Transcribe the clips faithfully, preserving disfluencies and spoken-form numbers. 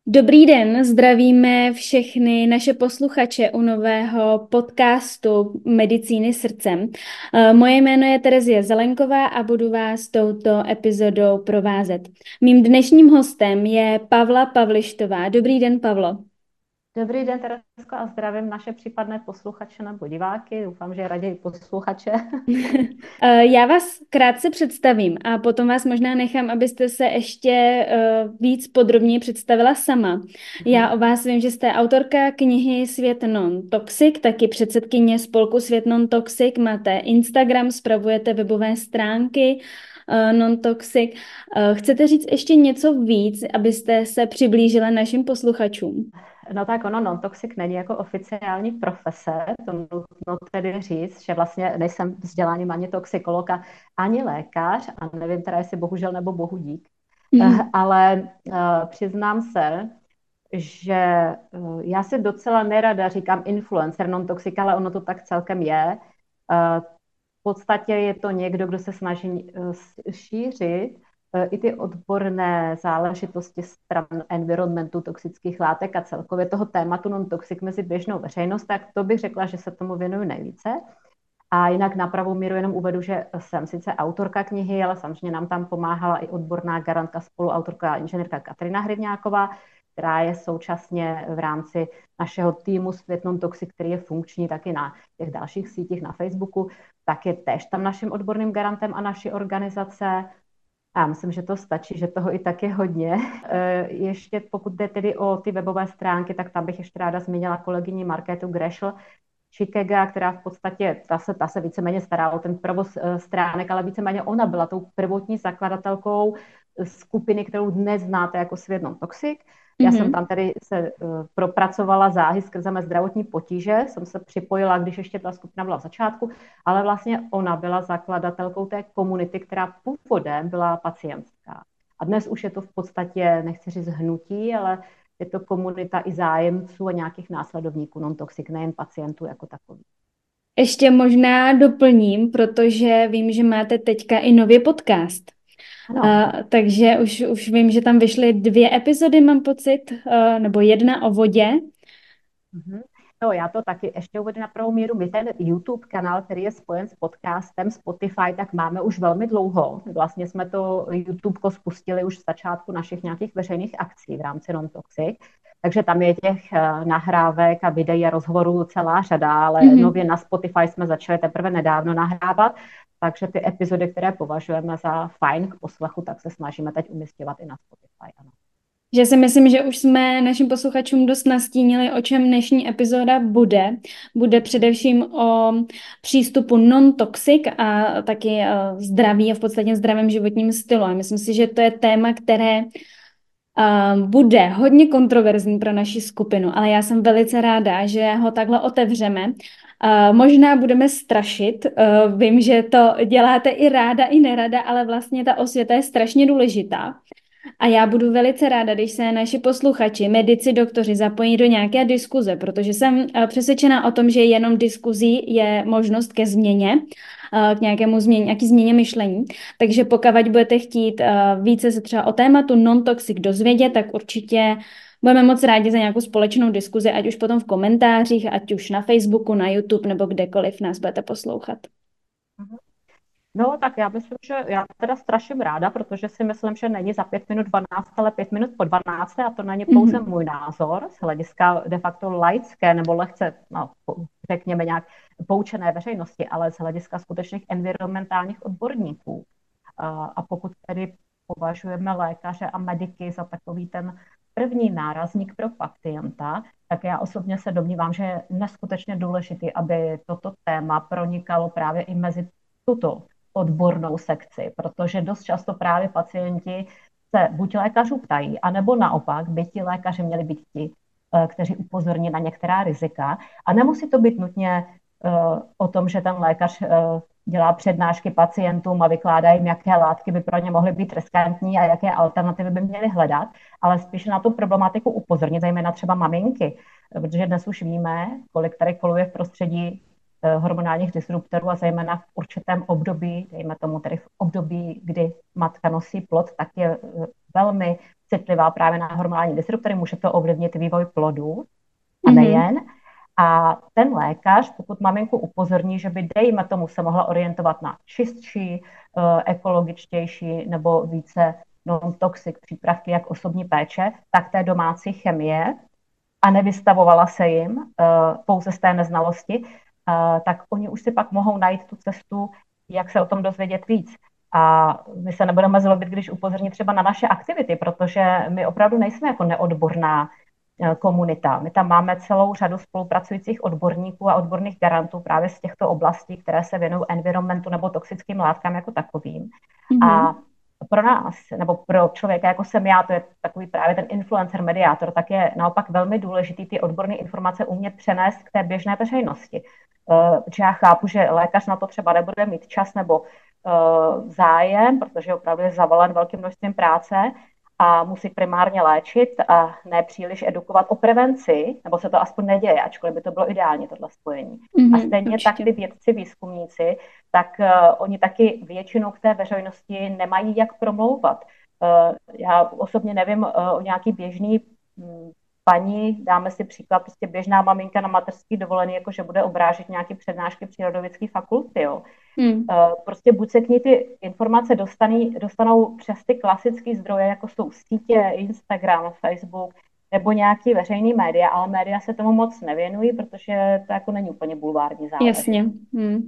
Dobrý den, zdravíme všechny naše posluchače u nového podcastu Medicíny srdcem. Eh, Moje jméno je Terezie Zelenková a budu vás touto epizodou provázet. Mým dnešním hostem je Pavla Pavlištová. Dobrý den, Pavlo. Dobrý den, Teresko, a zdravím naše případné posluchače nebo diváky. Doufám, že raději posluchače. Eh, Já vás krátce představím a potom vás možná nechám, abyste se ještě eh, víc podrobně představila sama. Já o vás vím, že jste autorka knihy Svět non-toxic, taky předsedkyně spolku Svět non-toxic, máte Instagram, spravujete webové stránky eh, non-toxic. Eh, Chcete říct ještě něco víc, abyste se přiblížila našim posluchačům? No tak ono, non-toxic není jako oficiální profese, to nutno tedy říct, že vlastně nejsem vzděláním ani toxikolog, a ani lékař, a nevím teda, jestli bohužel nebo bohu dík, Mhm. Eh, ale uh, přiznám se, že uh, já si docela nerada říkám influencer non-toxic, ale ono to tak celkem je. Uh, v podstatě je to někdo, kdo se snaží uh, šířit i ty odborné záležitosti stran environmentu, toxických látek a celkově toho tématu non-toxic mezi běžnou veřejnost, tak to bych řekla, že se tomu věnuju nejvíce. A jinak na pravou míru jenom uvedu, že jsem sice autorka knihy, ale samozřejmě nám tam pomáhala i odborná garantka, spoluautorka inženýrka Kateřina Hryvňáková, která je současně v rámci našeho týmu Svět non-toxic, který je funkční taky na těch dalších sítích na Facebooku, tak je též tam naším odborným garantem a naší organizace. Já myslím, že to stačí, že toho i tak je hodně. Ještě pokud jde tedy o ty webové stránky, tak tam bych ještě ráda zmínila kolegyni Markétu Grešl Chicago, která v podstatě, ta se, ta se víceméně stará o ten provoz stránek, ale víceméně ona byla tou prvotní zakladatelkou skupiny, kterou dnes znáte jako Svět non-toxic. Já jsem Mhm. tam tedy se uh, propracovala záhy skrze mé zdravotní potíže, jsem se připojila, když ještě ta skupina byla v začátku, ale vlastně ona byla zakladatelkou té komunity, která původem byla pacientská. A dnes už je to v podstatě, nechci říct hnutí, ale je to komunita i zájemců a nějakých následovníků non-toxic, nejen pacientů jako takových. Ještě možná doplním, protože vím, že máte teďka i nový podcast. Ano. Uh, takže už, už vím, že tam vyšly dvě epizody, mám pocit, uh, nebo jedna o vodě. Mhm. No, já to taky ještě uvedu na pravou míru. My ten YouTube kanál, který je spojen s podcastem Spotify, tak máme už velmi dlouho. Vlastně jsme to YouTube spustili už v začátku našich nějakých veřejných akcí v rámci Non-Toxic. Takže tam je těch uh, nahrávek a videí a rozhovorů celá řada, ale Mm-hmm. nově na Spotify jsme začali teprve nedávno nahrávat. Takže ty epizody, které považujeme za fajn k poslechu, tak se snažíme teď umisťovat i na Spotify. Ano. Že si myslím, že už jsme našim posluchačům dost nastínili, o čem dnešní epizoda bude. Bude především o přístupu non-toxic a taky uh, zdraví a v podstatě zdravém životním stylu. A myslím si, že to je téma, které uh, bude hodně kontroverzní pro naši skupinu, ale já jsem velice ráda, že ho takhle otevřeme. Uh, možná budeme strašit, uh, vím, že to děláte i ráda, i nerada, ale vlastně ta osvěta je strašně důležitá. A já budu velice ráda, když se naši posluchači, medici, doktoři zapojí do nějaké diskuze, protože jsem eh, přesvědčena o tom, že jenom diskuzí je možnost ke změně, eh, k nějakému změně, nějaký změně myšlení. Takže pokud budete chtít eh, více se třeba o tématu non-toxic dozvědět, tak určitě budeme moc rádi za nějakou společnou diskuzi, ať už potom v komentářích, ať už na Facebooku, na YouTube nebo kdekoliv nás budete poslouchat. No, tak já myslím, že já teda straším ráda, protože si myslím, že není za pět minut dvanáct, ale pět minut po dvanácté, a to není pouze Mhm. můj názor z hlediska de facto laické nebo lehce, no, řekněme nějak poučené veřejnosti, ale z hlediska skutečných environmentálních odborníků. A pokud tedy považujeme lékaře a mediky za takový ten první nárazník pro pacienta, tak já osobně se domnívám, že je neskutečně důležité, aby toto téma pronikalo právě i mezi tuto odbornou sekci, protože dost často právě pacienti se buď lékařů ptají, anebo naopak by ti lékaři měli být ti, kteří upozorní na některá rizika. A nemusí to být nutně uh, o tom, že ten lékař uh, dělá přednášky pacientům a vykládá jim, jaké látky by pro ně mohly být riskantní a jaké alternativy by měly hledat, ale spíš na tu problematiku upozornit, zejména třeba maminky, protože dnes už víme, kolik tady koluje v prostředí hormonálních disruptorů a zejména v určitém období, dejme tomu tedy v období, kdy matka nosí plod, tak je velmi citlivá právě na hormonální disruptory, může to ovlivnit vývoj plodu a Mhm. nejen. A ten lékař, pokud maminku upozorní, by dejme tomu se mohla orientovat na čistší, ekologičtější nebo více non-toxic přípravky, jak osobní péče, tak té domácí chemie, a nevystavovala se jim pouze z té neznalosti, tak oni už si pak mohou najít tu cestu, jak se o tom dozvědět víc. A my se nebudeme zlobit, když upozorní třeba na naše aktivity, protože my opravdu nejsme jako neodborná komunita. My tam máme celou řadu spolupracujících odborníků a odborných garantů právě z těchto oblastí, které se věnují environmentu nebo toxickým látkám jako takovým. Mm-hmm. A pro nás, nebo pro člověka, jako jsem já, to je takový právě ten influencer, mediátor, tak je naopak velmi důležitý ty odborné informace umět přenést k té běžné veřejnosti. Protože já chápu, že lékař na to třeba nebude mít čas nebo zájem, protože opravdu je zavalen velkým množstvím práce a musí primárně léčit a ne příliš edukovat o prevenci, nebo se to aspoň neděje, ačkoliv by to bylo ideální, tohle spojení. Mm-hmm, a stejně určitě. Tak ty vědci, výzkumníci, tak uh, oni taky většinou k té veřejnosti nemají jak promlouvat. Uh, já osobně nevím uh, o nějaký běžný um, paní, dáme si příklad, prostě běžná maminka na mateřský dovolený, jako že bude obrážet nějaké přednášky přírodovědské fakulty, jo. Hmm. Prostě buď se k ní ty informace dostaný, dostanou přes ty klasické zdroje, jako jsou sítě, Instagram, Facebook, nebo nějaký veřejný média, ale média se tomu moc nevěnují, protože to jako není úplně bulvární záležitost. Jasně. Hmm.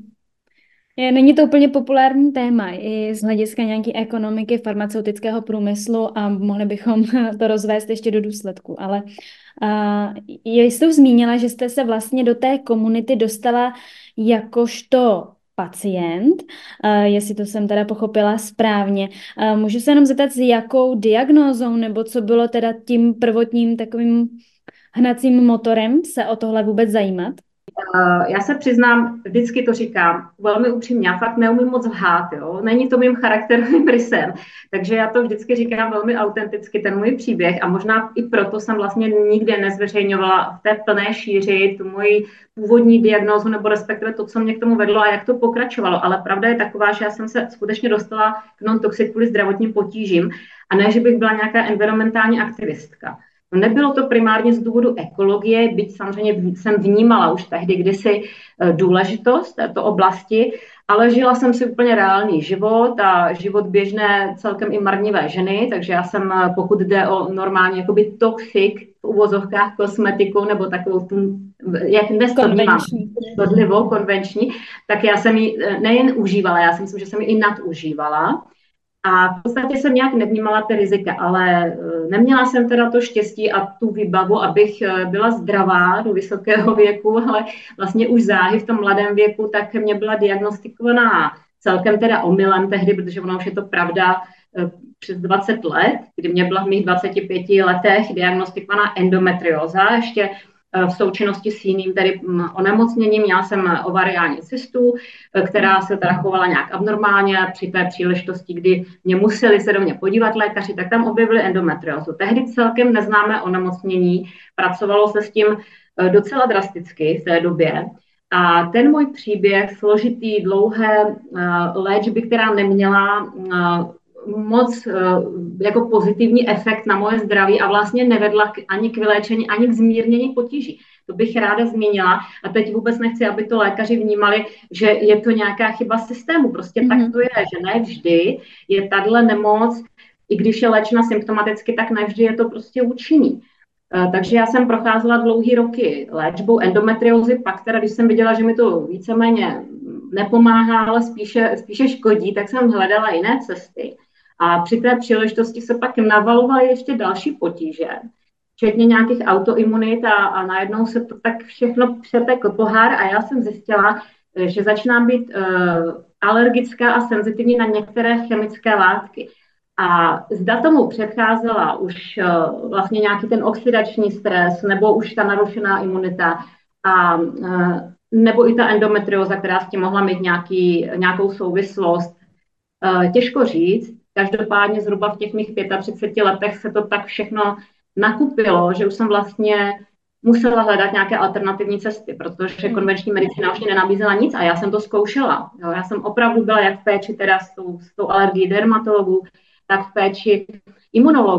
Je, není to úplně populární téma i z hlediska nějaké ekonomiky farmaceutického průmyslu a mohli bychom to rozvést ještě do důsledku, ale uh, jste zmínila, že jste se vlastně do té komunity dostala jakožto pacient, uh, jestli to jsem teda pochopila správně. Uh, můžu se jenom zeptat, s jakou diagnózou nebo co bylo teda tím prvotním takovým hnacím motorem se o tohle vůbec zajímat? Já se přiznám, vždycky to říkám, velmi upřímně, já fakt neumím moc lhát, jo? Není to mým charakterovým rysem, takže já to vždycky říkám velmi autenticky, ten můj příběh, a možná i proto jsem vlastně nikde nezveřejňovala v té plné šíři tu moji původní diagnózu, nebo respektive to, co mě k tomu vedlo a jak to pokračovalo, ale pravda je taková, že já jsem se skutečně dostala k non-toxic kvůli zdravotním potížím a ne, že bych byla nějaká environmentální aktivistka. No, nebylo to primárně z důvodu ekologie, byť samozřejmě jsem vnímala už tehdy kdysi důležitost této oblasti, ale žila jsem si úplně reálný život a život běžné celkem i marnivé ženy, takže já jsem, pokud jde o normálně jakoby toxic v uvozovkách kosmetiku nebo takovou tu, jak dnes to vnímám, škodlivou, konvenční, tak já jsem ji nejen užívala, já si myslím, že jsem ji i nadužívala. A v podstatě jsem nějak nevnímala ty rizika, ale neměla jsem teda to štěstí a tu výbavu, abych byla zdravá do vysokého věku, ale vlastně už záhy v tom mladém věku, tak mě byla diagnostikovaná celkem teda omylem tehdy, protože ono už je to pravda přes dvacet let, kdy mě byla v mých dvaceti pěti letech diagnostikovaná endometrióza, ještě v součinnosti s jiným tedy onemocněním. Měla jsem ovariální cystu, která se teda chovala nějak abnormálně. Při té příležitosti, kdy mě museli se do mě podívat lékaři, tak tam objevili endometriózu. Tehdy celkem neznámé onemocnění, pracovalo se s tím docela drasticky v té době. A ten můj příběh, složitý, dlouhé léčby, která neměla moc jako pozitivní efekt na moje zdraví a vlastně nevedla ani k vyléčení, ani k zmírnění potíží. To bych ráda zmínila a teď vůbec nechci, aby to lékaři vnímali, že je to nějaká chyba systému. Prostě mm-hmm. tak to je, že ne vždy je tahle nemoc, i když je léčena symptomaticky, tak ne vždy je to prostě účinný. Takže já jsem procházela dlouhý roky léčbou endometriózy, pak teda, když jsem viděla, že mi to víceméně nepomáhá, ale spíše, spíše škodí, tak jsem hledala jiné cesty. A při té příležitosti se pak navalovaly ještě další potíže, včetně nějakých autoimunit a, a najednou se to tak všechno přetekl pohár a já jsem zjistila, že začínám být uh, alergická a senzitivní na některé chemické látky. A zda tomu předcházela už uh, vlastně nějaký ten oxidační stres nebo už ta narušená imunita a uh, nebo i ta endometrióza, která s tím mohla mít nějaký, nějakou souvislost, uh, těžko říct. Každopádně zhruba v těch mých třiceti pěti letech se to tak všechno nakupilo, že už jsem vlastně musela hledat nějaké alternativní cesty, protože konvenční medicína už mě nenabízela nic a já jsem to zkoušela. Jo, já jsem opravdu byla jak v péči teda s tou, s tou alergií dermatologů, tak v péči imunologů.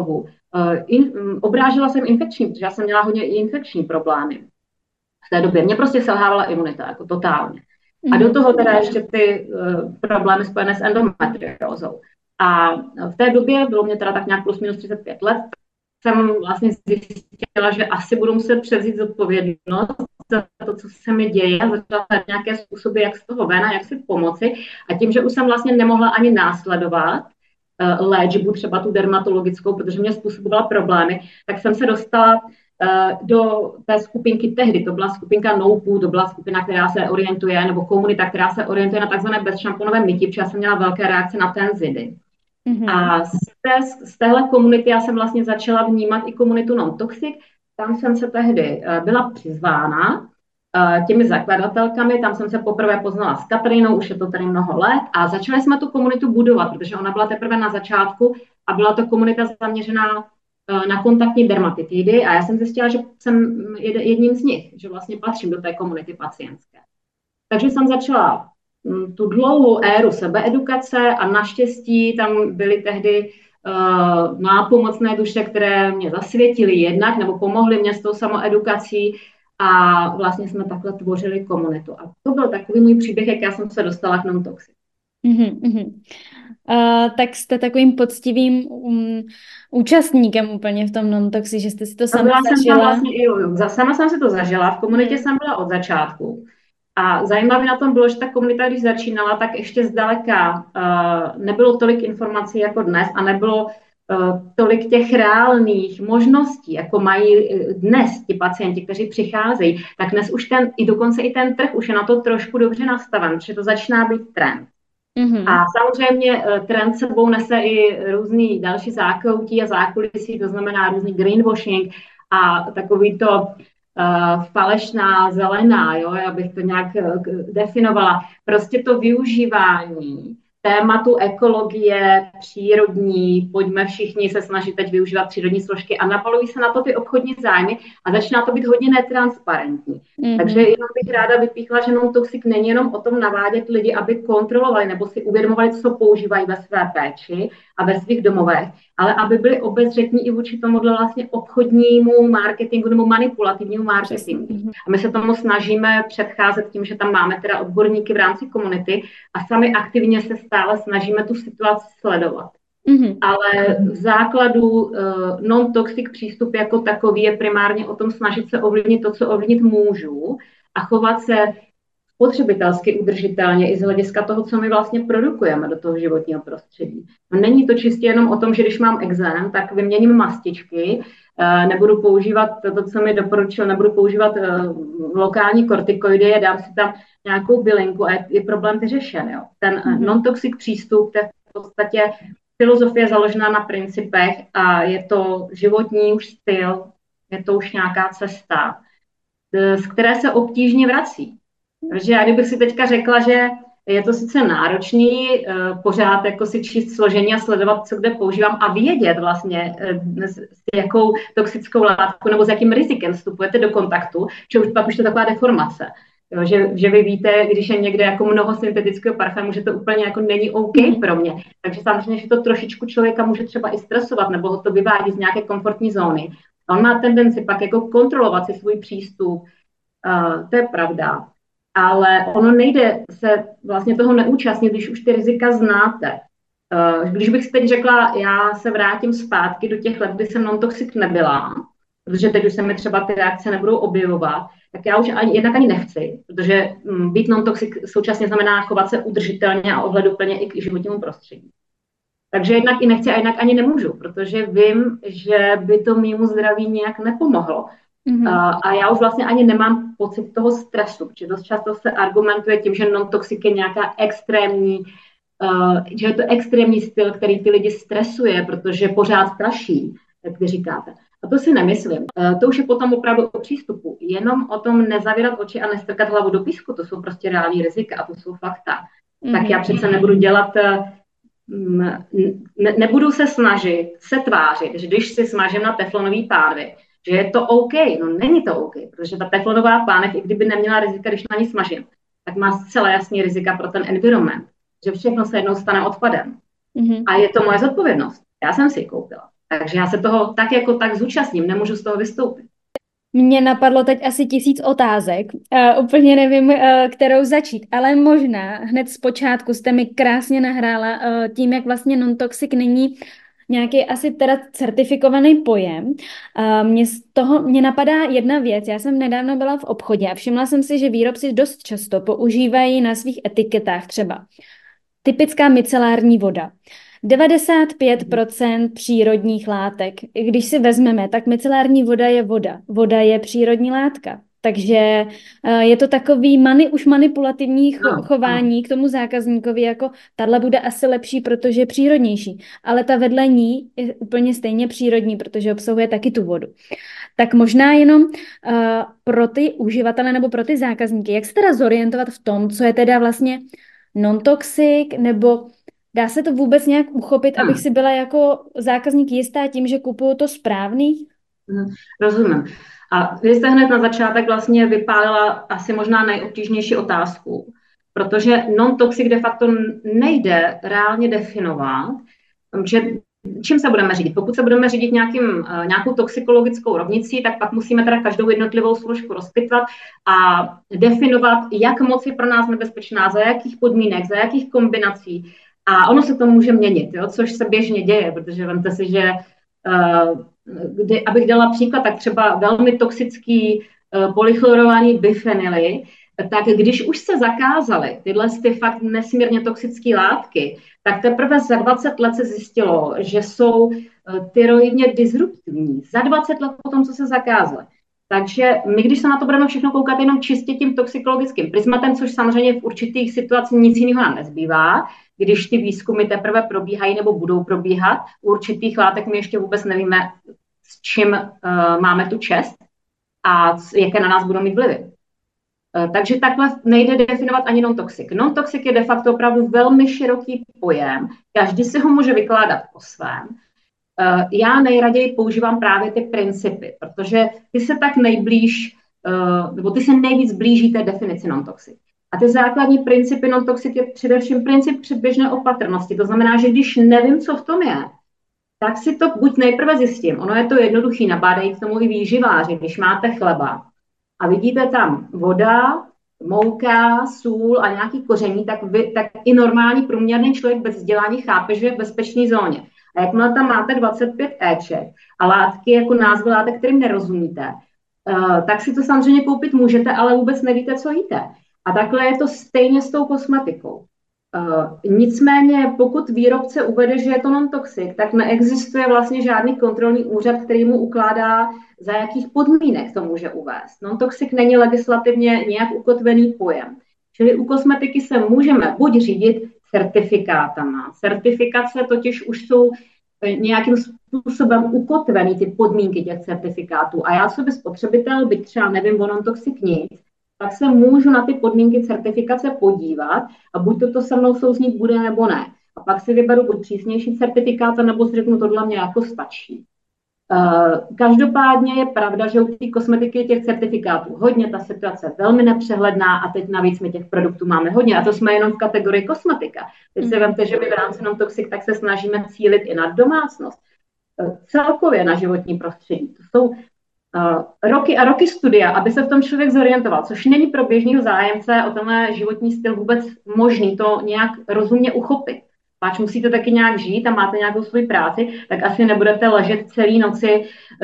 In, obrážela jsem infekční, protože já jsem měla hodně i infekční problémy v té době. Mě prostě selhávala imunita, jako totálně. A do toho teda ještě ty uh, problémy spojené s endometriózou. A v té době, bylo mě teda tak nějak plus minus třicet pět let, jsem vlastně zjistila, že asi budu muset převzít zodpovědnost za to, co se mi děje, a začala hledat nějaké způsoby, jak z toho ven a jak si pomoci. A tím, že už jsem vlastně nemohla ani následovat uh, léčbu, třeba tu dermatologickou, protože mě způsobovala problémy, tak jsem se dostala uh, do té skupinky tehdy. To byla skupinka NoPoo, to byla skupina, která se orientuje, nebo komunita, která se orientuje na takzvané bezšamponové mytí, protože já jsem měla velké reakce na tenzidy. Mm-hmm. A z, té, z téhle komunity já jsem vlastně začala vnímat i komunitu Non-Toxic. Tam jsem se tehdy uh, byla přizvána uh, těmi zakladatelkami, tam jsem se poprvé poznala s Katrinou, už je to tady mnoho let, a začali jsme tu komunitu budovat, protože ona byla teprve na začátku a byla to komunita zaměřená uh, na kontaktní dermatitidy a já jsem zjistila, že jsem jedním z nich, že vlastně patřím do té komunity pacientské. Takže jsem začala tu dlouhou éru sebeedukace a naštěstí tam byly tehdy uh, nápomocné duše, které mě zasvětily jednak nebo pomohly mě s tou samoedukací a vlastně jsme takhle tvořili komunitu. A to byl takový můj příběh, jak já jsem se dostala k Non-Toxic. Mm-hmm. Uh, tak jste takovým poctivým um, účastníkem úplně v tom Non-Toxic, že jste si to sama zažila. Jsem vlastně, jo, jo. Sama jsem si to zažila, v komunitě mm. jsem byla od začátku. A zajímavé na tom bylo, že ta komunita, když začínala, tak ještě zdaleka uh, nebylo tolik informací jako dnes a nebylo uh, tolik těch reálných možností, jako mají dnes ti pacienti, kteří přicházejí. Tak dnes už ten, i dokonce i ten trh už je na to trošku dobře nastaven, protože to začíná být trend. Mm-hmm. A samozřejmě uh, trend sebou nese i různý další zákoutí a zákulisí, to znamená různý greenwashing a takový to Uh, falešná zelená, jo, já bych to nějak uh, definovala. Prostě to využívání tématu ekologie, přírodní, pojďme všichni se snažit teď využívat přírodní složky a nabalují se na to ty obchodní zájmy a začíná to být hodně netransparentní. Mm-hmm. Takže jenom bych ráda vypíchla, že Non-Toxic není jenom o tom navádět lidi, aby kontrolovali nebo si uvědomovali, co používají ve své péči a ve svých domovech, ale aby byli obezřetní i vůči tomuhle vlastně obchodnímu marketingu nebo manipulativnímu marketingu. Mm-hmm. A my se tomu snažíme předcházet tím, že tam máme teda odborníky v rámci komunity a sami aktivně se stále snažíme tu situaci sledovat. Mm-hmm. Ale v základu uh, non-toxic přístup jako takový je primárně o tom snažit se ovlivnit to, co ovlivnit můžu a chovat se spotřebitelsky udržitelně i z hlediska toho, co my vlastně produkujeme do toho životního prostředí. No, není to čistě jenom o tom, že když mám ekzém, tak vyměním mastičky, uh, nebudu používat to, co mi doporučil, nebudu používat uh, lokální kortikoidy, dám si tam nějakou bylinku a je, je problém vyřešen. Jo. Ten mm-hmm. non-toxic přístup, to je v podstatě filozofie založená na principech a je to životní už styl, je to už nějaká cesta, z které se obtížně vrací. Takže já kdybych si teďka řekla, že je to sice náročný, pořád jako si číst složení a sledovat, co kde používám a vědět vlastně, s jakou toxickou látkou nebo s jakým rizikem vstupujete do kontaktu, že už pak už to taková deformace. Jo, že, že vy víte, když je někde jako mnoho syntetického parfému, že to úplně jako není OK pro mě. Takže samozřejmě, že to trošičku člověka může třeba i stresovat nebo ho to vyvádí z nějaké komfortní zóny. A on má tendenci pak jako kontrolovat si svůj přístup. Uh, to je pravda. Ale ono nejde se vlastně toho neúčastnit, když už ty rizika znáte. Uh, když bych si teď řekla, já se vrátím zpátky do těch let, kdy jsem non-toxic nebyla, protože teď už se mi třeba ty reakce nebudou objevovat, tak já už ani, jednak ani nechci, protože m, být non-toxic současně znamená chovat se udržitelně a ohleduplně i k životnímu prostředí. Takže jednak i nechci a jednak ani nemůžu, protože vím, že by to mému zdraví nějak nepomohlo. Mm-hmm. A, a já už vlastně ani nemám pocit toho stresu, protože dost často se argumentuje tím, že non-toxic je nějaká extrémní, uh, že je to extrémní styl, který ty lidi stresuje, protože pořád straší, jak vy říkáte. A to si nemyslím. To už je potom opravdu o přístupu. Jenom o tom nezavírat oči a nestrkat hlavu do písku. To jsou prostě reální rizika a to jsou fakta. Mm-hmm. Tak já přece nebudu dělat, ne, nebudu se snažit, se tvářit, že když si smažím na teflonový pánvi, že je to OK. No není to OK, protože ta teflonová pánev, i kdyby neměla rizika, když na ní smažím, tak má zcela jasný rizika pro ten environment, že všechno se jednou stane odpadem. Mm-hmm. A je to moje zodpovědnost. Já jsem si ji koupila. Takže já se toho tak jako tak zúčastním, nemůžu z toho vystoupit. Mně napadlo teď asi tisíc otázek. Uh, úplně nevím, uh, kterou začít, ale možná hned z počátku jste mi krásně nahrála uh, tím, jak vlastně non-toxic není nějaký asi teda certifikovaný pojem. Uh, mě z toho mě napadá jedna věc. Já jsem nedávno byla v obchodě a všimla jsem si, že výrobci dost často používají na svých etiketách třeba typická micelární voda. devadesát pět procent přírodních látek. Když si vezmeme, tak micelární voda je voda. Voda je přírodní látka. Takže eh, je to takový mani, už manipulativní cho- No, no. chování k tomu zákazníkovi, jako tahle bude asi lepší, protože je přírodnější. Ale ta vedle ní je úplně stejně přírodní, protože obsahuje taky tu vodu. Tak možná jenom uh, pro ty uživatele nebo pro ty zákazníky, jak se teda zorientovat v tom, co je teda vlastně non-toxic, nebo dá se to vůbec nějak uchopit, abych Hmm. si byla jako zákazník jistá tím, že kupuju to správný? Mhm, rozumím. A vy jste hned na začátek vlastně vypálila asi možná nejobtížnější otázku, protože non-toxic de facto nejde reálně definovat, že čím se budeme řídit. Pokud se budeme řídit nějakým, nějakou toxikologickou rovnicí, tak pak musíme teda každou jednotlivou složku rozpitvat a definovat, jak moc je pro nás nebezpečná, za jakých podmínek, za jakých kombinací. A ono se to může měnit, jo, což se běžně děje, protože vemte si, že uh, kdy, abych dala příklad, tak třeba velmi toxický uh, polychlorovaný bifenyly, tak když už se zakázaly tyhle ty fakt nesmírně toxické látky, tak teprve za dvacet let se zjistilo, že jsou uh, tyroidně disruptivní. Za dvacet let potom, co se zakázaly. Takže my, když se na to budeme všechno koukat jenom čistě tím toxikologickým prismatem, což samozřejmě v určitých situacích nic jiného nám nezbývá, když ty výzkumy teprve probíhají nebo budou probíhat, u určitých látek my ještě vůbec nevíme, s čím uh, máme tu čest a jaké na nás budou mít vlivy. Uh, takže takhle nejde definovat ani non-toxic. Non-toxic je de facto opravdu velmi široký pojem, každý si ho může vykládat po svém. Uh, já nejraději používám právě ty principy, protože ty se tak nejblíž, uh, nebo ty se nejvíc blíží té definici non-toxic. A ty základní principy non-toxic je především princip předběžné opatrnosti. To znamená, že když nevím, co v tom je, tak si to buď nejprve zjistím. Ono je to jednoduchý, nabádají k tomu i výživáři. Když máte chleba a vidíte tam voda, mouka, sůl a nějaký koření, tak, vy, tak i normální průměrný člověk bez vzdělání chápe, že je v bezpečné zóně. A jakmile tam máte dvacet pět éček a látky jako názvy látek, kterým nerozumíte, uh, tak si to samozřejmě koupit můžete, ale vůbec nevíte, co jíte. A takhle je to stejně s tou kosmetikou. Uh, nicméně, pokud výrobce uvede, že je to non-toxic, tak neexistuje vlastně žádný kontrolní úřad, který mu ukládá, za jakých podmínek to může uvést. Non-toxic není legislativně nějak ukotvený pojem. Čili u kosmetiky se můžeme buď řídit certifikátama. Certifikace totiž už jsou nějakým způsobem ukotvený ty podmínky těch certifikátů. A já sobě spotřebitel, byť třeba nevím o non-toxic nic, tak se můžu na ty podmínky certifikace podívat a buď toto se mnou souznít bude, nebo ne. A pak si vyberu buď přísnější certifikát, nebo si řeknu, tohle mě jako stačí. Uh, každopádně je pravda, že u té kosmetiky je těch certifikátů hodně, ta situace je velmi nepřehledná a teď navíc my těch produktů máme hodně a to jsme jenom v kategorii kosmetika. Teď si vemte, že my v rámci non-toxic tak se snažíme cílit i na domácnost. Uh, celkově na životní prostředí. To jsou uh, roky a roky studia, aby se v tom člověk zorientoval, což není pro běžného zájemce o tenhle životní styl vůbec možný to nějak rozumně uchopit. Páč musíte taky nějak žít a máte nějakou svou práci, tak asi nebudete ležet celý noci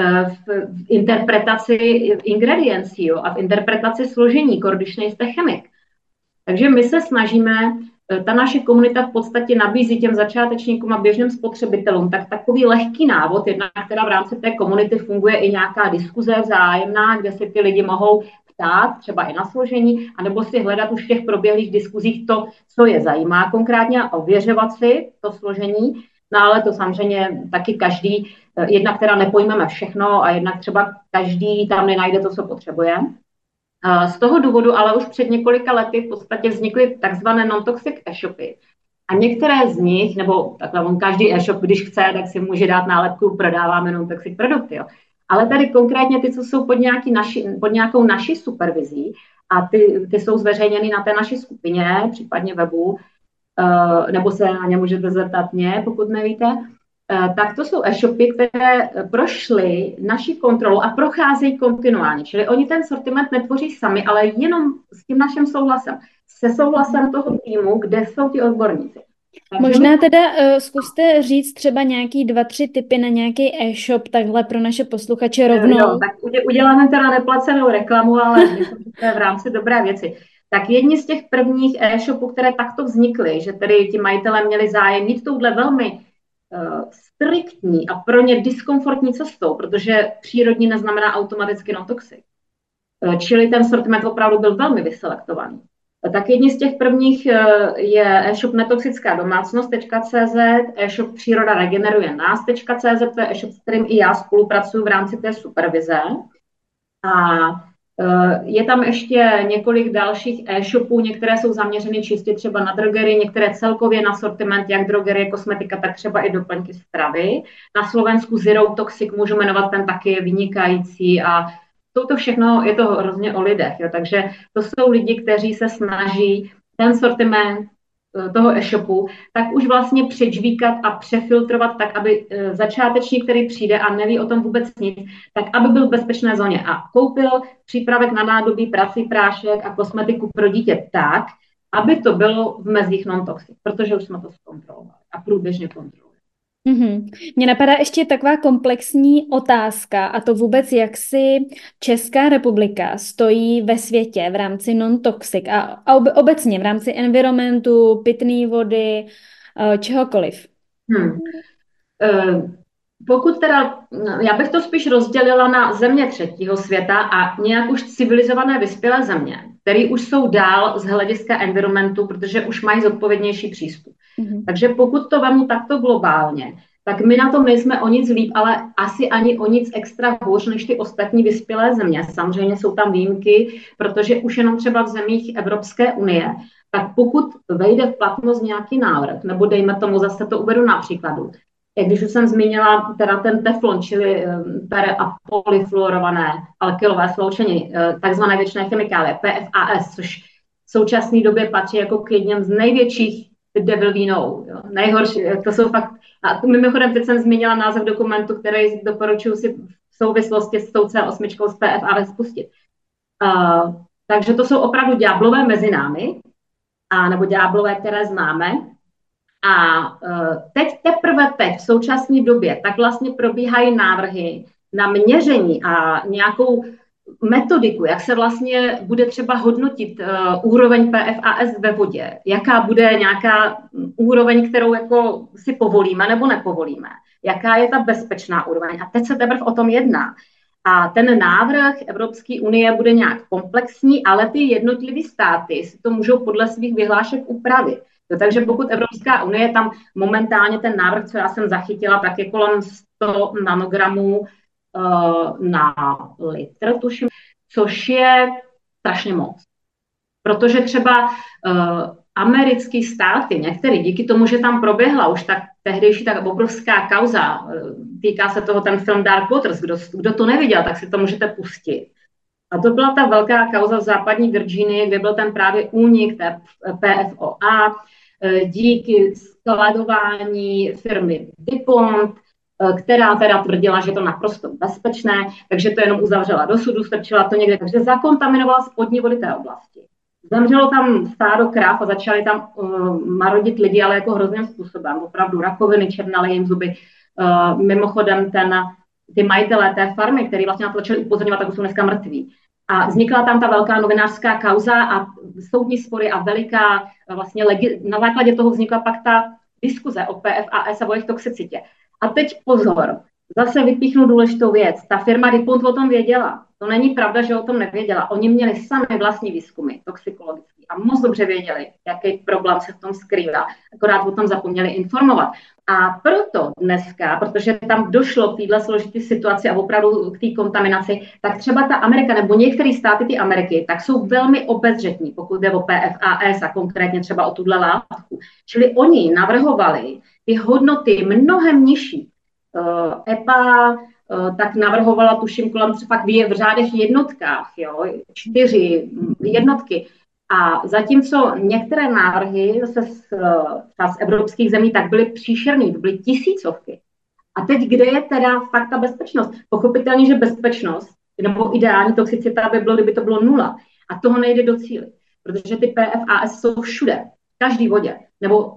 v interpretaci ingrediencí jo, a v interpretaci složení, když nejste chemik. Takže my se snažíme, ta naše komunita v podstatě nabízí těm začátečníkům a běžným spotřebitelům tak takový lehký návod, jedna, která v rámci té komunity funguje i nějaká diskuze vzájemná, kde si ty lidi mohou ptát, třeba i na složení, anebo si hledat už v těch proběhlých diskuzích to, co je zajímá konkrétně a ověřovat si to složení. No ale to samozřejmě taky každý, jedna, která nepojmeme všechno a jednak třeba každý tam nenajde to, co potřebuje. Z toho důvodu ale už před několika lety v podstatě vznikly takzvané non-toxic e-shopy. A některé z nich, nebo takhle on každý e-shop, když chce, tak si může dát nálepku, prodáváme non-toxic produkty. Jo. Ale tady konkrétně ty, co jsou pod, nějaký naši, pod nějakou naší supervizí a ty, ty jsou zveřejněny na té naší skupině, případně webu, uh, nebo se na ně můžete zeptat mě, pokud nevíte, tak to jsou e-shopy, které prošly naší kontrolu a procházejí kontinuálně. Čili oni ten sortiment netvoří sami, ale jenom s tím naším souhlasem. Se souhlasem toho týmu, kde jsou ti odborníci. Takže možná my... teda uh, zkuste říct třeba nějaký dva, tři tipy na nějaký e-shop takhle pro naše posluchače rovnou. Jo, tak uděláme teda neplacenou reklamu, ale myslím, že to je v rámci dobré věci. Tak jedni z těch prvních e-shopů, které takto vznikly, že tedy ti majitelé měli zájem jít touhle velmi uh, striktní a pro ně diskomfortní cestou, protože přírodní neznamená automaticky non-toxic. Uh, čili ten sortiment opravdu byl velmi vyselektovaný. Tak jedni z těch prvních je e-shop netoxická domácnost.cz, e-shop příroda regeneruje nás.cz, to je e-shop, s kterým i já spolupracuji v rámci té supervize. A je tam ještě několik dalších e-shopů, některé jsou zaměřeny čistě třeba na drogery, některé celkově na sortiment, jak drogerie, kosmetika, tak třeba i doplňky stravy. Na Slovensku Zero Toxic můžu jmenovat, ten taky je vynikající a to všechno, je to hrozně o lidech, jo. Takže to jsou lidi, kteří se snaží ten sortiment toho e-shopu tak už vlastně předžvíkat a přefiltrovat tak, aby začátečník, který přijde a neví o tom vůbec nic, tak aby byl v bezpečné zóně a koupil přípravek na nádobí, prací prášek a kosmetiku pro dítě tak, aby to bylo v mezích non-toxic, protože už jsme to zkontrolovali a průběžně kontrolovali. Mm-hmm. Mně napadá ještě taková komplexní otázka a to vůbec, jak si Česká republika stojí ve světě v rámci non-toxic a, a obecně v rámci environmentu, pitné vody, čehokoliv. Hmm. Uh, pokud teda, já bych to spíš rozdělila na země třetího světa a nějak už civilizované vyspělé země, které už jsou dál z hlediska environmentu, protože už mají zodpovědnější přístup. Mm-hmm. Takže pokud to vemu takto globálně, tak my na tom nejsme o nic líp, ale asi ani o nic extra hůř než ty ostatní vyspělé země. Samozřejmě jsou tam výjimky, protože už jenom třeba v zemích Evropské unie, tak pokud vejde v platnost nějaký návrh, nebo dejme tomu, zase to uvedu na příkladu, když už jsem zmínila teda ten teflon, čili per a polyfluorované alkylové sloučení, takzvané věčné chemikálie, P F A S, což v současné době patří jako k jedním z největších devil vínou. Jo. Nejhorší, to jsou fakt, a mimochodem teď jsem zmínila název dokumentu, který doporučuji si v souvislosti s tou C osm z P F A S spustit. Uh, takže to jsou opravdu ďáblové mezi námi, a nebo ďáblové, které známe. A uh, teď teprve teď, v současné době, tak vlastně probíhají návrhy na měření a nějakou metodiku, jak se vlastně bude třeba hodnotit uh, úroveň P F A S ve vodě, jaká bude nějaká úroveň, kterou jako si povolíme nebo nepovolíme, jaká je ta bezpečná úroveň. A teď se teprve o tom jedná. A ten návrh Evropské unie bude nějak komplexní, ale ty jednotlivé státy si to můžou podle svých vyhlášek upravit. No, takže pokud Evropská unie, tam momentálně ten návrh, co já jsem zachytila, tak je kolem sto nanogramů uh, na litr, tuším, což je strašně moc. Protože třeba uh, americké státy, některé, díky tomu, že tam proběhla už tak tehdejší tak obrovská kauza, uh, týká se toho ten film Dark Waters, kdo, kdo to neviděl, tak si to můžete pustit. A to byla ta velká kauza v západní Virginii, kde byl ten právě únik té P F O A díky skladování firmy DuPont, která teda tvrdila, že je to naprosto bezpečné, takže to jenom uzavřela do sudu, strčila to někde, takže zakontaminovala spodní vody té oblasti. Zemřelo tam stádo kráv a začali tam uh, marodit lidi, ale jako hrozným způsobem. Opravdu rakoviny, černaly jim zuby. Uh, mimochodem ten, ty majitelé té farmy, který vlastně na to začali upozorňovat, tak už jsou dneska mrtví. A vznikla tam ta velká novinářská kauza a soudní spory a veliká vlastně legi- na základě toho vznikla pak ta diskuze o P F A S a o jejich toxicitě. A teď pozor, zase vypíchnu důležitou věc. Ta firma DuPont o tom věděla. To není pravda, že o tom nevěděla. Oni měli sami vlastní výzkumy toxikologický a moc dobře věděli, jaký problém se v tom skrývá. Akorát o tom zapomněli informovat. A proto dneska, protože tam došlo k této složité situaci a opravdu k té kontaminaci, tak třeba ta Amerika nebo některé státy ty Ameriky, tak jsou velmi obezřetní, pokud jde o P F A S a konkrétně třeba o tuhle látku. Čili oni navrhovali ty hodnoty mnohem nižší. Uh, E P A uh, tak navrhovala, tuším, kolem třeba v řádech jednotkách, jo, čtyři jednotky. A zatímco některé návrhy zase z, z evropských zemí tak byly příšerný, to byly tisícovky. A teď, kde je teda fakt ta bezpečnost? Pochopitelně, že bezpečnost, nebo ideální toxicita by bylo, kdyby to bylo nula. A toho nejde docílit, protože ty P F A S jsou všude, v každé vodě. Nebo,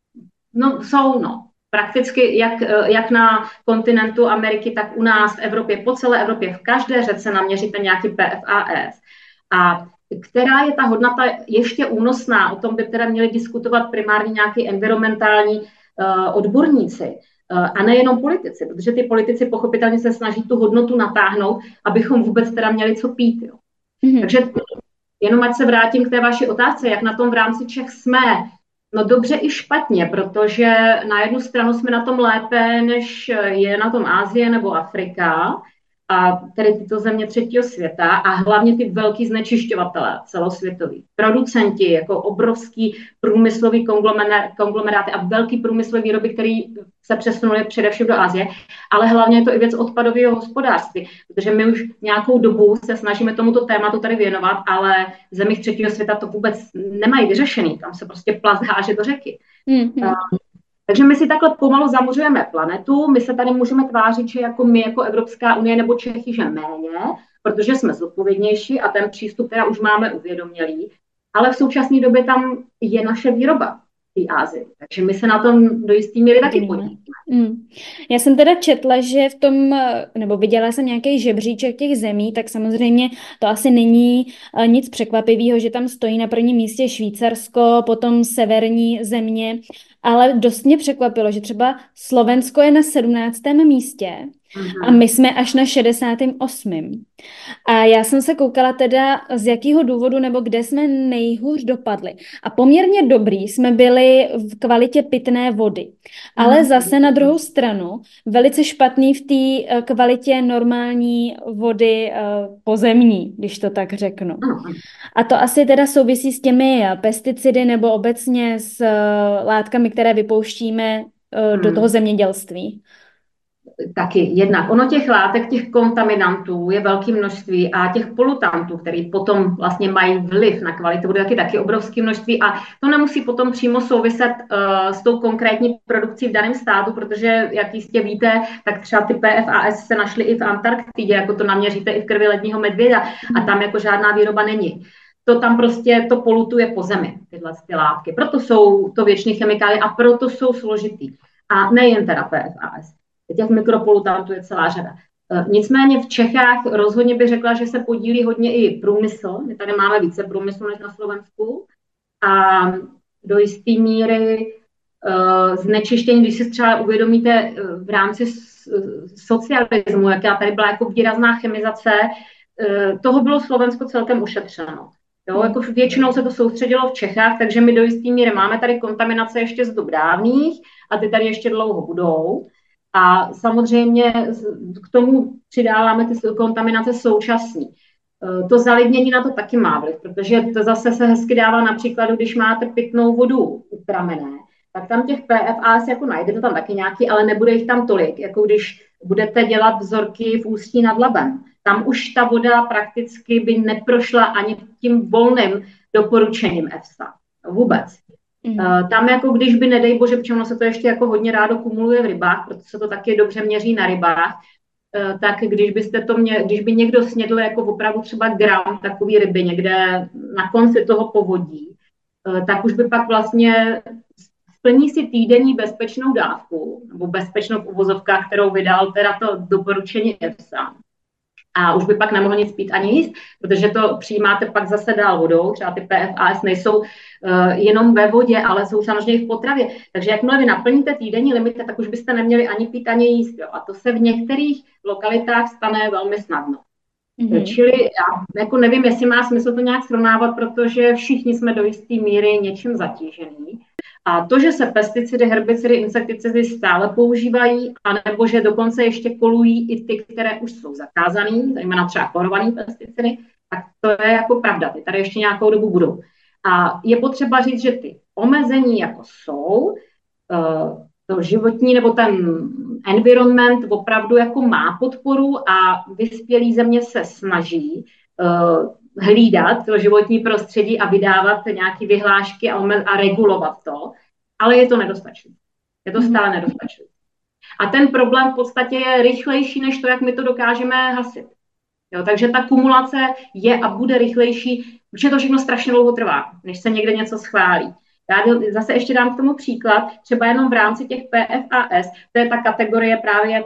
no, jsou, no. Prakticky jak, jak na kontinentu Ameriky, tak u nás v Evropě, po celé Evropě, v každé řece naměříte nějaký P F A S. A která je ta hodnota ještě únosná, o tom by teda měli diskutovat primárně nějaký environmentální uh, odborníci, uh, a nejenom politici, protože ty politici pochopitelně se snaží tu hodnotu natáhnout, abychom vůbec teda měli co pít. Jo. Mm-hmm. Takže jenom ať se vrátím k té vaší otázce, jak na tom v rámci Čech jsme. No dobře i špatně, protože na jednu stranu jsme na tom lépe, než je na tom Asie nebo Afrika, a tedy tyto země třetího světa a hlavně ty velký znečišťovatelé celosvětoví. Producenti, jako obrovský průmyslový konglomeráty a velký průmyslový výroby, který se přesunuli především do Asie, ale hlavně je to i věc odpadového hospodářství, protože my už nějakou dobu se snažíme tomuto tématu tady věnovat, ale v zemích třetího světa to vůbec nemají vyřešený, tam se prostě plast háže do řeky. Mm-hmm. Takže my si takhle pomalu zamořujeme planetu, my se tady můžeme tvářit, že jako my, jako Evropská unie nebo Čechy, že méně, protože jsme zodpovědnější a ten přístup teda už máme uvědomělý, ale v současné době tam je naše výroba v té Asii, takže my se na tom do jistý míry taky podíváme. Mm. Já jsem teda četla, že v tom, nebo viděla jsem nějaký žebříček těch zemí, tak samozřejmě to asi není nic překvapivého, že tam stojí na prvním místě Švýcarsko, potom severní země, ale dost mě překvapilo, že třeba Slovensko je na sedmnáctém místě a my jsme až na šedesátém osmém A já jsem se koukala teda, z jakého důvodu nebo kde jsme nejhůř dopadli. A poměrně dobrý jsme byli v kvalitě pitné vody. Ale zase na druhou stranu velice špatný v té kvalitě normální vody pozemní, když to tak řeknu. A to asi teda souvisí s těmi pesticidy nebo obecně s látkami, které vypouštíme do toho zemědělství. Taky jednak. Ono těch látek, těch kontaminantů je velké množství a těch polutantů, který potom vlastně mají vliv na kvalitu, bude taky, taky obrovské množství a to nemusí potom přímo souviset uh, s tou konkrétní produkcí v daném státu, protože, jak jistě víte, tak třeba ty P F A S se našly i v Antarktidě, jako to naměříte i v krvi ledního medvěda a tam jako žádná výroba není. To tam prostě to polutuje po zemi, tyhle ty látky. Proto jsou to věčné chemikálie a proto jsou složitý. A nejen teda P F A S. Těch mikropolutantů je celá řada. Nicméně v Čechách rozhodně bych řekla, že se podílí hodně i průmysl. My tady máme více průmyslu než na Slovensku. A do jisté míry uh, znečištění, když si třeba uvědomíte uh, v rámci socialismu, jaká tady byla jako výrazná chemizace, uh, toho bylo Slovensko celkem ušetřeno. Jo, jako většinou se to soustředilo v Čechách, takže my do jisté míry máme tady kontaminace ještě z dob dávných a ty tady ještě dlouho budou. A samozřejmě k tomu přidáváme ty kontaminace současný. To zalidnění na to taky má vliv, protože to zase se hezky dává na příkladu, když máte pitnou vodu u pramené, tak tam těch P F A S jako najdete tam taky nějaký, ale nebude jich tam tolik, jako když budete dělat vzorky v Ústí nad Labem. Tam už ta voda prakticky by neprošla ani tím volným doporučením E F S A. Vůbec. Mm. Tam jako když by, nedej bože, protože ono se to ještě jako hodně rádo kumuluje v rybách, protože se to taky dobře měří na rybách, tak když byste to mě, když by někdo snědl jako opravdu třeba gram takový ryby někde na konci toho povodí, tak už by pak vlastně splní si týdenní bezpečnou dávku, nebo bezpečnou v uvozovkách, kterou vydal teda to doporučení E F S A. A už by pak nemohl nic pít ani jíst, protože to přijímáte pak zase dál vodou, třeba ty P F A S nejsou uh, jenom ve vodě, ale jsou samozřejmě i v potravě. Takže jakmile vy naplníte týdenní limity, tak už byste neměli ani pít, ani jíst. Jo. A to se v některých lokalitách stane velmi snadno. Mm-hmm. Čili já jako nevím, jestli má smysl to nějak srovnávat, protože všichni jsme do jisté míry něčím zatížení. A to, že se pesticidy, herbicidy, insekticidy stále používají, anebo že dokonce ještě kolují i ty, které už jsou zakázané, zejména třeba chlorované pesticidy, tak to je jako pravda, ty tady ještě nějakou dobu budou. A je potřeba říct, že ty omezení jako jsou, to životní nebo ten environment opravdu jako má podporu a vyspělé země se snaží hlídat to životní prostředí a vydávat nějaké vyhlášky a, a regulovat to, ale je to nedostačující. Je to stále nedostačující. A ten problém v podstatě je rychlejší než to, jak my to dokážeme hasit. Jo, takže ta kumulace je a bude rychlejší, protože to všechno strašně dlouho trvá, než se někde něco schválí. Já zase ještě dám k tomu příklad, třeba jenom v rámci těch P F A S, to je ta kategorie právě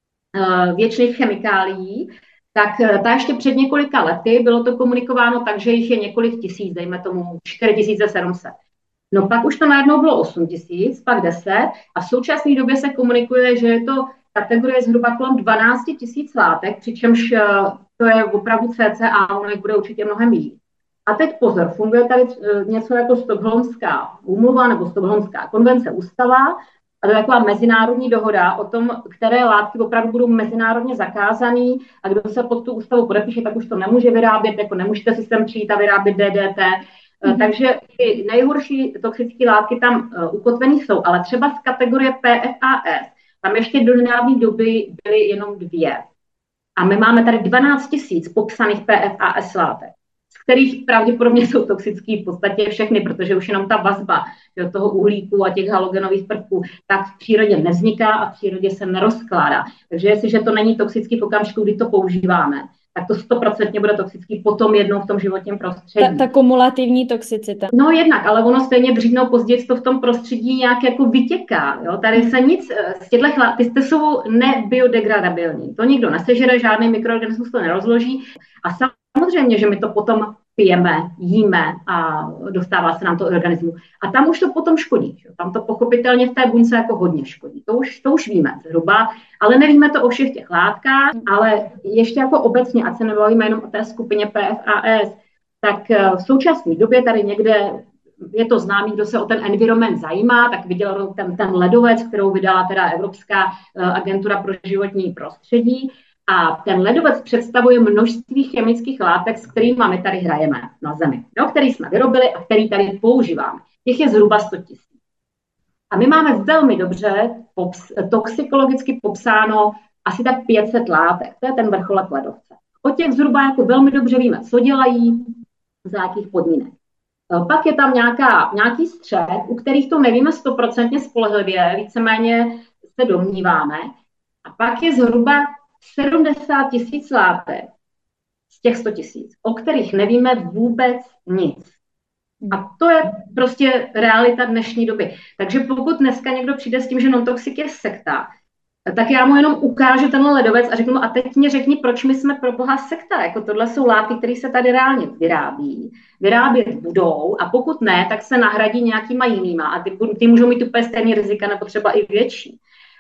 uh, věčných chemikálií, tak ta ještě před několika lety bylo to komunikováno tak, že jich je několik tisíc, dejme tomu čtyři tisíce sedm set. No pak už to najednou bylo osm tisíc, pak deset a v současné době se komunikuje, že je to kategorie zhruba kolem dvanáct tisíc látek, přičemž to je opravdu cca, ono jich bude určitě mnohem víc. A teď pozor, funguje tady něco jako Stockholmská úmluva nebo Stockholmská konvence ústava, a to je taková mezinárodní dohoda o tom, které látky opravdu budou mezinárodně zakázané a kdo se pod tu ústavu podepíše, tak už to nemůže vyrábět, jako nemůžete si sem přijít a vyrábět D D T. Mm-hmm. Takže ty nejhorší toxické látky tam uh, ukotvený jsou, ale třeba z kategorie P F A S, tam ještě do nedávné doby byly jenom dvě. A my máme tady dvanáct tisíc popsaných P F A S látek, z kterých pravděpodobně jsou toxický v podstatě všechny, protože už jenom ta vazba do toho uhlíku a těch halogenových prvků tak v přírodě nevzniká a v přírodě se nerozkládá. Takže jestliže to není toxický v okamžiku, kdy to používáme, tak to stoprocentně bude toxický potom jednou v tom životním prostředí. Ta, ta kumulativní toxicita. No jednak, ale ono stejně dřív nebo později to v tom prostředí nějak jako vytěká. Jo? Tady se nic z těchto látek, ty jsou nebiodegradabilní. To nikdo nesežere, žádný mikroorganismus to nerozloží. A samozřejmě, že my to potom pijeme, jíme a dostává se nám to organismu. A tam už to potom škodí. Že? Tam to pochopitelně v té buňce jako hodně škodí. To už, to už víme zhruba, ale nevíme to o všech těch látkách, ale ještě jako obecně, ať se nebavíme jenom o té skupině P F A S, tak v současné době tady někde je to známý, kdo se o ten environment zajímá, tak viděl ten, ten ledovec, kterou vydala teda Evropská agentura pro životní prostředí. A ten ledovec představuje množství chemických látek, s kterými my tady hrajeme na Zemi, jo, který jsme vyrobili a který tady používáme. Těch je zhruba sto tisíc. A my máme velmi dobře pops, toxikologicky popsáno asi tak pět set látek. To je ten vrcholek ledovce. O těch zhruba jako velmi dobře víme, co dělají, za jakých podmínek. Pak je tam nějaká, nějaký střed, u kterých to nevíme stoprocentně spolehlivě, víceméně se domníváme. A pak je zhruba sedmdesát tisíc látek z těch sto tisíc, o kterých nevíme vůbec nic. A to je prostě realita dnešní doby. Takže pokud dneska někdo přijde s tím, že non-toxic je sekta, tak já mu jenom ukážu tenhle ledovec a řeknu, a teď mě řekni, proč my jsme pro boha sekta. Jako tohle jsou látky, které se tady reálně vyrábí, vyrábět budou a pokud ne, tak se nahradí nějakýma jinýma a ty, ty můžou mít úplně stejný rizika nebo třeba i větší.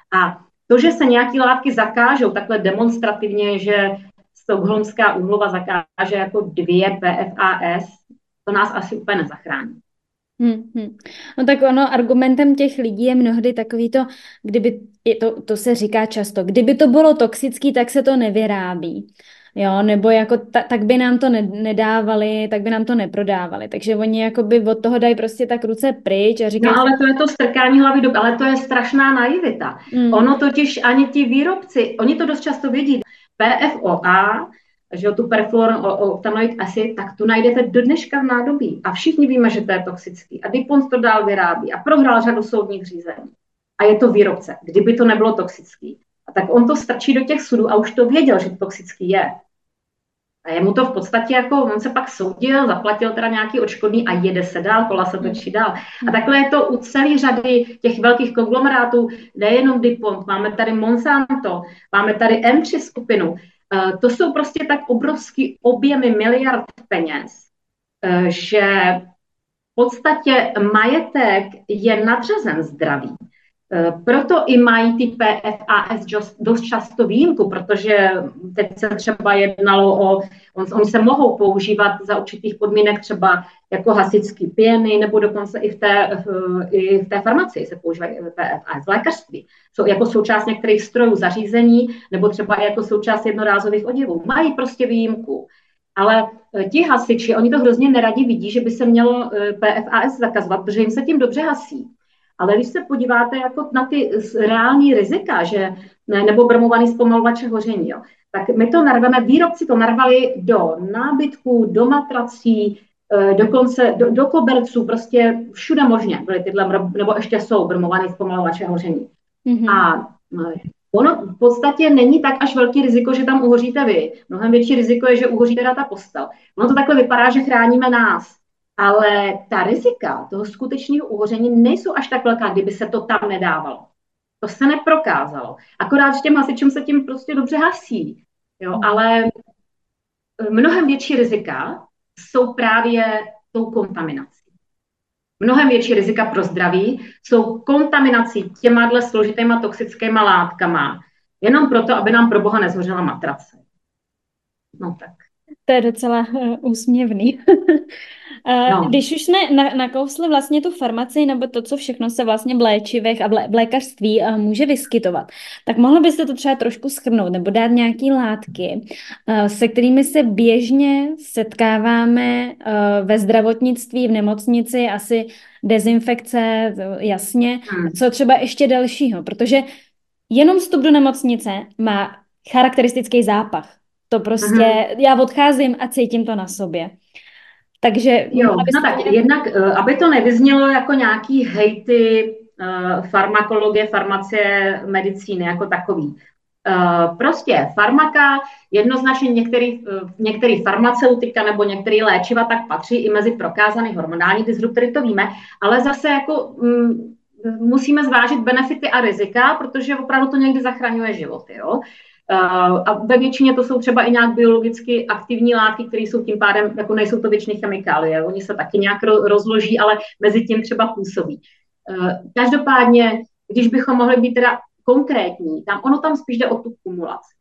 A to, že se nějaké látky zakážou takhle demonstrativně, že Stockholmská úmluva zakáže jako dvě P F A S, to nás asi úplně nezachrání. Hmm, hmm. No tak ono, argumentem těch lidí je mnohdy takový to, kdyby, je to, to se říká často, kdyby to bylo toxický, tak se to nevyrábí. Jo, nebo jako ta, tak by nám to ne, nedávali, tak by nám to neprodávali. Takže oni jakoby od toho dají prostě tak ruce pryč a říkají... No ale to je to strkání hlavy do... Ale to je strašná naivita. Mm. Ono totiž ani ti výrobci, oni to dost často vědí. P F O A, že jo, tu perfluorooctanoic acid, tak tu najdete do dneška v nádobí. A všichni víme, že to je toxický. A DuPont to dál vyrábí a prohrál řadu soudních řízení. A je to výrobce. Kdyby to nebylo toxický, a tak on to strčí do těch sudů a už to věděl, že to toxický je. A jemu to v podstatě jako, on se pak soudil, zaplatil teda nějaký odškodný a jede se dál, kola se točí dál. A takhle je to u celé řady těch velkých konglomerátů, nejenom DuPont, máme tady Monsanto, máme tady M tři skupinu. To jsou prostě tak obrovský objemy miliard peněz, že v podstatě majetek je nadřazen zdraví. Proto i mají ty P F A S dost často výjimku, protože teď se třeba jednalo o, on, oni se mohou používat za určitých podmínek třeba jako hasičský pěny, nebo dokonce i v té, v, i v té farmacii se používají P F A S, v lékařství. Jsou jako součást některých strojů zařízení, nebo třeba i jako součást jednorázových oděvů. Mají prostě výjimku. Ale ti hasiči, oni to hrozně neradi vidí, že by se mělo P F A S zakazovat, protože jim se tím dobře hasí. Ale když se podíváte jako na ty reální rizika, že, ne, nebo bromovaný zpomalovače hoření, jo, tak my to narveme, výrobci to narvali do nábytků, do matrací, dokonce do, do koberců, prostě všude možně byly tyhle, nebo ještě jsou bromovaný zpomalovače hoření. Mm-hmm. A Ono v podstatě není tak až velký riziko, že tam uhoříte vy. Mnohem větší riziko je, že uhoří teda ta postel. Ono to takhle vypadá, že chráníme nás, ale ta rizika toho skutečného uhoření nejsou až tak velká, kdyby se to tam nedávalo. To se neprokázalo. Akorát, že těm hasičům se tím prostě dobře hasí. Jo? Ale mnohem větší rizika jsou právě tou kontaminací. Mnohem větší rizika pro zdraví jsou kontaminací těma složitýma toxickýma látkama, jenom proto, aby nám pro boha nezhořela matrace. No tak. To je docela uh, úsměvný. No. Když už jsme na, nakousli vlastně tu farmacii nebo to, co všechno se vlastně v léčivech a v, lé, v lékařství uh, může vyskytovat, tak mohlo byste to třeba trošku shrnout nebo dát nějaké látky, uh, se kterými se běžně setkáváme uh, ve zdravotnictví, v nemocnici, asi dezinfekce, jasně, hmm. co třeba ještě dalšího, protože jenom vstup do nemocnice má charakteristický zápach. To prostě, mm-hmm. já odcházím a cítím to na sobě. Takže... Jo, no tak nějak... jednak, aby to nevyznělo jako nějaký hejty uh, farmakologie, farmacie, medicíny jako takový. Uh, prostě farmaka, jednoznačně některý, uh, některý farmaceutika nebo některý léčiva tak patří i mezi prokázaný hormonální disruptory, to víme, ale zase jako um, musíme zvážit benefity a rizika, protože opravdu to někdy zachraňuje životy, jo. A ve většině to jsou třeba i nějak biologicky aktivní látky, které jsou tím pádem, jako nejsou to většině chemikálie, oni se taky nějak rozloží, ale mezi tím třeba působí. Každopádně, když bychom mohli být teda konkrétní, tam ono tam spíš jde o tu kumulaci.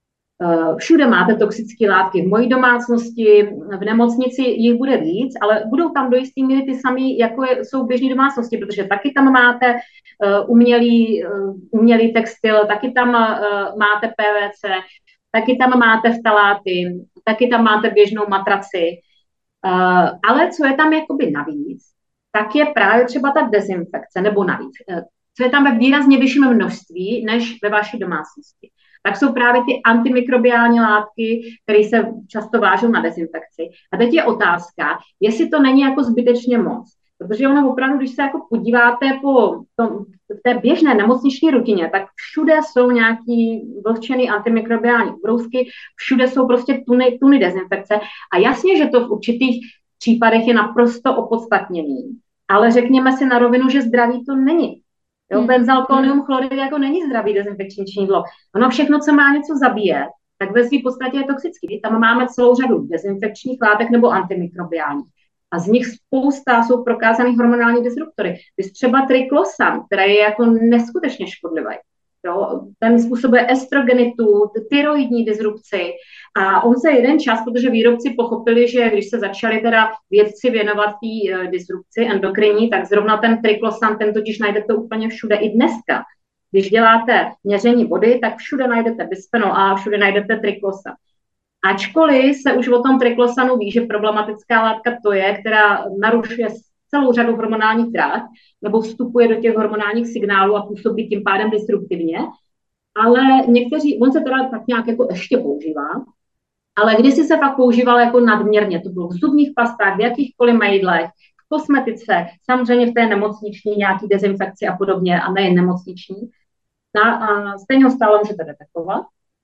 Všude máte toxické látky. V mojí domácnosti, v nemocnici jich bude víc, ale budou tam do jistý míry ty samý, jako je, jsou běžné domácnosti, protože taky tam máte uh, umělý, uh, umělý textil, taky tam uh, máte P V C, taky tam máte ftaláty, taky tam máte běžnou matraci. Uh, ale co je tam jakoby navíc, tak je právě třeba ta dezinfekce, nebo navíc. Uh, co je tam ve výrazně vyšším množství, než ve vaší domácnosti. Tak jsou právě ty antimikrobiální látky, které se často vážou na dezinfekci. A teď je otázka, jestli to není jako zbytečně moc. Protože ono opravdu, když se jako podíváte po tom, v té běžné nemocniční rutině, tak všude jsou nějaký vlhčený antimikrobiální ubrousky, všude jsou prostě tuny, tuny dezinfekce. A jasně, že to v určitých případech je naprosto opodstatněný. Ale řekněme si na rovinu, že zdraví to není. Jo, benzalkonium chlorid jako není zdravý dezinfekční činidlo. Ono všechno, co má něco zabíjet, tak ve své podstatě je toxický. Tam máme celou řadu dezinfekčních látek nebo antimikrobiálních. A z nich spousta jsou prokázaný hormonální disruptory. Vy třeba triklosan, který je jako neskutečně škodlivý. Jo, ten způsobuje estrogenitu, tyroidní disrupci. A on se jeden čas, protože výrobci pochopili, že když se začali teda vědci věnovat té uh, disrupci endokrinní, tak zrovna ten triklosan, ten totiž najdete úplně všude i dneska. Když děláte měření vody, tak všude najdete bisphenol A, všude najdete triklosan. Ačkoliv se už o tom triklosanu ví, že problematická látka to je, která narušuje celou řadu hormonálních drah, nebo vstupuje do těch hormonálních signálů a působí tím pádem disruptivně, ale někteří, on se teda tak nějak jako ještě používá, ale kdysi se fakt používal jako nadměrně, to bylo v zubních pastách, v jakýchkoliv mejdlech, v kosmetice, samozřejmě v té nemocniční nějaký dezinfekci a podobně, a nejen nemocniční. A, a stejně ho stále můžete detekovat.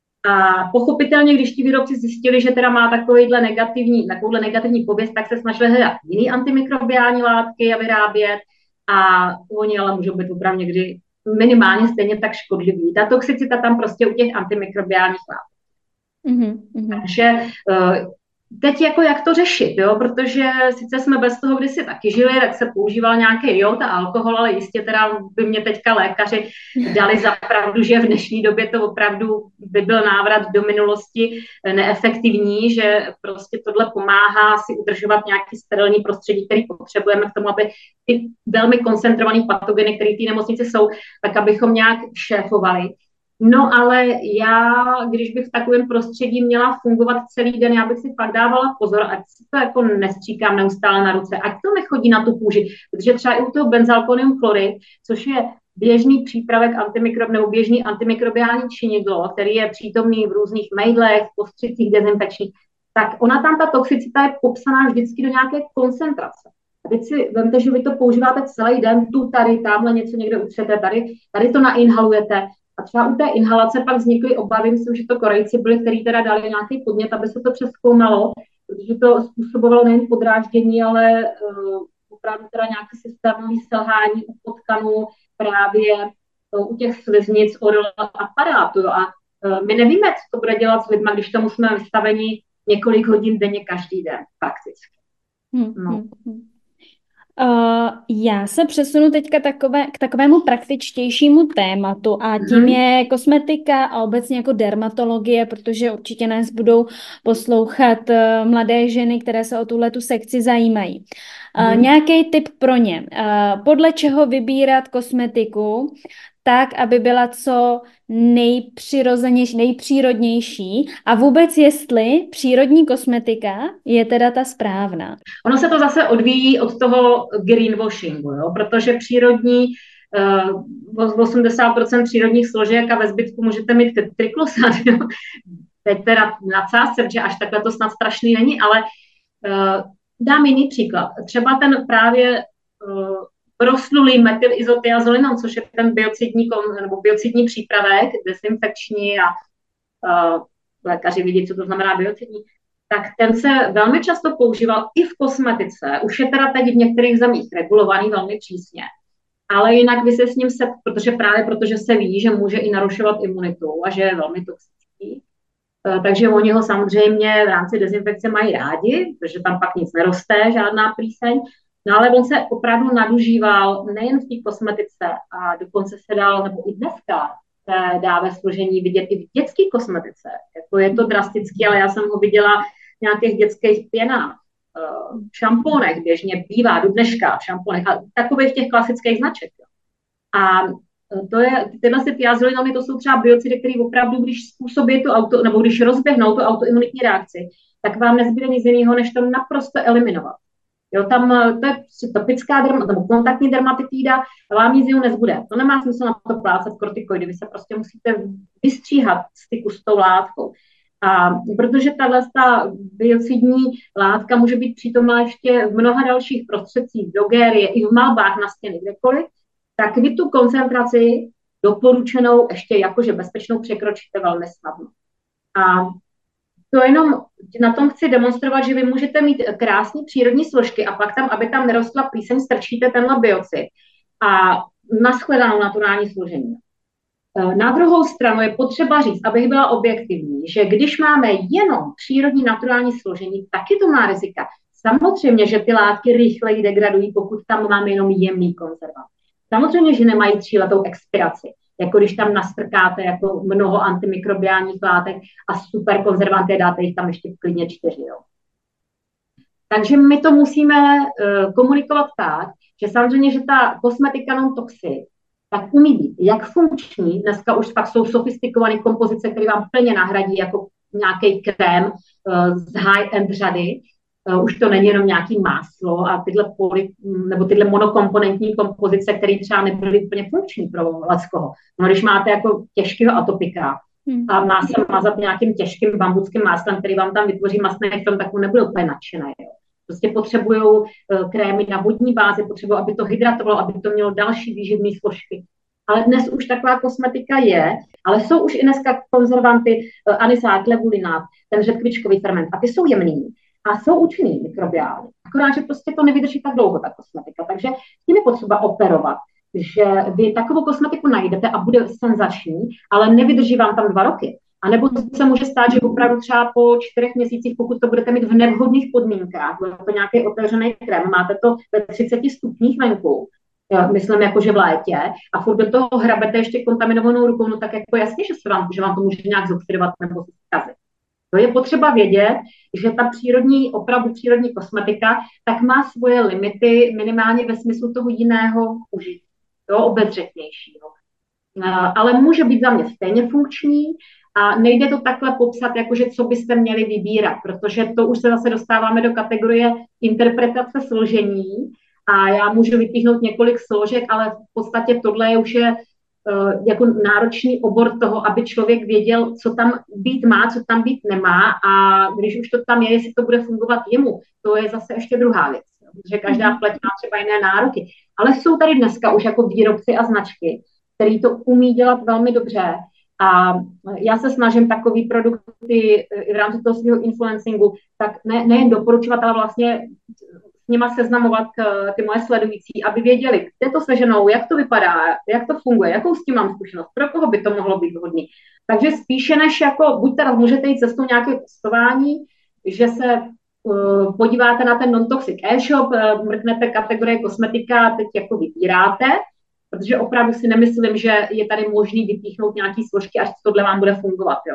A pochopitelně, když ti výrobci zjistili, že teda má takovýhle negativní, takovouhle negativní pověst, tak se snažili hledat jiný antimikrobiální látky a vyrábět. A oni ale můžou být opravdu někdy minimálně stejně tak škodliví. Ta toxicita tam prostě u těch antimikrobiálních látek. Mm-hmm. Takže uh, teď jako jak to řešit, jo? Protože sice jsme bez toho kdysi taky žili, tak se používal nějaký jod a alkohol, ale jistě teda by mě teďka lékaři dali za pravdu, že v dnešní době to opravdu by byl návrat do minulosti neefektivní, že prostě tohle pomáhá si udržovat nějaký sterilní prostředí, který potřebujeme k tomu, aby ty velmi koncentrované patogeny, které v té nemocnici jsou, tak abychom nějak šéfovali. No ale já, když bych v takovém prostředí měla fungovat celý den, já bych si pak dávala pozor, ať si to jako nestříkám neustále na ruce, ať to nechodí na tu kůži, protože třeba i u toho benzalkonium chlorid, což je běžný přípravek antimikrob nebo běžný antimikrobiální činidlo, který je přítomný v různých mejdlech, postřicích dezinfekčních, tak ona tam ta toxicita je popsaná vždycky do nějaké koncentrace. A teď si vemte, že vy to používáte celý den, tu tady, tamhle něco někde utřete, tady, tady to nainhalujete. A třeba u té inhalace pak vznikly obavy, myslím, že to Korejci byli, kteří teda dali nějaký podnět, aby se to přezkoumalo, protože to způsobovalo nejen podráždění, ale uh, opravdu teda nějaké systémové selhání u potkanů právě uh, u těch sliznic oral aparátu. A uh, my nevíme, co to bude dělat s lidmi, když tomu jsme vystaveni několik hodin denně každý den, prakticky. Hmm, no. hmm, hmm. Uh, já se přesunu teďka takové, k takovému praktičtějšímu tématu a tím je kosmetika a obecně jako dermatologie, protože určitě nás budou poslouchat uh, mladé ženy, které se o tuhletu sekci zajímají. Uh, hmm. Nějaký tip pro ně. Uh, podle čeho vybírat kosmetiku tak, aby byla co nejpřirozenější, nejpřírodnější a vůbec jestli přírodní kosmetika je teda ta správná. Ono se to zase odvíjí od toho greenwashingu, jo? Protože přírodní, uh, osmdesát procent přírodních složek a ve zbytku můžete mít triklosan. Teď teda nadsázce, protože až takhle to snad strašný není, ale uh, dám jiný příklad. Třeba ten právě uh, proslulý metylizotiazolinon, což je ten biocidní, nebo biocidní přípravek, dezinfekční a uh, lékaři vidí, co to znamená biocidní, tak ten se velmi často používal i v kosmetice. Už je teda teď v některých zemích regulovaný velmi přísně. Ale jinak vy se s ním set, protože právě protože se ví, že může i narušovat imunitu a že je velmi toxický. Uh, takže oni ho samozřejmě v rámci dezinfekce mají rádi, protože tam pak nic neroste, žádná plíseň. No ale on se opravdu nadužíval nejen v té kosmetice a dokonce se dal, nebo i dneska se dá ve složení vidět i v dětské kosmetice. Jako je to drastický, ale já jsem ho viděla v nějakých dětských pěnách, v šampónech běžně bývá do dneška v šampónech a takových těch klasických značek. A to je, tyhle ty tiazolinomy, to jsou třeba biocidy, které opravdu, když způsobí tu auto, nebo když rozběhnou tu autoimunitní reakci, tak vám nezbyde nic jiného, než to naprosto eliminovat. Jo, tam to je topická derma, nebo kontaktní dermatitída, vám nic jiného nezbude. To nemá smysl na to plácat kortikoidy, vy se prostě musíte vystříhat styku s tou látkou. A protože tahle biocidní látka může být přítomná ještě v mnoha dalších prostředcích, v drogérii, i v malbách na stěny, kdekoliv, tak vy tu koncentraci doporučenou ještě jakože bezpečnou překročíte velmi snadno. A to jenom na tom chci demonstrovat, že vy můžete mít krásné přírodní složky a pak tam, aby tam nerostla plíseň, strčíte tenhle biocid a nashledanou naturální složení. Na druhou stranu je potřeba říct, abych byla objektivní, že když máme jenom přírodní naturální složení, taky to má rizika. Samozřejmě, že ty látky rychleji degradují, pokud tam máme jenom jemný konzervant. Samozřejmě, že nemají tříletou expiraci. Jako když tam nastrkáte jako mnoho antimikrobiálních látek a super konzervanty, dáte jich tam ještě klidně čtyři. Jo. Takže my to musíme uh, komunikovat tak, že samozřejmě, že ta kosmetika non-toxic tak umí být jak funkční, dneska už pak jsou sofistikované kompozice, které vám plně nahradí jako nějaký krém uh, z high-end řady. Uh, už to není jenom nějaký máslo a tyhle, poly, nebo tyhle monokomponentní kompozice, které třeba nebyly úplně funkční pro leckoho. No, když máte jako těžkého atopika a má se mazat nějakým těžkým bambuckým máslem, který vám tam vytvoří mastný film, tak on nebude úplně nadšený. Jo. Prostě potřebují uh, krémy na vodní bázi, potřebují, aby to hydratovalo, aby to mělo další výživné složky. Ale dnes už taková kosmetika je, ale jsou už i dneska konzervanty, uh, anisát, levulinát, ten řetkvičkový ferment, a ty jsou jemný. A jsou účinný mikrobiálně. Akorát, že prostě to nevydrží tak dlouho, ta kosmetika. Takže s tím je potřeba operovat, že vy takovou kosmetiku najdete a bude senzační, ale nevydrží vám tam dva roky. A nebo se může stát, že opravdu třeba po čtyřech měsících, pokud to budete mít v nevhodných podmínkách, bude to nějaký otevřený krém, máte to ve třiceti stupních venku, myslím jako, že v létě, a furt do toho hrabete ještě kontaminovanou rukou, no tak jako jasně, že, se vám, že vám to může nějak zoxidovat nebo zkazit. To je potřeba vědět, že ta přírodní, opravdu přírodní kosmetika, tak má svoje limity minimálně ve smyslu toho jiného užití, jo, obezřetnějšího. Ale může být za mě stejně funkční a nejde to takhle popsat, jakože co byste měli vybírat, protože to už se zase dostáváme do kategorie interpretace složení a já můžu vypíchnout několik složek, ale v podstatě tohle je už je Uh, jako náročný obor toho, aby člověk věděl, co tam být má, co tam být nemá, a když už to tam je, jestli to bude fungovat jemu, to je zase ještě druhá věc, že každá pleť má třeba jiné nároky. Ale jsou tady dneska už jako výrobci a značky, který to umí dělat velmi dobře. A já se snažím takový produkty i v rámci toho svého influencingu, tak ne, nejen doporučovat, ale vlastně s nima seznamovat ty moje sledující, aby věděli, kde to seženou, jak to vypadá, jak to funguje, jakou s tím mám zkušenost, pro koho by to mohlo být vhodný. Takže spíše než jako, buď teda můžete jít cestou nějakého testování, že se uh, podíváte na ten non-toxic e-shop, uh, mrknete kategorie kosmetika a teď jako vybíráte, protože opravdu si nemyslím, že je tady možný vypíchnout nějaký složky, až tohle vám bude fungovat. Jo.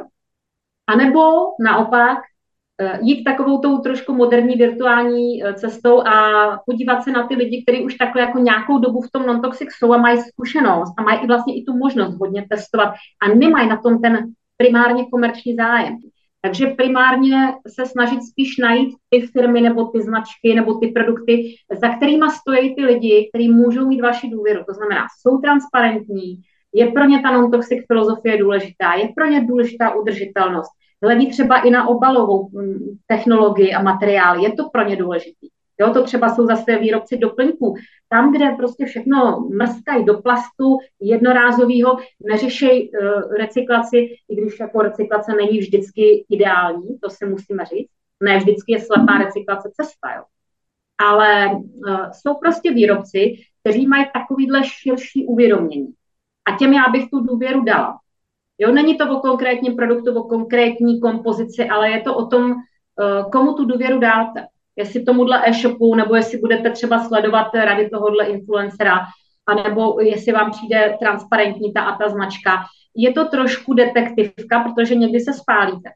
A nebo naopak jít takovou tou trošku moderní virtuální cestou a podívat se na ty lidi, kteří už takhle jako nějakou dobu v tom non-toxic jsou a mají zkušenost a mají i vlastně i tu možnost hodně testovat a nemají na tom ten primárně komerční zájem. Takže primárně se snažit spíš najít ty firmy nebo ty značky nebo ty produkty, za kterýma stojí ty lidi, kteří můžou mít vaši důvěru. To znamená, jsou transparentní, je pro ně ta non-toxic filozofie důležitá, je pro ně důležitá udržitelnost, hledí třeba i na obalovou technologii a materiál, je to pro ně důležitý. Jo, to třeba jsou zase výrobci doplňků. Tam, kde prostě všechno mrskají do plastu jednorázového, neřešej uh, recyklaci, i když jako recyklace není vždycky ideální, to si musíme říct. Ne vždycky je slepá recyklace cesta, jo. Ale uh, jsou prostě výrobci, kteří mají takovýhle širší uvědomění. A těm já bych tu důvěru dala. Jo, není to o konkrétním produktu, o konkrétní kompozici, ale je to o tom, uh, komu tu důvěru dáte. Jestli tomuhle e-shopu, nebo jestli budete třeba sledovat rady tohohle influencera, anebo jestli vám přijde transparentní ta a ta značka. Je to trošku detektivka, protože někdy se spálíte.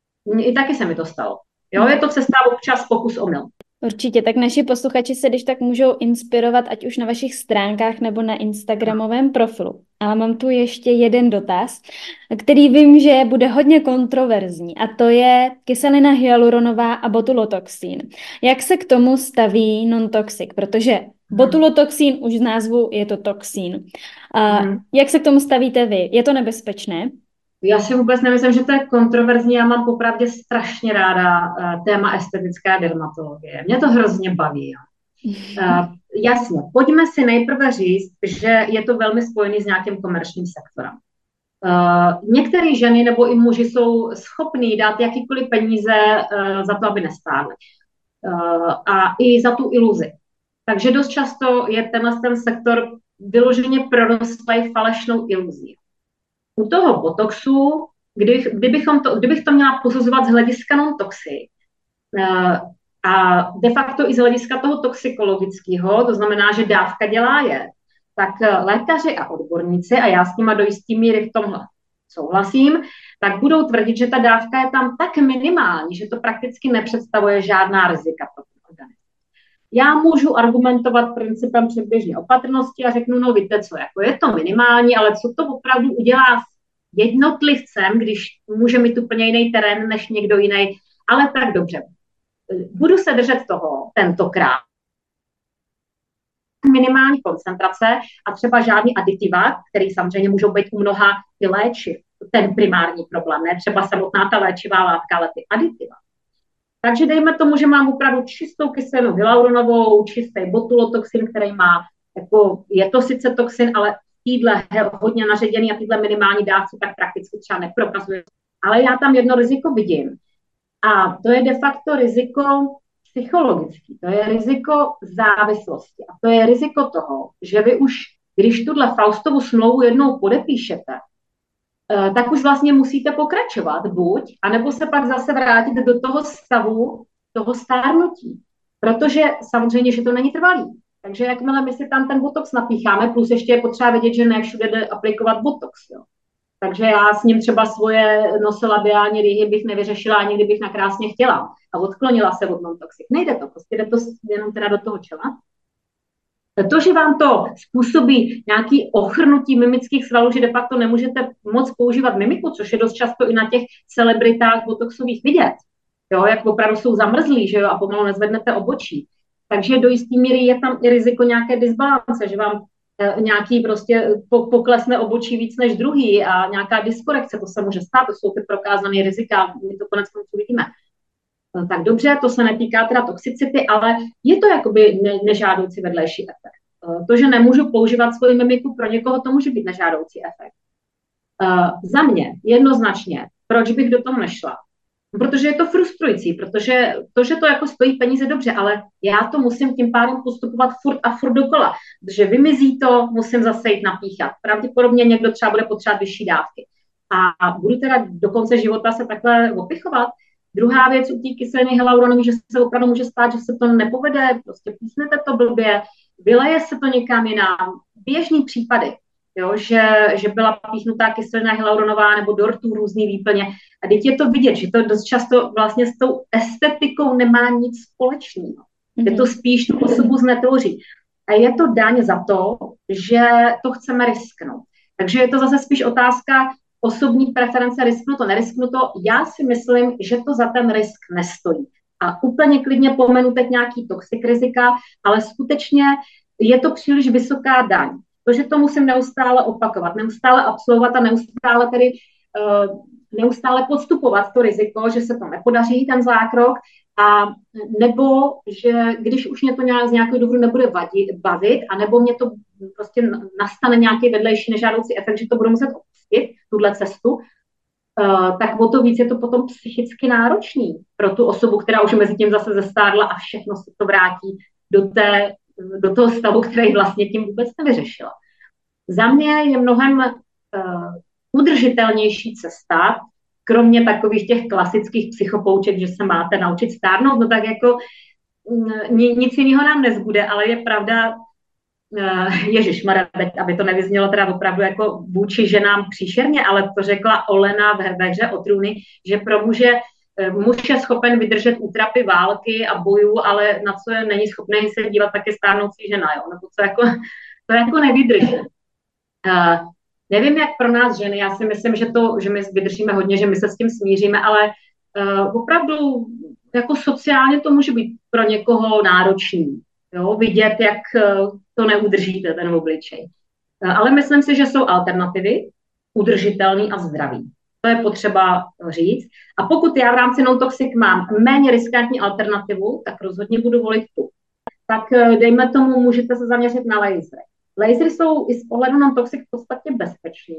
I taky se mi to stalo. Jo, je to cesta občas pokus omyl. Určitě, tak naši posluchači se když tak můžou inspirovat, ať už na vašich stránkách nebo na instagramovém profilu. Ale mám tu ještě jeden dotaz, který vím, že bude hodně kontroverzní, a to je kyselina hyaluronová a botulotoxin. Jak se k tomu staví non-toxic? Protože botulotoxin už z názvu je to toxin. A hmm. Jak se k tomu stavíte vy? Je to nebezpečné? Já si vůbec nemyslím, že to je kontroverzní. Já mám popravdě strašně ráda uh, téma estetická dermatologie. Mě to hrozně baví. Uh, jasně, pojďme si nejprve říct, že je to velmi spojený s nějakým komerčním sektorem. Uh, některé ženy nebo i muži jsou schopní dát jakýkoliv peníze uh, za to, aby nestárly. Uh, a i za tu iluzi. Takže dost často je tenhle ten sektor vyloženě prorostlý falešnou iluzí. U toho botoxu, kdybych, kdybychom to, kdybych to měla posuzovat z hlediska non-toxic uh, a de facto i z hlediska toho toxikologického, to znamená, že dávka dělá je, tak lékaři a odborníci, a já s nima do jistý míry v tomhle souhlasím, tak budou tvrdit, že ta dávka je tam tak minimální, že to prakticky nepředstavuje žádná rizika pro ten organismus. Já můžu argumentovat principem předběžné opatrnosti a řeknu, no víte co, jako je to minimální, ale co to opravdu udělá s jednotlivcem, když může mít úplně jiný terén než někdo jiný, ale tak dobře. Budu se držet toho tentokrát. Minimální koncentrace a třeba žádný aditiva, který samozřejmě můžou být u mnoha i léčiv, ten primární problém, ne třeba samotná ta léčivá látka, ale ty aditiva. Takže dejme tomu, že mám opravdu čistou kyselinu hyaluronovou, čistý botulotoxin, který má, jako, je to sice toxin, ale týhle hodně naředěný a týhle minimální dávce tak prakticky třeba neprokazuje. Ale já tam jedno riziko vidím. A to je de facto riziko psychologický, to je riziko závislosti. A to je riziko toho, že vy už, když tuhle Faustovu smlouvu jednou podepíšete, tak už vlastně musíte pokračovat buď, anebo se pak zase vrátit do toho stavu, toho stárnutí. Protože samozřejmě, že to není trvalý. Takže jakmile my si tam ten botox napícháme, plus ještě je potřeba vědět, že ne všude jde aplikovat botox. Jo. Takže já s ním třeba svoje nosolabiální rýhy bych nevyřešila, ani kdybych nakrásně chtěla. A odklonila se od non-toxic. Nejde to, prostě jde to jenom teda do toho čela. To, že vám to způsobí nějaké ochrnutí mimických svalů, že de facto nemůžete moc používat mimiku, což je dost často i na těch celebritách botoxových vidět, jo, jak opravdu jsou zamrzlí, že jo, a pomalu nezvednete obočí. Takže do jistý míry je tam i riziko nějaké disbalance, že vám e, nějaký prostě poklesne obočí víc než druhý a nějaká dyskorekce, to se může stát, to jsou ty prokázané rizika, my to konec konců vidíme. Tak dobře, to se netýká teda toxicity, ale je to jakoby ne, nežádoucí vedlejší efekt. to, že nemůžu používat svoji mimiku pro někoho, to může být nežádoucí efekt. Za mě jednoznačně, proč bych do toho nešla? Protože je to frustrující, protože to, že to jako stojí peníze, dobře, ale já to musím tím pádem postupovat furt a furt dokola, protože vymizí to, musím zase jít napíchat. Pravděpodobně někdo třeba bude potřebovat vyšší dávky. A budu teda do konce života se takhle opichovat. Druhá věc u té kyseliny hyaluronové, že se opravdu může stát, že se to nepovede, prostě písnete to blbě, vyleje se to někam jinam. Běžný případy. Jo, že, že byla píchnutá kyselina hyaluronová nebo dortu různý výplně. A teď je to vidět, že to dost často vlastně s tou estetikou nemá nic společného. Mm-hmm. Je to spíš tu osobu znetvoří. A je to daň za to, že to chceme risknout. Takže je to zase spíš otázka osobní preference, risknu to, nerisknu to. Já si myslím, že to za ten risk nestojí. A úplně klidně pomenu teď nějaký toxik rizika, ale skutečně je to příliš vysoká daň. To, že to musím neustále opakovat, neustále absolvovat a neustále tedy uh, neustále podstupovat to riziko, že se to nepodaří, ten zákrok, a nebo že když už mě to nějak, z nějakého důvodu nebude vadit, bavit, a nebo mě to prostě nastane nějaký vedlejší nežádoucí efekt, že to budu muset opustit, tuhle cestu, uh, tak o to víc je to potom psychicky náročný pro tu osobu, která už mezi tím zase zestárla a všechno se to vrátí do té do toho stavu, který vlastně tím vůbec nevyřešila. Za mě je mnohem uh, udržitelnější cesta, kromě takových těch klasických psychopouček, že se máte naučit stárnout, no tak jako uh, nic jiného nám nezbude, ale je pravda, uh, ježišmarja, aby to nevyznělo teda opravdu jako vůči ženám příšerně, ale to řekla Olena ve, ve hře o trůny, že pro muže muž je schopen vydržet útrapy války a bojů, ale na co je není schopný se dívat, tak je stárnoucí žena, jo? Nebo co jako, to jako nevydrží. Uh, nevím, jak pro nás ženy, já si myslím, že, to, že my vydržíme hodně, že my se s tím smíříme, ale uh, opravdu jako sociálně to může být pro někoho náročný, jo? Vidět, jak uh, to neudržíte, ten obličej. Uh, ale myslím si, že jsou alternativy, udržitelný a zdravý. To je potřeba říct. A pokud já v rámci non-toxic mám méně riskantní alternativu, tak rozhodně budu volit tu. Tak dejme tomu, můžete se zaměřit na lasery. Lasery jsou i z pohledu non-toxic v podstatě bezpečný.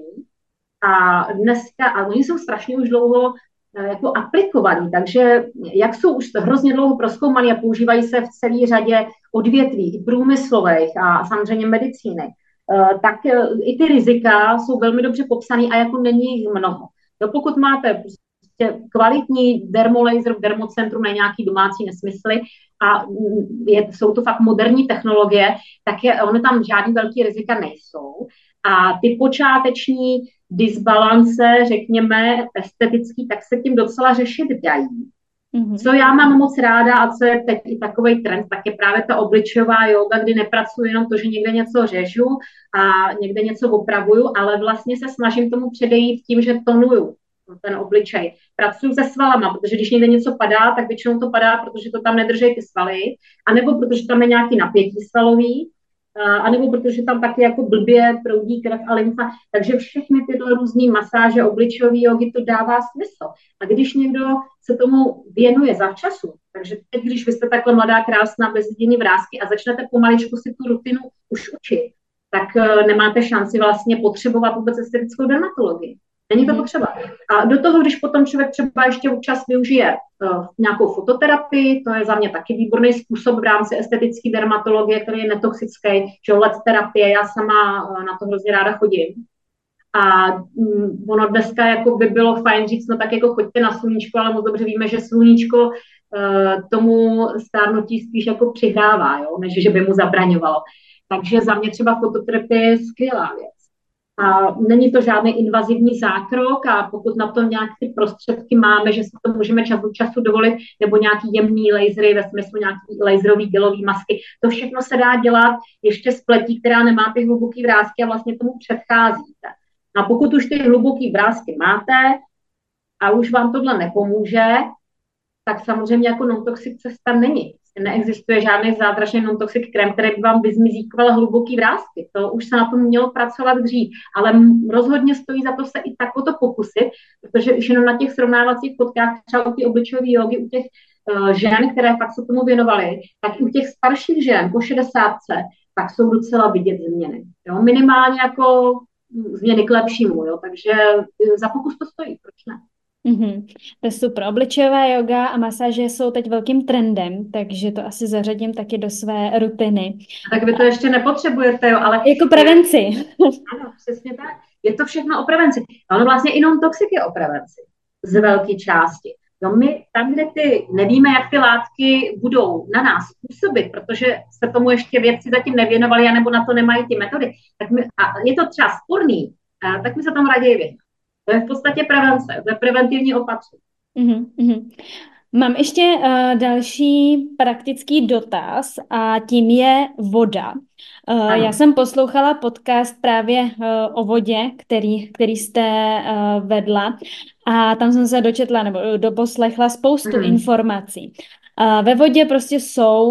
A dneska, a oni jsou strašně už dlouho jako aplikovaní, takže jak jsou už hrozně dlouho prozkoumaný a používají se v celé řadě odvětví, i průmyslových a samozřejmě medicíny, tak i ty rizika jsou velmi dobře popsané a jako není jich mnoho. Jo, pokud máte prostě kvalitní dermolaser v dermocentru, ne nějaký domácí nesmysly a je, jsou to fakt moderní technologie, tak je, ono tam žádný velký rizika nejsou. A ty počáteční disbalance, řekněme, estetický, tak se tím docela řešit dají. Mm-hmm. Co já mám moc ráda a co je teď i takovej trend, tak je právě ta obličejová jóga, kdy nepracuji jenom to, že někde něco řežu a někde něco opravuju, ale vlastně se snažím tomu předejít tím, že tonuju ten obličej. Pracuji se svalama, protože když někde něco padá, tak většinou to padá, protože to tam nedrží ty svaly, anebo protože tam je nějaký napětí svalový, anebo protože tam taky jako blbě proudí krev a lymfa. Takže všechny tyhle různý masáže, obličejové jogy, to dává smysl. A když někdo se tomu věnuje zavčasu, takže teď, když vy jste takhle mladá, krásná, bez jediný vrásky a začnete pomaličku si tu rutinu už učit, tak uh, nemáte šanci vlastně potřebovat vůbec estetickou dermatologii. Není to potřeba. A do toho, když potom člověk třeba ještě občas využije uh, nějakou fototerapii, to je za mě taky výborný způsob v rámci estetické dermatologie, který je netoxický, že L E D terapie, já sama uh, na to hrozně ráda chodím. A um, ono dneska jako by bylo fajn říct, no tak jako choďte na sluníčko, ale moc dobře víme, že sluníčko uh, tomu stárnutí spíš jako přihrává, jo, než že by mu zabraňovalo. Takže za mě třeba fototerapie je skvělá věc. A není to žádný invazivní zákrok a pokud na to nějaké ty prostředky máme, že si to můžeme čas od času dovolit, nebo nějaký jemný lasery ve smyslu nějaký laserový gelový masky, to všechno se dá dělat ještě z pletí, která nemá ty hluboký vrásky a vlastně tomu předcházíte. A pokud už ty hluboký vrásky máte a už vám tohle nepomůže, tak samozřejmě jako non-toxic cesta není. Neexistuje žádný zázračný non-toxic krém, který by vám vyzmizíkoval hluboký vrásky. To už se na tom mělo pracovat dřív. Ale rozhodně stojí za to se i tak o to pokusit, protože už jenom na těch srovnávacích fotkách, třeba u té obličejové jógy, u těch žen, které fakt se tomu věnovaly, tak i u těch starších žen po šedesátce, tak jsou docela vidět změny. Jo? Minimálně jako změny k lepšímu, jo? Takže za pokus to stojí, proč ne? Mm-hmm. To je super. Obličejová yoga a masáže jsou teď velkým trendem, takže to asi zařadím taky do své rutiny. Tak vy to ještě nepotřebujete, jo, ale... Jako prevenci. Ano, přesně tak. Je to všechno o prevenci. A ono vlastně i non-toxic je o prevenci. Z velké části. No my tam, kde ty nevíme, jak ty látky budou na nás působit, protože se tomu ještě vědci zatím nevěnovali, anebo na to nemají ty metody, tak my, a je to třeba sporný, a, tak my se tomu raději věnujeme. To je v podstatě prevence, to je preventivní opatření. Mm-hmm. Mám ještě uh, další praktický dotaz a tím je voda. Uh, já jsem poslouchala podcast právě uh, o vodě, který, který jste uh, vedla a tam jsem se dočetla nebo doposlechla spoustu mm. informací. Uh, ve vodě prostě jsou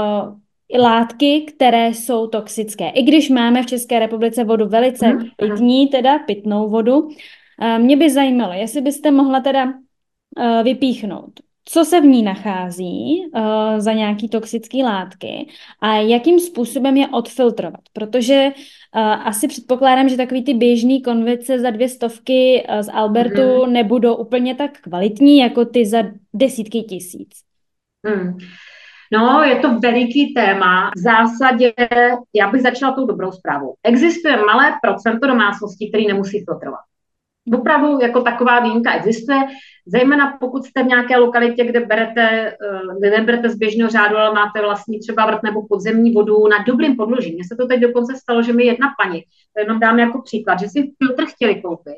uh, látky, které jsou toxické. I když máme v České republice vodu velice mm. pitní, teda pitnou vodu, uh, mě by zajímalo, jestli byste mohla teda uh, vypíchnout, co se v ní nachází uh, za nějaký toxické látky a jakým způsobem je odfiltrovat. Protože uh, asi předpokládám, že takový ty běžný konvice za dvě stovky uh, z Albertu mm. nebudou úplně tak kvalitní, jako ty za desítky tisíc. Mm. No, je to veliký téma. V zásadě, já bych začala tou dobrou zprávou. Existuje malé procento domácností, které nemusí filtrovat. Opravdu jako taková výjimka existuje, zejména pokud jste v nějaké lokalitě, kde berete, kde neberete z běžného řádu, ale máte vlastní třeba vrt nebo podzemní vodu na dobrým podloží. Mně se to teď dokonce stalo, že mi jedna paní, to jenom dám jako příklad, že si filtr chtěli koupit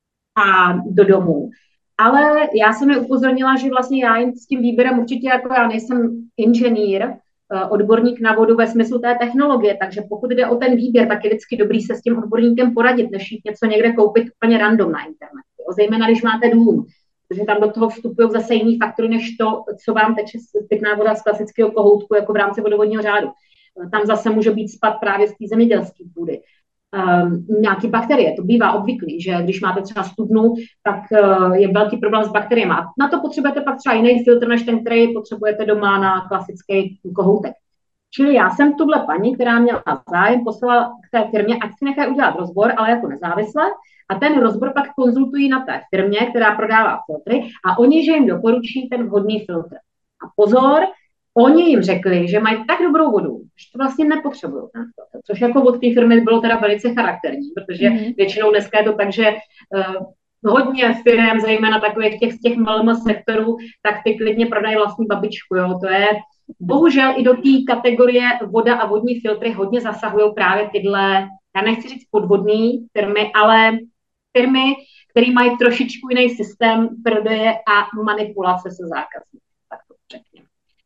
a do domu, ale já jsem je upozornila, že vlastně já jim s tím výběrem určitě jako já nejsem inženýr, odborník na vodu ve smyslu té technologie, takže pokud jde o ten výběr, tak je vždycky dobrý se s tím odborníkem poradit, než jít něco někde koupit úplně random na internetu. Jo? Zejména, když máte dům, protože tam do toho vstupují zase jiný faktory, než to, co vám teče pitná voda z klasického kohoutku, jako v rámci vodovodního řádu. Tam zase může být spad právě z té zemědělské půdy. Um, nějaký bakterie, to bývá obvyklý, že když máte třeba studnu, tak uh, je velký problém s bakteriemi. Na to potřebujete pak třeba jiný filtr, než ten, který potřebujete doma na klasický kohoutek. Čili já jsem tuhle paní, která měla zájem, poslala k té firmě, ať si nechají udělat rozbor, ale jako nezávisle, a ten rozbor pak konzultují na té firmě, která prodává filtry, a oni, že jim doporučí ten vhodný filtr. A pozor, oni jim řekli, že mají tak dobrou vodu, že to vlastně nepotřebují. Což jako od té firmy bylo teda velice charakterní, protože mm-hmm. většinou dneska je to tak, že uh, hodně firm, zejména takových těch z těch malých sektorů, tak ty klidně prodají vlastní babičku. Jo? To je bohužel i do té kategorie voda a vodní filtry hodně zasahují právě tyhle, já nechci říct podvodné firmy, ale firmy, které mají trošičku jiný systém prodeje a manipulace se zákazníky. Tak to řekněme.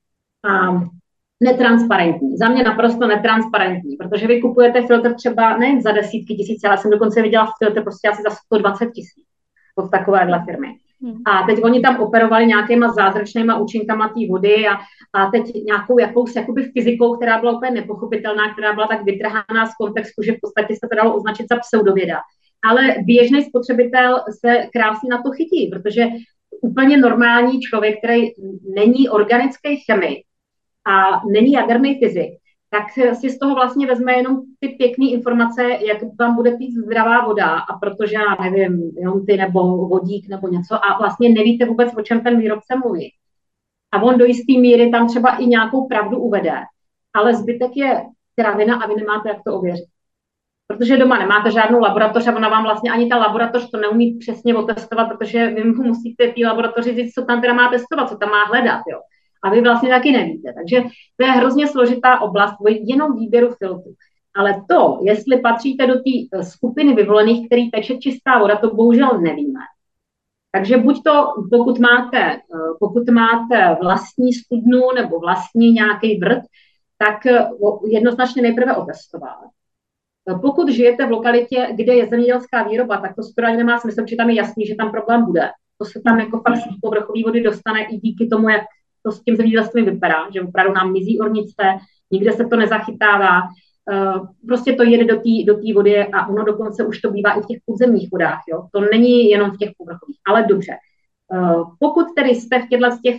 A netransparentní. Za mě naprosto netransparentní, protože vy kupujete filtr třeba nejen za desítky tisíc, ale jsem dokonce viděla filtr prostě asi za sto dvacet tisíc od takovéhle firmy. Hmm. A teď oni tam operovali nějakýma zázračnýma účinkama té vody a, a teď nějakou jakousi jakoby fyzikou, která byla úplně nepochopitelná, která byla tak vytrhaná z kontextu, že v podstatě se to dalo označit za pseudověda. Ale běžný spotřebitel se krásně na to chytí, protože úplně normální člověk, který není organický chemik, a není jaderný fyzik, tak si z toho vlastně vezme jenom ty pěkné informace, jak tam bude pít zdravá voda, a protože já nevím, jenom ty nebo vodík nebo něco, a vlastně nevíte vůbec, o čem ten výrobce mluví. A on do jisté míry tam třeba i nějakou pravdu uvede, ale zbytek je kravina a vy nemáte jak to ověřit. Protože doma nemáte žádnou laboratoř a ona vám vlastně ani ta laboratoř to neumí přesně otestovat, protože vy musíte té laboratoři říct, co tam teda má testovat, co tam má hledat, jo. A vy vlastně taky nevíte. Takže to je hrozně složitá oblast jenom výběru filtru. Ale to, jestli patříte do té skupiny vyvolených, který teče čistá voda, to bohužel nevíme. Takže buď to, pokud máte, pokud máte vlastní studnu nebo vlastní nějaký vrt, tak jednoznačně nejprve otestovat. Pokud žijete v lokalitě, kde je zemědělská výroba, tak to skoro ani nemá smysl, že tam je jasný, že tam problém bude. To se tam jako fakt z povrchové vody dostane i díky tomu, jak to s tím zemědělstvím vypadá, že opravdu nám mizí ornice, nikde se to nezachytává, prostě to jede do té do té vody a ono dokonce už to bývá i v těch podzemních vodách, jo? To není jenom v těch povrchových, ale dobře. Pokud tedy jste v těchto těch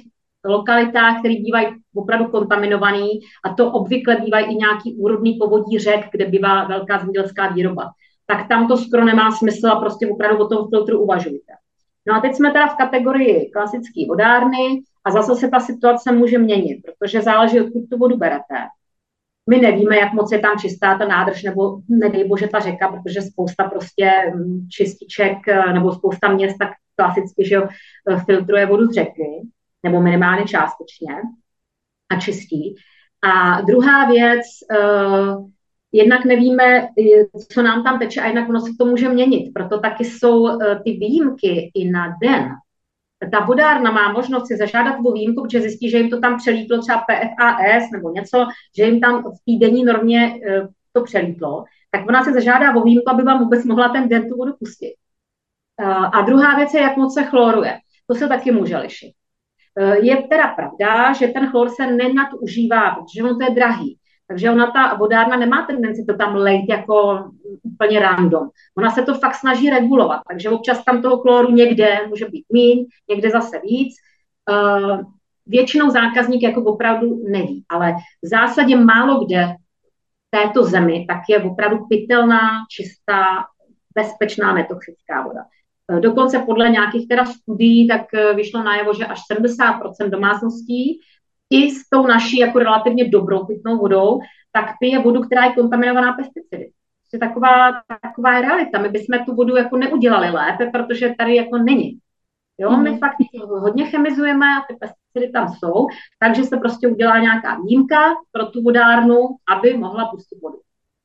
lokalitách, které bývají opravdu kontaminované, a to obvykle bývají i nějaký úrodný povodí řek, kde bývá velká zemědělská výroba, tak tam to skoro nemá smysl a prostě opravdu o tom filtru uvažujte. No a teď jsme teda v kategorii klasické vodárny a zase se ta situace může měnit, protože záleží, odkud tu vodu berete. My nevíme, jak moc je tam čistá ta nádrž, nebo nedej bože ta řeka, protože spousta prostě čističek nebo spousta měst tak klasicky, že jo, filtruje vodu z řeky, nebo minimálně částečně a čistí. A druhá věc, uh, jednak nevíme, co nám tam teče a jednak ono se to může měnit. Proto taky jsou uh, ty výjimky i na den. Ta vodárna má možnost si zažádat o výjimku, protože zjistí, že jim to tam přelítlo třeba P F A S nebo něco, že jim tam v té denní normě uh, to přelítlo, tak ona se zažádá o výjimku, aby vám vůbec mohla ten den tu vodu pustit. Uh, a druhá věc je, jak moc se chloruje. To se taky může lišit. Je teda pravda, že ten chlor se nenadužívá, protože on to je drahý. Takže ona, ta vodárna, nemá tendenci to tam lejt jako úplně random. Ona se to fakt snaží regulovat, takže občas tam toho chloru někde může být míň, někde zase víc. Uh, většinou zákazník jako opravdu neví, ale v zásadě málo kde v této zemi tak je opravdu pitelná, čistá, bezpečná, netoxická voda. Dokonce podle nějakých teda studií tak vyšlo najevo, že až sedmdesát procent domácností i s tou naší jako relativně dobrou pitnou vodou, tak pije vodu, která je kontaminovaná pesticidy. To je taková, taková realita. My bychom tu vodu jako neudělali lépe, protože tady jako není. Jo, mm. my fakt hodně chemizujeme a ty pesticidy tam jsou, takže se prostě udělá nějaká výjimka pro tu vodárnu, aby mohla pustit vodu.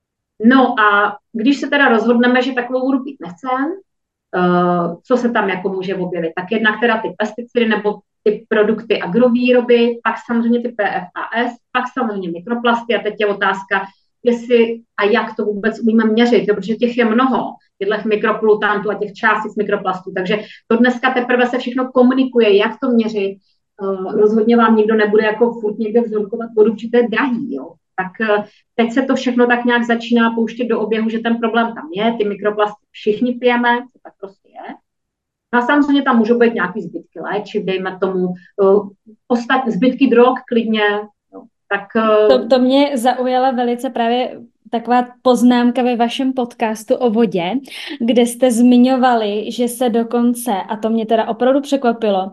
No a když se teda rozhodneme, že takovou vodu pít nechceme, Uh, co se tam jako může objevit. Tak jednak teda ty pesticidy nebo ty produkty agrovýroby, pak samozřejmě ty P F A S, pak samozřejmě mikroplasty a teď je otázka, jestli a jak to vůbec umíme měřit, jo, protože těch je mnoho, těchto mikropolutantů a těch částic mikroplastů, takže to dneska teprve se všechno komunikuje, jak to měřit. Uh, rozhodně vám nikdo nebude jako furt někde vzorkovat vodu, protože to je drahý, jo. Tak uh, teď se to všechno tak nějak začíná pouštět do oběhu, že ten problém tam je, ty mikroplasty všichni pijeme, to tak prostě je. No a samozřejmě tam můžou být nějaký zbytky léčiv, dejme tomu, uh, ostatní zbytky drog klidně, jo. Tak, uh... to, to mě zaujala velice právě taková poznámka ve vašem podcastu o vodě, kde jste zmiňovali, že se dokonce, a to mě teda opravdu překvapilo,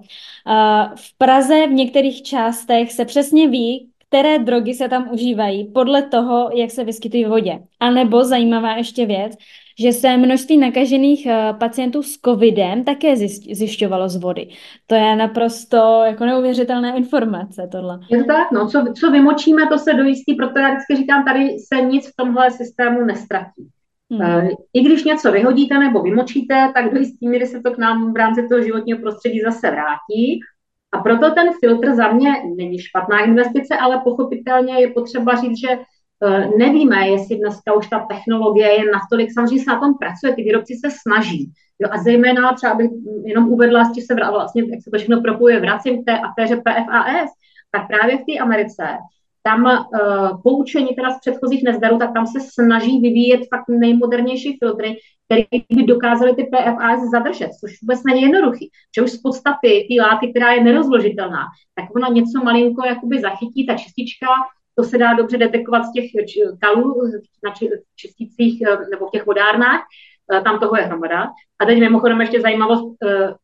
v Praze v některých částech se přesně ví, které drogy se tam užívají podle toho, jak se vyskytují v vodě. A nebo zajímavá ještě věc, že se množství nakažených pacientů s covidem také zjišťovalo z vody. To je naprosto jako neuvěřitelná informace tohle. Je to tak, no, co, co vymočíme, to se dojistí, proto já vždycky říkám, tady se nic v tomhle systému nestratí. Hmm. I když něco vyhodíte nebo vymočíte, tak do jistý míry se to k nám v rámci toho životního prostředí zase vrátí. A proto ten filtr za mě není špatná investice, ale pochopitelně je potřeba říct, že nevíme, jestli dneska už ta technologie je natolik, samozřejmě se na tom pracuje, ty výrobci se snaží. Jo, a zejména třeba bych jenom uvedla, že se vlastně, jak se to všechno propojuje, vracím k té aféře P F A S, tak právě v té Americe, tam uh, poučení teda z předchozích nezdarů, tak tam se snaží vyvíjet fakt nejmodernější filtry, které by dokázaly ty P F A S zadržet, což vůbec není jednoduchý. Že už z podstaty té látky, která je nerozložitelná, tak ona něco malinko jakoby zachytí, ta čistička, to se dá dobře detekovat z těch kalů na čistících nebo v těch vodárnách, tam toho je hromada. A teď mimochodem ještě zajímavost,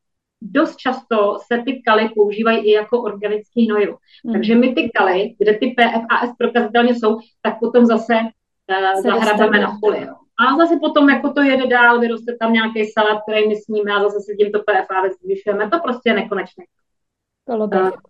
dost často se ty kaly používají i jako organický hnojivo. Hmm. Takže my ty kaly, kde ty P F A S prokazatelně jsou, tak potom zase uh, zahrabeme na poli. Jo. A zase potom, jako to jede dál, vyroste tam nějaký salát, který my sníme a zase si tímto P F A S zvyšujeme. To prostě je nekonečné. Uh,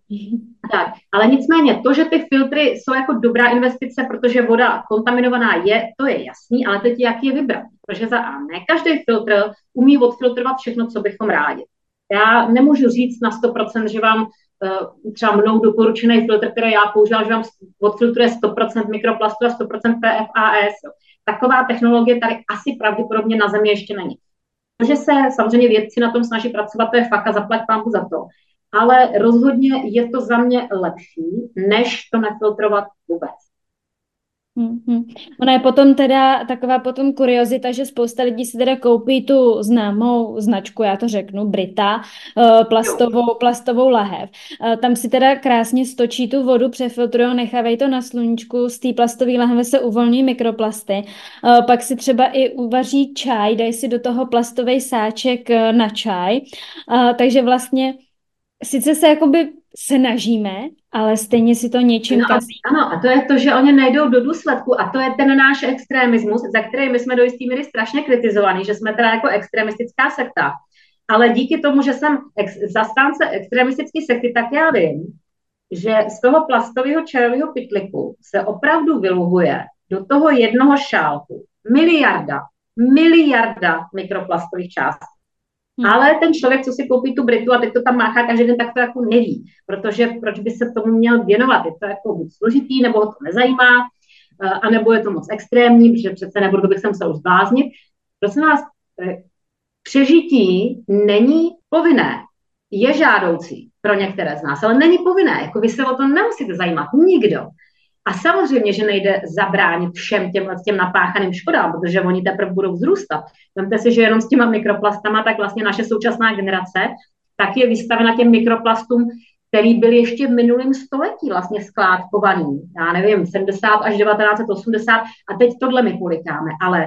tak, ale nicméně to, že ty filtry jsou jako dobrá investice, protože voda kontaminovaná je, to je jasný, ale teď jak je vybrat. Protože za A ne každý filtr umí odfiltrovat všechno, co bychom rádi. Já nemůžu říct na sto procent, že vám uh, třeba mnou doporučený filtr, který já používám, že vám odfiltruje sto procent mikroplastu a sto procent P F A S. Taková technologie tady asi pravděpodobně na Zemi ještě není. Takže se samozřejmě vědci na tom snaží pracovat, to je fakt a zaplať pámu za to. Ale rozhodně je to za mě lepší, než to nefiltrovat vůbec. Hmm. Ona je potom teda taková potom kuriozita, že spousta lidí si teda koupí tu známou značku, já to řeknu, Brita, eh, Jo. plastovou, plastovou lahev. Eh, Tam si teda krásně stočí tu vodu, přefiltrují, nechávají to na sluníčku, z té plastové lahve se uvolní mikroplasty. Eh, Pak si třeba i uvaří čaj, dají si do toho plastový sáček eh, na čaj. Eh, Takže vlastně sice se jakoby snažíme, ale stejně si to něčím No a, kazí. ano, a to je to, že oni nejdou do důsledku a to je ten náš extremismus, za který my jsme do jistý míry strašně kritizovaní, že jsme teda jako extremistická sekta. Ale díky tomu, že jsem ex, zastánce extremistické sekty, tak já vím, že z toho plastového čajového pytliku se opravdu vyluhuje do toho jednoho šálku miliarda, miliarda mikroplastových částek. Hmm. Ale ten člověk, co si koupí tu Britu a teď to tam máchá každý den, tak to jako neví, protože proč by se tomu měl věnovat? Je to jako buď složitý, nebo ho to nezajímá, anebo je to moc extrémní, protože přece nebudu, bych se musel už zbláznit. Prosím vás, přežití není povinné. Je žádoucí pro některé z nás, ale není povinné. Jako vy se o to nemusíte zajímat, nikdo. A samozřejmě, že nejde zabránit všem těm, těm napáchaným škodám, protože oni teprve budou vzrůstat. Vemte si, že jenom s těma mikroplastama, tak vlastně naše současná generace tak je vystavena těm mikroplastům, který byl ještě v minulém století vlastně skládkovaný. Já nevím, sedmdesát až devatenáct set osmdesát a teď tohle my polikáme, ale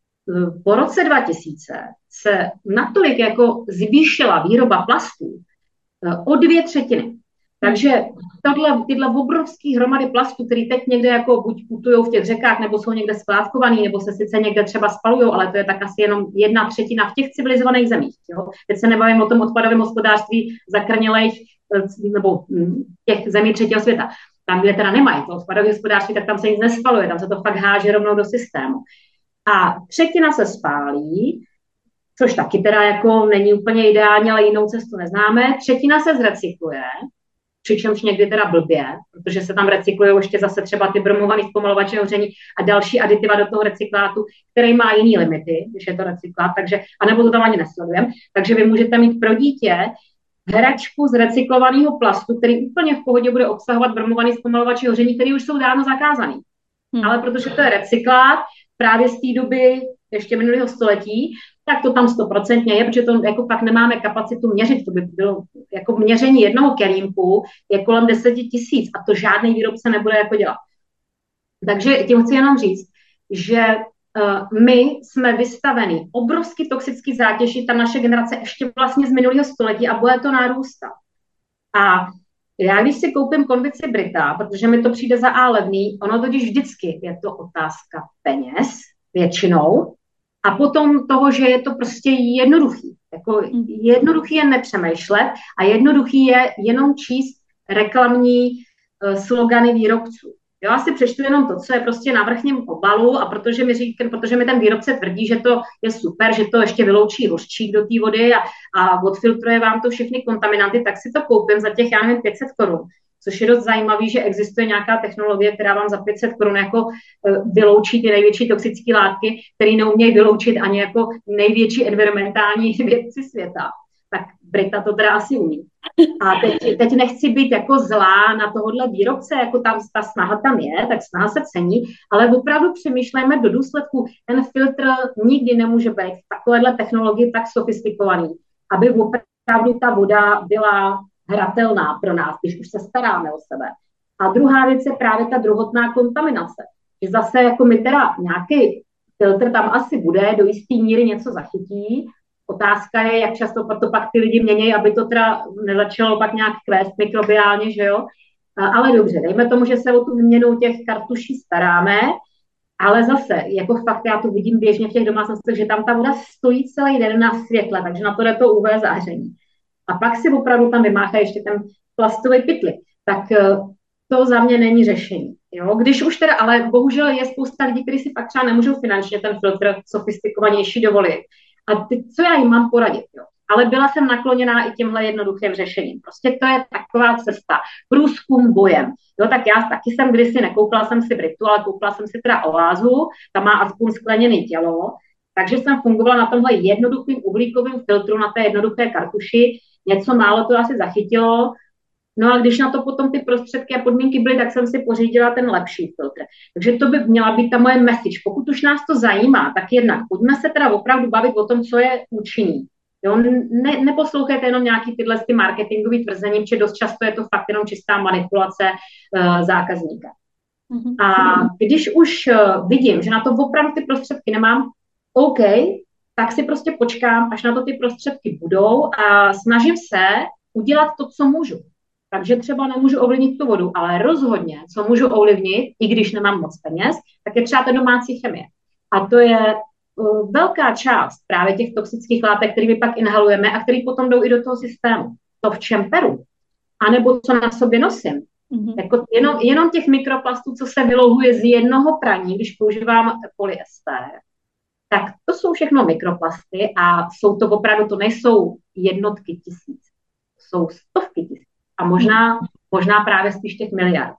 po roce dva tisíce se natolik jako zvýšila výroba plastů o dvě třetiny. Takže tohle, tyhle obrovské hromady plastu, které teď někde jako buď putují v těch řekách, nebo jsou někde skládkovaný, nebo se sice někde třeba spalují, ale to je tak asi jenom jedna třetina v těch civilizovaných zemích. Jo? Teď se nebavím o tom odpadovém hospodářství zakrnělejch nebo těch zemí třetího světa. Tam, kde teda nemají to odpadové hospodářství, tak tam se nic nespaluje, tam se to fakt háže rovnou do systému. A třetina se spálí, což taky teda jako není úplně ideální, ale jinou cestu neznáme. Třetina se zrecykluje, přičemž někdy teda blbě, protože se tam recyklují ještě zase třeba ty bromovaný zpomalovače hoření a další aditiva do toho recyklátu, který má jiný limity, když je to recyklát, takže, anebo to tam ani nesledujeme. Takže vy můžete mít pro dítě hračku z recyklovaného plastu, který úplně v pohodě bude obsahovat bromovaný zpomalovače hoření, který už jsou dávno zakázaný. Hmm. Ale protože to je recyklát právě z té doby ještě minulého století, tak to tam stoprocentně je, protože to jako fakt nemáme kapacitu měřit. To by bylo jako měření jednoho kelímku je kolem deset tisíc a to žádný výrobce nebude jako dělat. Takže tím chci jenom říct, že uh, my jsme vystaveni obrovsky toxický zátěži, ta naše generace ještě vlastně z minulého století a bude to narůstat. A já když si koupím konvici Brita, protože mi to přijde za A levný, ono totiž vždycky je to otázka peněz, většinou, a potom toho, že je to prostě jednoduchý. Jako jednoduchý je nepřemýšlet a jednoduchý je jenom číst reklamní uh, slogany výrobců. Jo, já si přečtu jenom to, co je prostě na vrchním obalu a protože mi, řík, protože mi ten výrobce tvrdí, že to je super, že to ještě vyloučí hořčík do té vody a, a odfiltruje vám to všechny kontaminanty, tak si to koupím za těch, já nevím, pět set korun. Což je dost zajímavý, že existuje nějaká technologie, která vám za pět set korun jako vyloučí ty největší toxické látky, které neumějí vyloučit ani jako největší environmentální vědci světa. Tak Brita to teda asi umí. A teď, teď nechci být jako zlá na tohohle výrobce, jako tam ta snaha tam je, tak snaha se cení, ale opravdu přemýšlejme do důsledku, ten filtr nikdy nemůže být v takovéhle technologii tak sofistikovaný, aby opravdu ta voda byla hratelná pro nás, když už se staráme o sebe. A druhá věc je právě ta druhotná kontaminace. Že zase jako my teda nějaký filtr tam asi bude, do jistý míry něco zachytí. Otázka je, jak často to pak ty lidi mění, aby to teda nezačalo pak nějak kvést mikrobiálně, že jo. Ale dobře, dejme tomu, že se o tu výměnu těch kartuší staráme, ale zase, jako fakt já to vidím běžně v těch domácnostech, že tam ta voda stojí celý den na světle, takže na to jde to U V záření. A pak si opravdu tam vymáchá ještě ten plastový pytlik. Tak to za mě není řešení. Jo? Když už teda, ale bohužel je spousta lidí, kteří si pak třeba nemůžou finančně ten filtr sofistikovanější dovolit. A teď, co já jim mám poradit? Jo? Ale byla jsem nakloněná i tímhle jednoduchým řešením. Prostě to je taková cesta. Průzkum bojem. Jo, tak já taky jsem kdysi nekoupila jsem si Britu, ale koupila jsem si teda Oázu, ta má aspoň skleněné tělo, takže jsem fungovala na tomhle jednoduchým uhlíkovým filtru, na té jednoduché kartuši. Něco málo to asi zachytilo, No a když na to potom ty prostředky a podmínky byly, tak jsem si pořídila ten lepší filtr. Takže to by měla být ta moje message. Pokud už nás to zajímá, tak jednak pojďme se teda opravdu bavit o tom, co je účinný. Jo, ne, neposlouchejte jenom nějaký tyhle ty marketingové tvrzení, protože dost často je to fakt jenom čistá manipulace uh, zákazníka. Mm-hmm. A když už uh, vidím, že na to opravdu ty prostředky nemám, OK, tak si prostě počkám, až na to ty prostředky budou a snažím se udělat to, co můžu. Takže třeba nemůžu ovlivnit tu vodu, ale rozhodně, co můžu ovlivnit, i když nemám moc peněz, tak je třeba ta domácí chemie. A to je uh, velká část právě těch toxických látek, které my pak inhalujeme a které potom jdou i do toho systému. To v čem peru, anebo co na sobě nosím. Mm-hmm. Jako jenom, jenom těch mikroplastů, co se vylouhuje z jednoho praní, když používám polyester, tak to jsou všechno mikroplasty a jsou to opravdu, to nejsou jednotky tisíc, jsou stovky tisíc a možná, možná právě spíš těch miliard.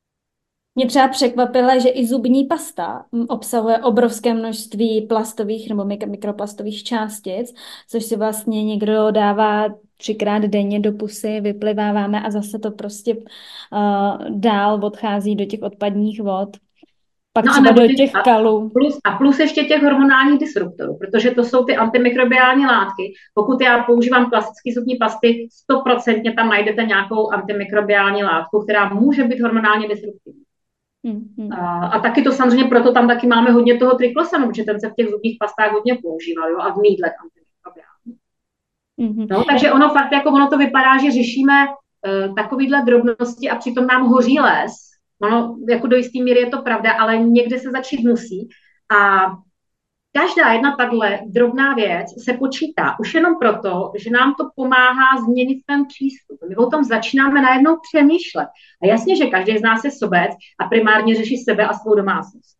Mě třeba překvapilo, že i zubní pasta obsahuje obrovské množství plastových nebo mikroplastových částic, což si vlastně někdo dává třikrát denně do pusy, vypliváváme a zase to prostě uh, dál odchází do těch odpadních vod. Pak no třeba do těch a kalů. Plus, a plus ještě těch hormonálních disruptorů, protože to jsou ty antimikrobiální látky. Pokud já používám klasické zubní pasty, stoprocentně tam najdete nějakou antimikrobiální látku, která může být hormonálně disruptivní. Hmm, hmm. A, a taky to samozřejmě, proto tam taky máme hodně toho triklosanu, protože ten se v těch zubních pastách hodně používá, jo, a v mýdlech antimikrobiální. Hmm. No, takže ono fakt, jako ono to vypadá, že řešíme uh, takovýhle drobnosti a přitom nám hoří les. Ono, jako do jistý míry je to pravda, ale někde se začít musí. A každá jedna tahle drobná věc se počítá. Už jenom proto, že nám to pomáhá změnit ten přístup. My o tom začínáme najednou přemýšlet. A jasně, že každý z nás je sobec a primárně řeší sebe a svou domácnost.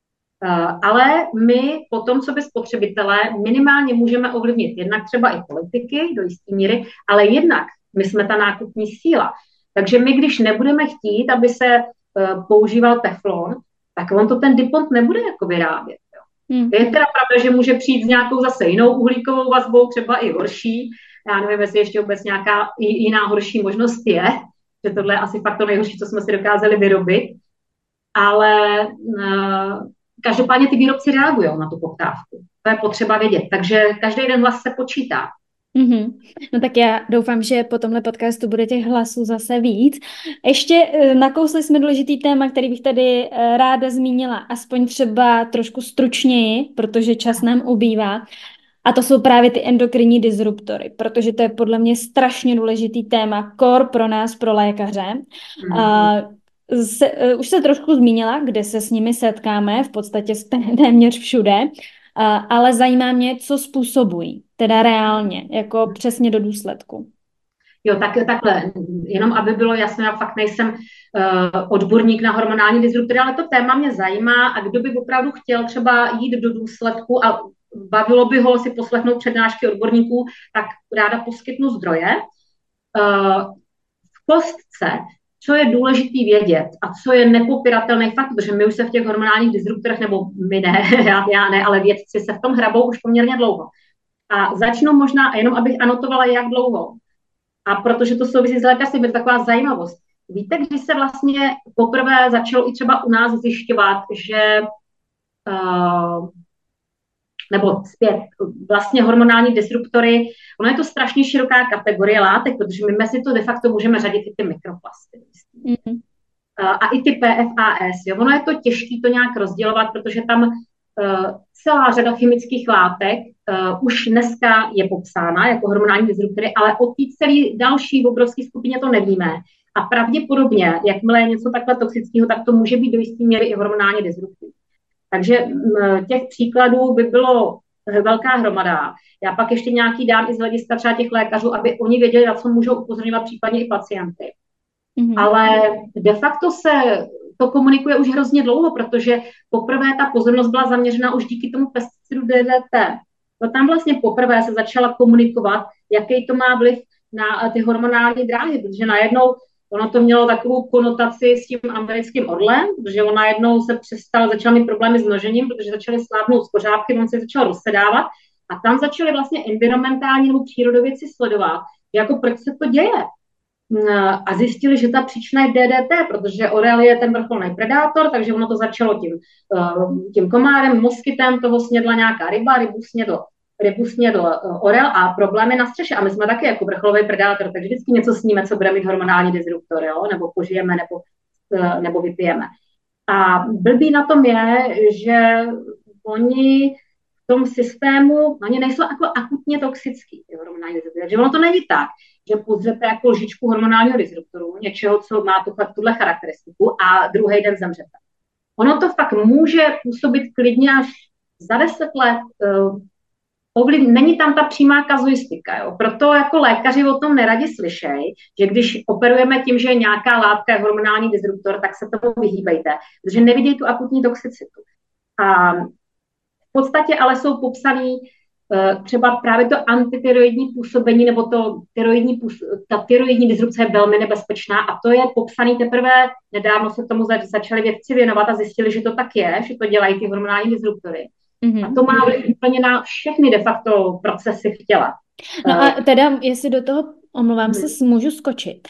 Uh, ale my potom, co by spotřebitelé, minimálně můžeme ovlivnit jednak třeba i politiky do jisté míry, ale jednak my jsme ta nákupní síla. Takže my, když nebudeme chtít, aby se používal teflon, tak on to ten DuPont nebude jako vyrábět. Jo. Hmm. Je teda pravda, že může přijít s nějakou zase jinou uhlíkovou vazbou, třeba i horší. Já nevím, jestli ještě vůbec nějaká jiná horší možnost je, že tohle je asi fakt to nejhorší, co jsme si dokázali vyrobit. Ale uh, každopádně ty výrobci reagují na tu poptávku. To je potřeba vědět. Takže každý den hlas se počítá. Mm-hmm. No tak já doufám, že po tomhle podcastu bude těch hlasů zase víc. Ještě nakousli jsme důležitý téma, který bych tady ráda zmínila, aspoň třeba trošku stručněji, protože čas nám ubývá. A to jsou právě ty endokrinní disruptory, protože to je podle mě strašně důležitý téma, core pro nás, pro lékaře. Mm-hmm. Uh, se, uh, už se trošku zmínila, kde se s nimi setkáme, v podstatě téměř všude. Uh, ale zajímá mě, co způsobují, teda reálně, jako přesně do důsledku. Jo, tak, takhle, jenom aby bylo jasné, já fakt nejsem uh, odborník na hormonální disruptory, ale to téma mě zajímá a kdo by opravdu chtěl třeba jít do důsledku a bavilo by ho si poslechnout přednášky odborníků, tak ráda poskytnu zdroje. Uh, v kostce, co je důležitý vědět a co je nepopiratelný fakt, protože my už se v těch hormonálních disruptorech, nebo my ne, já, já ne, ale vědci se v tom hrabou už poměrně dlouho. A začnu možná, jenom abych anotovala, jak dlouho. A protože to souvisí s lékařstvím, je to taková zajímavost. Víte, když se vlastně poprvé začalo i třeba u nás zjišťovat, že uh, nebo zpět, vlastně hormonální disruptory, ono je to strašně široká kategorie látek, protože my mezi to de facto můžeme řadit i ty mikroplasty. Mm-hmm. A i ty P F A S. Jo. Ono je to těžké to nějak rozdělovat, protože tam uh, celá řada chemických látek uh, už dneska je popsána jako hormonální disruptory, ale o té celé další v obrovské skupině to nevíme. A pravděpodobně, jakmile je něco takhle toxického, tak to může být do jisté míry i hormonálně disruptivní. Takže těch příkladů by bylo velká hromada. Já pak ještě nějaký dám i z hlediska třeba těch lékařů, aby oni věděli, na co můžou upozorňovat případně i pacienty. Mm-hmm. Ale de facto se to komunikuje už hrozně dlouho, protože poprvé ta pozornost byla zaměřena už díky tomu pesticidu D D T. No tam vlastně poprvé se začala komunikovat, jaký to má vliv na ty hormonální dráhy, protože najednou ono to mělo takovou konotaci s tím americkým orlem, protože on najednou se přestal, začal mít problémy s množením, protože začaly slábnout skořápky, on se začal rozsedávat a tam začaly vlastně environmentálně nebo přírodovědci sledovat, jako proč se to děje. a zjistili, že ta příčina je D D T, protože orel je ten vrcholný predátor, takže ono to začalo tím, tím komárem, moskytem, toho snědla nějaká ryba, rybu snědl, rybu snědl orel a problém je na střeše. A my jsme taky jako vrcholový predátor, takže vždycky něco sníme, co bude mít hormonální disruptor, jo? Nebo požijeme, nebo, nebo vypijeme. A blbý na tom je, že oni v tom systému, oni nejsou jako akutně toxický, ty hormonální disruptory. Takže ono to není tak, že pozřete jako lžičku hormonálního disruptoru, něčeho, co má tuhle charakteristiku a druhý den zemřete. Ono to fakt může působit klidně až za deset let. Ovliv, není tam ta přímá kazuistika. Jo? Proto jako lékaři o tom neradi slyšejí, že když operujeme tím, že je nějaká látka je hormonální disruptor, tak se tomu vyhýbejte, protože nevidějí tu akutní toxicitu. A v podstatě ale jsou popsaný uh, třeba právě to antityroidní působení, nebo to tyroidní působení, ta tyroidní disrupce je velmi nebezpečná a to je popsaný teprve, nedávno se tomu zač- začali vědci věnovat a zjistili, že to tak je, že to dělají ty hormonální disruptory. Mm-hmm. A to má vliv úplně na všechny de facto procesy v těle. No a teda, jestli do toho, omlouvám hmm. se, můžu skočit.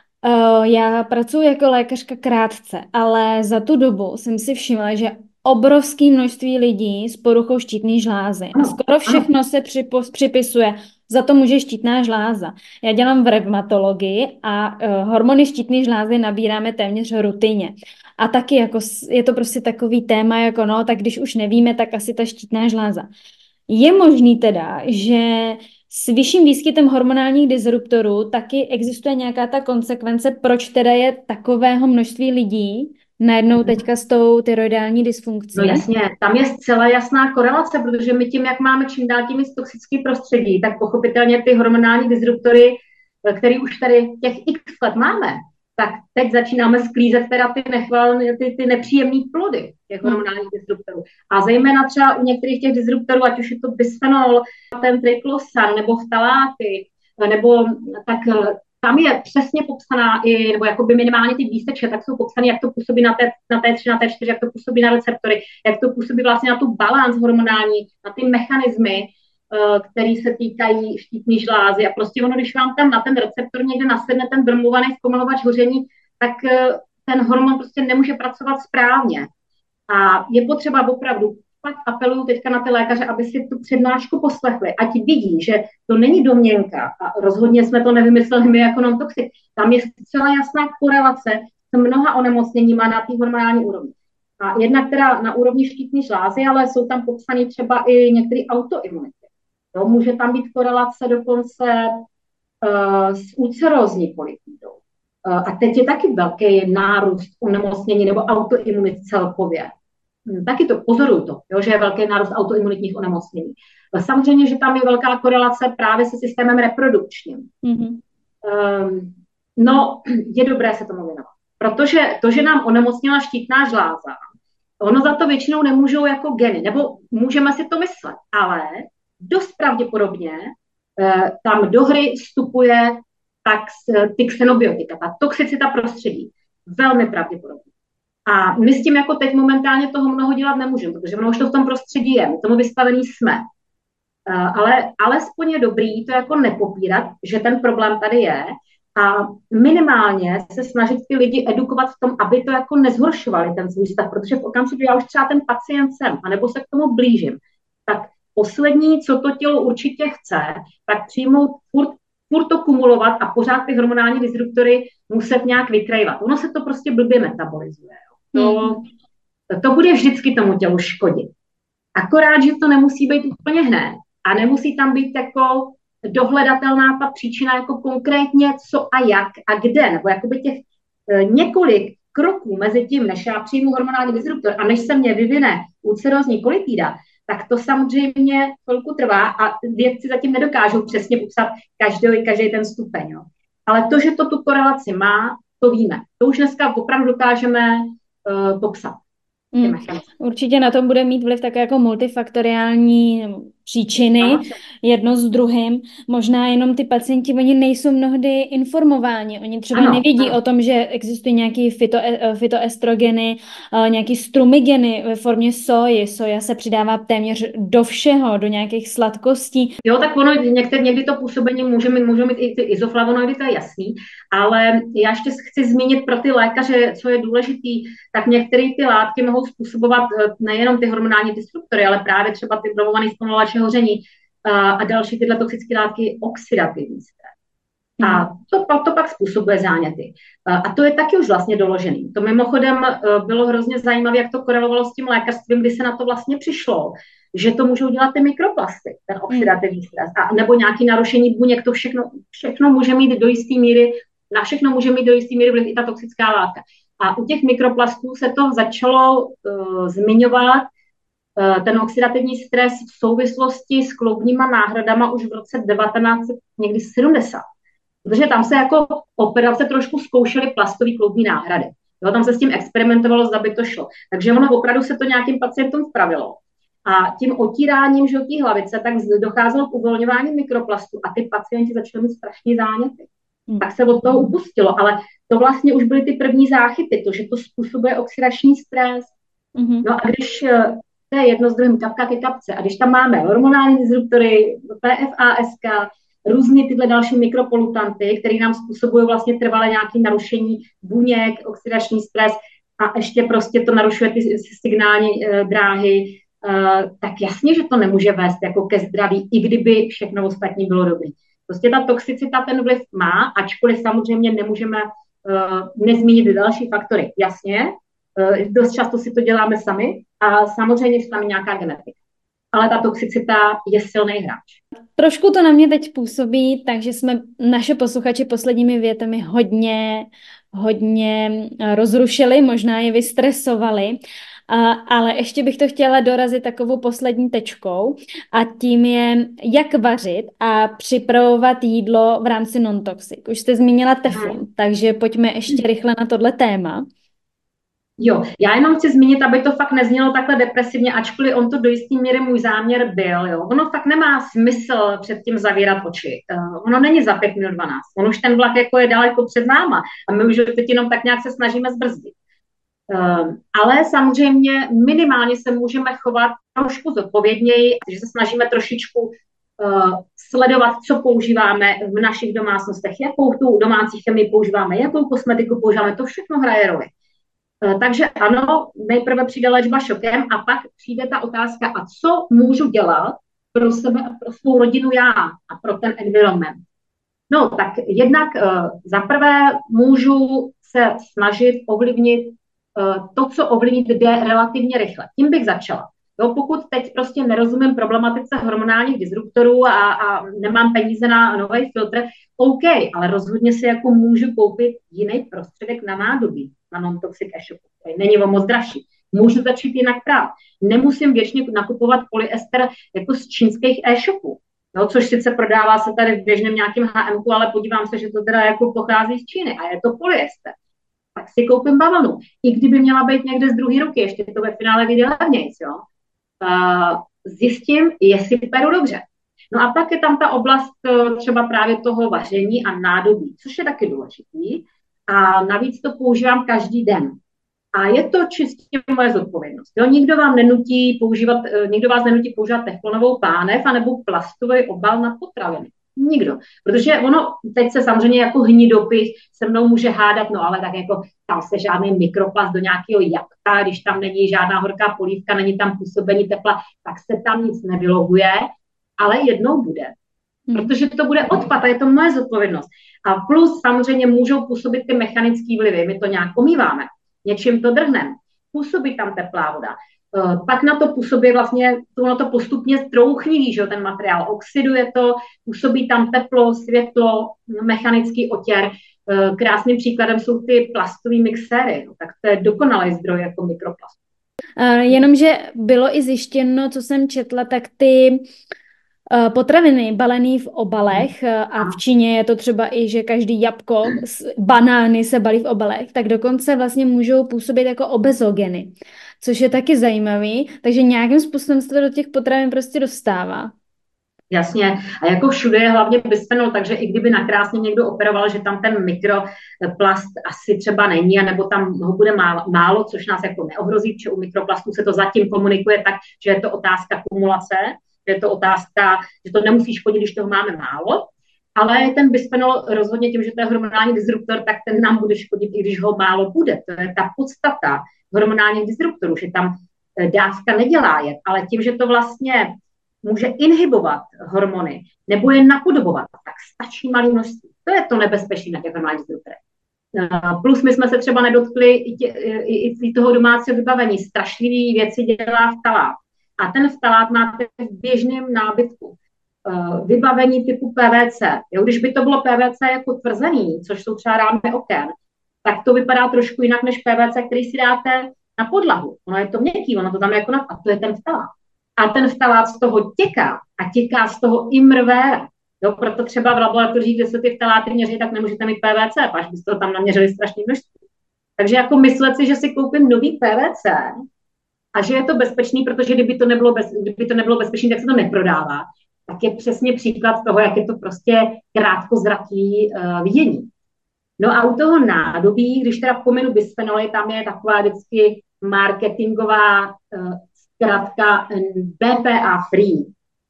Uh, já pracuji jako lékařka krátce, ale za tu dobu jsem si všimla, že obrovské množství lidí s poruchou štítné žlázy. A skoro všechno se připo- připisuje, za to může štítná žláza. Já dělám v revmatologii a uh, hormony štítné žlázy nabíráme téměř rutině. A taky jako je to prostě takový téma, jako no, tak když už nevíme, tak asi ta štítná žláza. Je možný teda, že s vyšším výskytem hormonálních disruptorů taky existuje nějaká ta konsekvence, proč teda je takového množství lidí najednou teďka s tou tyroidální dysfunkcí? No jasně, tam je zcela jasná korelace, protože my tím, jak máme čím dál tím toxický prostředí, tak pochopitelně ty hormonální disruptory, který už tady těch x let máme, tak teď začínáme sklízet teda ty, nechvalné, ty, ty nepříjemné plody těch hormonálních disruptorů. A zejména třeba u některých těch disruptorů, ať už je to bisphenol, ten triklosan, nebo ftaláty, nebo tak tam je přesně popsaná i, nebo jakoby minimálně ty výseče, tak jsou popsané, jak to působí na té, na té tři, na té čtyři, jak to působí na receptory, jak to působí vlastně na tu balans hormonální, na ty mechanismy, který se týkají štítné žlázy. A prostě ono, když vám tam na ten receptor někde nasedne ten bromovaný zpomalovač hoření, tak ten hormon prostě nemůže pracovat správně. A je potřeba opravdu, fakt apeluju teďka na ty lékaře, aby si tu přednášku poslechli, ať vidí, že to není domněnka a rozhodně jsme to nevymysleli my jako non-toxic. Tam je zcela jasná korelace s mnoha onemocněníma na té hormonální úrovni. A jedna, která na úrovni štítné žlázy, ale jsou tam popsané třeba i některé autoimunity. Jo, může tam být korelace dokonce uh, s ulcerózní kolitidou. Uh, a teď je taky velký nárůst onemocnění nebo autoimunit celkově. Hmm, taky to, pozoruju to, jo, že je velký nárůst autoimunitních onemocnění. Uh, samozřejmě, že tam je velká korelace právě se systémem reprodukčním. Mm-hmm. Um, no, je dobré se tomu věnovat. Protože to, že nám onemocnila štítná žláza, ono za to většinou nemůžou jako geny, nebo můžeme si to myslet, ale dost pravděpodobně eh, tam do hry vstupuje tak ty xenobiotika, ta toxicita prostředí. Velmi pravděpodobně. A my s tím jako teď momentálně toho mnoho dělat nemůžeme, protože ono už to v tom prostředí je, my tomu vystavení jsme. Eh, ale alespoň je dobrý to jako nepopírat, že ten problém tady je a minimálně se snažit ty lidi edukovat v tom, aby to jako nezhoršovali ten svůj stav, protože v okamžiku já už třeba ten pacient jsem, anebo se k tomu blížím, tak poslední, co to tělo určitě chce, tak přijmout furt, furt to kumulovat a pořád ty hormonální disruptory muset nějak vykrývat. Ono se to prostě blbě metabolizuje. To, to bude vždycky tomu tělu škodit. Akorát, že to nemusí být úplně hned a nemusí tam být jako dohledatelná ta příčina jako konkrétně co a jak a kde, nebo jakoby těch e, několik kroků mezi tím, než já přijmu hormonální disruptor a než se mě vyvine ulcerózní kolitida, tak to samozřejmě chvilku trvá a vědci zatím nedokážou přesně popsat každý, každý ten stupeň. Jo. Ale to, že to tu korelaci má, to víme. To už dneska opravdu dokážeme uh, popsat. Hmm. Určitě na tom bude mít vliv také jako multifaktoriální příčiny jedno s druhým. Možná jenom ty pacienti, oni nejsou mnohdy informováni. Oni třeba Ano, nevědí ano. o tom, že existují nějaké fyto, fytoestrogeny, nějaké strumygeny ve formě soji. Soja se přidává téměř do všeho, do nějakých sladkostí. Jo, tak ono některé, někdy to působení může mít, může mít i ty izoflavonoidy, to je jasný, ale já ještě chci zmínit pro ty lékaře, co je důležitý, tak některé ty látky mohou způsobovat nejenom ty hormonální disruptory, ale právě třeba ty provokované zpomalovače hoření a, a další tyhle toxické látky oxidativní stres. A to, to pak způsobuje záněty. A to je taky už vlastně doložený. To mimochodem bylo hrozně zajímavé, jak to korelovalo s tím lékařstvím, kdy se na to vlastně přišlo, že to můžou dělat ty mikroplasty, ten oxidativní stres, a nebo nějaké narušení buněk, to všechno, všechno může mít do jisté míry, na všechno může mít do jisté míry vliv i ta toxická látka. A u těch mikroplastů se to začalo uh, zmiňovat, uh, ten oxidativní stres v souvislosti s kloubníma náhradama už v roce devatenáct set sedmdesát. Protože tam se jako operace trošku zkoušely plastové kloubní náhrady. Jo, tam se s tím experimentovalo, zda by to šlo. Takže ono opravdu se to nějakým pacientům vpravilo. A tím otíráním žlutý hlavice tak docházelo k uvolňování mikroplastů a ty pacienti začali mít strašně záněty. Hmm. Tak se od toho upustilo, ale to vlastně už byly ty první záchyty, to, že to způsobuje oxidační stres. Hmm. No a když to je jedno z druhým kapka ke kapce, a když tam máme hormonální disruptory, P F A S K, různé tyhle další mikropolutanty, které nám způsobují vlastně trvalé nějaké narušení buněk, oxidační stres a ještě prostě to narušuje ty signální e, dráhy, e, tak jasně, že to nemůže vést jako ke zdraví, i kdyby všechno ostatní bylo dobré. Prostě ta toxicita ten vliv má, ačkoliv samozřejmě nemůžeme e, nezmínit další faktory. Jasně, e, dost často si to děláme sami a samozřejmě je tam nějaká genetika. Ale ta toxicita je silný hráč. Trošku to na mě teď působí, takže jsme naše posluchače posledními větami hodně, hodně rozrušili, možná je vystresovali, ale ještě bych to chtěla dorazit takovou poslední tečkou a tím je, jak vařit a připravovat jídlo v rámci non-toxic. Už jste zmínila teflon, hmm. takže pojďme ještě rychle na tohle téma. Jo, já jenom chci zmínit, aby to fakt neznělo takhle depresivně, ačkoliv on to do jistý míry můj záměr byl. Jo. Ono fakt nemá smysl před tím zavírat oči. Uh, ono není za pět minut dvanáct. On už ten vlak jako je daleko před náma a my už teď jenom tak nějak se snažíme zbrzdit. Uh, ale samozřejmě minimálně se můžeme chovat trošku zodpovědněji, že se snažíme trošičku uh, sledovat, co používáme v našich domácnostech, jakou tu domácí chemii používáme, jakou kosmetiku používáme, to všechno hraje roli. Takže ano, nejprve přijde léčba šokem a pak přijde ta otázka, a co můžu dělat pro sebe a pro svou rodinu já a pro ten environment. No tak jednak uh, zaprvé můžu se snažit ovlivnit uh, to, co ovlivnit jde relativně rychle. Tím bych začala. Jo, pokud teď prostě nerozumím problematice hormonálních disruptorů a, a nemám peníze na nový filtr, OK, ale rozhodně si jako můžu koupit jiný prostředek na nádobí, na non-toxic e-shopu, který není o moc dražší. Můžu začít jinak prát. Nemusím věčně nakupovat polyester jako z čínských e-shopů, no, což sice prodává se tady v běžném nějakém há emku, ale podívám se, že to teda jako pochází z Číny a je to polyester. Tak si koupím bavlnu. I kdyby měla být někde z druhé ruky, ještě to ve finále vyjde levnějc, jo. Uh, zjistím, jestli peru dobře. No a pak je tam ta oblast uh, třeba právě toho vaření a nádobí, což je taky důležitý. A navíc to používám každý den. A je to čistě moje zodpovědnost. Jo? Nikdo vám nenutí používat, uh, nikdo vás nenutí používat teflonovou pánev anebo plastový obal na potraviny. Nikdo. Protože ono, teď se samozřejmě jako hnidopich se mnou může hádat, no ale tak jako tam se žádný mikroplast do nějakého jabka, když tam není žádná horká polívka, není tam působení tepla, tak se tam nic nevyloguje, ale jednou bude. Protože to bude odpad a je to moje zodpovědnost. A plus samozřejmě můžou působit ty mechanické vlivy, my to nějak omýváme, něčím to drhneme, působí tam teplá voda. Uh, pak na to působí vlastně, to, to postupně strouchnivý, že ten materiál oxiduje to, působí tam teplo, světlo, mechanický otěr. Uh, krásným příkladem jsou ty plastové mixéry, no, tak to je dokonalý zdroj jako mikroplast. Uh, jenomže bylo i zjištěno, co jsem četla, tak ty uh, potraviny balené v obalech, uh, a v Číně je to třeba i, že každý jabko, banány se balí v obalech, tak dokonce vlastně můžou působit jako obezogeny. což je taky zajímavý, takže nějakým způsobem se to do těch potravin prostě dostává. Jasně. A jako všude je hlavně bisfenol, takže i kdyby nakrásně někdo operoval, že tam ten mikroplast asi třeba není, anebo tam ho bude málo, málo, což nás jako neohrozí, protože u mikroplastů se to zatím komunikuje tak, že je to otázka kumulace, že je to otázka, že to nemusí škodit, když toho máme málo, ale ten bisfenol rozhodně tím, že to je hormonální disruptor, tak ten nám bude škodit, i když ho málo bude. To je ta podstata hormonálních disruptorů, že tam dávka nedělá jet, ale tím, že to vlastně může inhibovat hormony nebo je napodobovat, tak stačí malé množství. To je to nebezpečí na těch hormonálních disruptorech. Plus my jsme se třeba nedotkli i, tě, i, i toho domácího vybavení. Strašlivý věci dělá vtalát. A ten vtalát máte v běžném nábytku. Vybavení typu P V C. Jo, když by to bylo P V C jako tvrzený, což jsou třeba rámy oken, tak to vypadá trošku jinak než P V C, který si dáte na podlahu. Ono je to měkký, ono to tam je jako na... A to je ten vtalát. A ten vtalát z toho těká a těká z toho i mrvé. Jo, proto třeba v laboratořích, kde se ty vtaláty měří, tak nemůžete mít P V C, až byste to tam naměřili strašně množství. Takže jako myslet si, že si koupím nový P V C a že je to bezpečný, protože kdyby to nebylo, bez, kdyby to nebylo bezpečný, tak se to neprodává, tak je přesně příklad toho, jak je to prostě krátkozraký uh, vidění. No a u toho nádobí, když teda pominu bisfenoly, tam je taková vždycky marketingová uh, zkrátka B P A free.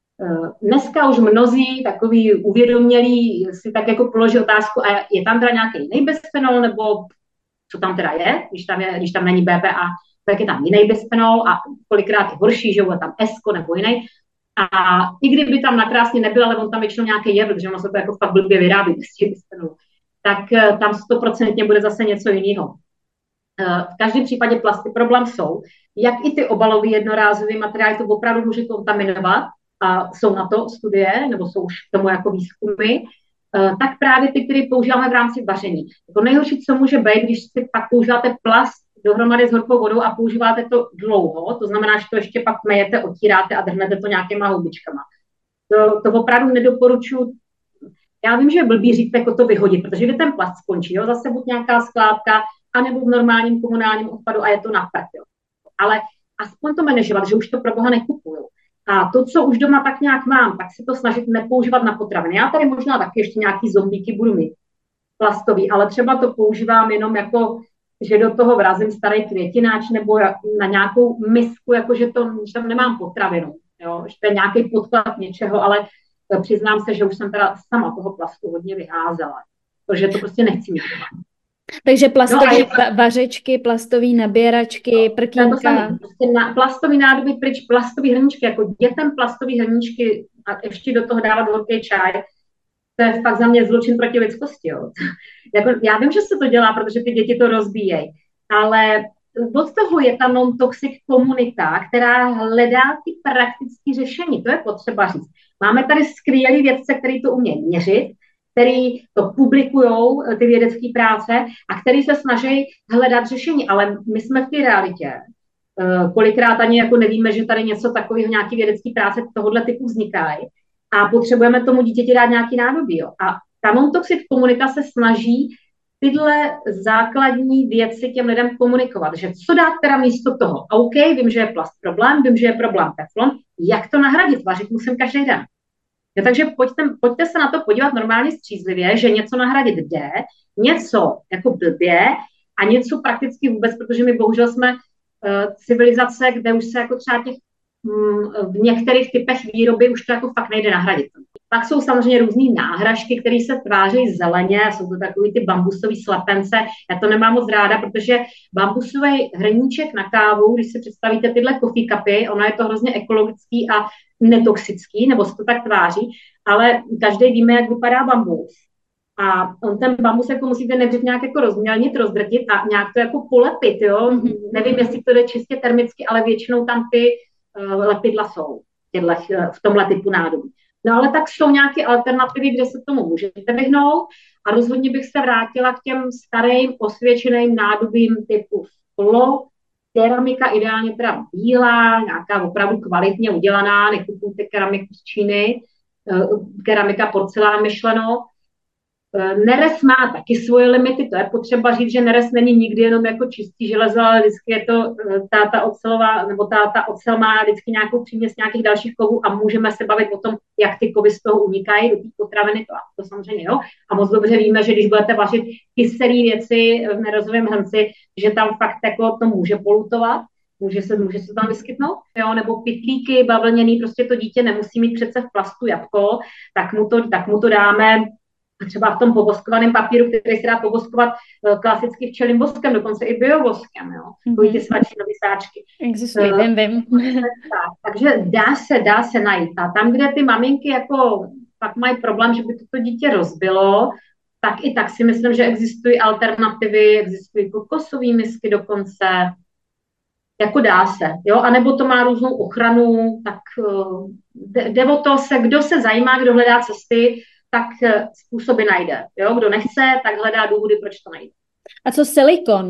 Dneska už mnozí takový uvědomělí si tak jako položí otázku, a je tam teda nějaký jiný bisfenol, nebo co tam teda je, když tam, je, když tam není B P A, tak je tam jiný bisfenol a kolikrát je horší, že je tam esko nebo jiný. A i kdyby tam nakrásně nebyl, ale on tam většinou nějaký je, protože ono se to jako fakt blbě vyrábí bez těch bisfenolů, tak tam stoprocentně bude zase něco jiného. V každém případě plasty problém jsou, jak i ty obalové jednorázové materiály to opravdu může kontaminovat, a jsou na to studie, nebo jsou už k tomu jako výzkumy, tak právě ty, které používáme v rámci vaření. To nejhorší, co může být, když si pak používáte plast dohromady s horkou vodou a používáte to dlouho, to znamená, že to ještě pak mejete, otíráte a drhnete to nějakýma houbičkama. To, to opravdu nedoporučuji. Já vím, že je blbý říct, jako to vyhodit, protože kdy ten plast skončí, jo? Zase buď nějaká skládka, anebo v normálním komunálním odpadu a je to na prd. Ale aspoň to manažovat, že už to pro boha nekupuju. A to, co už doma tak nějak mám, tak si to snažit nepoužívat na potraviny. Já tady možná taky ještě nějaký zombíky budu mít plastový, ale třeba to používám jenom jako, že do toho vrazím starý květináč nebo na nějakou misku, jako že, to, že tam nemám potravinu. Jo? Že to je nějaký podklad něčeho, ale přiznám se, že už jsem teda sama toho plastu hodně vyházela, protože to prostě nechci mít doma. Takže plastové no vařečky, plastové nabíračky, no, prkínka. Prostě na, plastový nádoby pryč, plastový hrníčky, jako dětem plastový hrníčky a ještě do toho dávat horký čaj, to je fakt za mě zločin proti lidskosti. Jo. Jako, já vím, že se to dělá, protože ty děti to rozbíjejí, ale od toho je ta non-toxic komunita, která hledá ty praktické řešení. To je potřeba říct. Máme tady skvělý vědce, který to umějí měřit, který to publikujou, ty vědecké práce, a který se snaží hledat řešení. Ale my jsme v té realitě. Kolikrát ani jako nevíme, že tady něco takového, nějaké vědecké práce tohohle typu vznikají a potřebujeme tomu dítěti dát nějaký nádobí. Jo. A ta non-toxic komunita se snaží tyhle základní věci těm lidem komunikovat, že co dát teda místo toho. OK, vím, že je plast problém, vím, že je problém teflon, jak to nahradit, vařit musím každý den. Jo, takže pojďte, pojďte se na to podívat normálně střízlivě, že něco nahradit jde, něco jako blbě a něco prakticky vůbec, protože my bohužel jsme uh, civilizace, kde už se jako třeba těch, um, v některých typech výroby už to jako fakt nejde nahradit. Pak jsou samozřejmě různý náhražky, které se tváří zeleně, jsou to takový ty bambusový slepence. Já to nemám moc ráda, protože bambusový hrníček na kávu, když si představíte tyhle coffee cupy, ono je to hrozně ekologický a netoxický, nebo se to tak tváří, ale každý víme, jak vypadá bambus. A on ten bambus jako musíte nejdřív nějak jako rozmělnit, rozdrtit a nějak to jako polepit, jo. Mm-hmm. Nevím, jestli to jde čistě termicky, ale většinou tam ty uh, lepidla jsou těhle, uh, v tomhle typu nádobí. No ale tak jsou nějaké alternativy, kde se tomu můžete vyhnout a rozhodně bych se vrátila k těm starým osvědčeným nádobím typu sklo, keramika, ideálně teda bílá, nějaká opravdu kvalitně udělaná, nekupujte keramiku z Číny, keramika, porcelán myšleno. Nerez má taky svoje limity, to je potřeba říct, že nerez není nikdy jenom jako čistý železo, ale vždycky je to ta, ta ocelová, nebo ta, ta ocel má vždycky nějakou příměs nějakých dalších kovů a můžeme se bavit o tom, jak ty kovy z toho unikají do té potraviny, to, to samozřejmě jo. A moc dobře víme, že když budete vařit kyselé věci v nerezovém hrnci, že tam fakt jako to může polutovat, může se, může se tam vyskytnout, jo, nebo pytlíky bavlněný, prostě to dítě nemusí mít přece v plastu jabko, tak mu to, tak mu to dáme třeba v tom povoskovaném papíru, který se dá povoskovat klasicky včelím voskem, dokonce i biovoskem, jo, mm-hmm. ty svačinové sáčky. Existují, vím, vím. Tak, takže dá se, dá se najít. A tam, kde ty maminky jako pak mají problém, že by toto dítě rozbilo, tak i tak si myslím, že existují alternativy, existují kokosové misky dokonce, jako dá se, jo, anebo to má různou ochranu, tak jde o to se, kdo se zajímá, kdo hledá cesty, tak způsoby najde, jo, kdo nechce, tak hledá důvody, proč to najde. A co silikon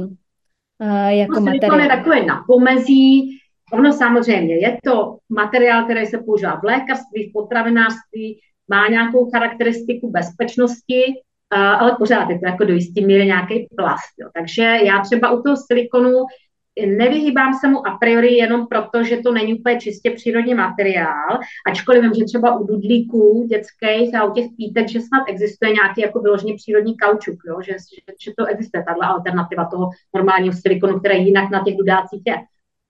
uh, jako no, materiál? Silikon je takové na pomezí, ono samozřejmě je to materiál, který se používá v lékařství, v potravinářství, má nějakou charakteristiku bezpečnosti, uh, ale pořád je to jako do jistý míry nějaký plast, jo. Takže já třeba u toho silikonu nevyhýbám se mu a priori jenom proto, že to není úplně čistě přírodní materiál, ačkoliv vím, že třeba u dudlíků dětských a u těch pítek, že snad existuje nějaký jako vyloženě přírodní kaučuk, jo? Že, že, že to existuje, tahle alternativa toho normálního silikonu, které jinak na těch dudácích je.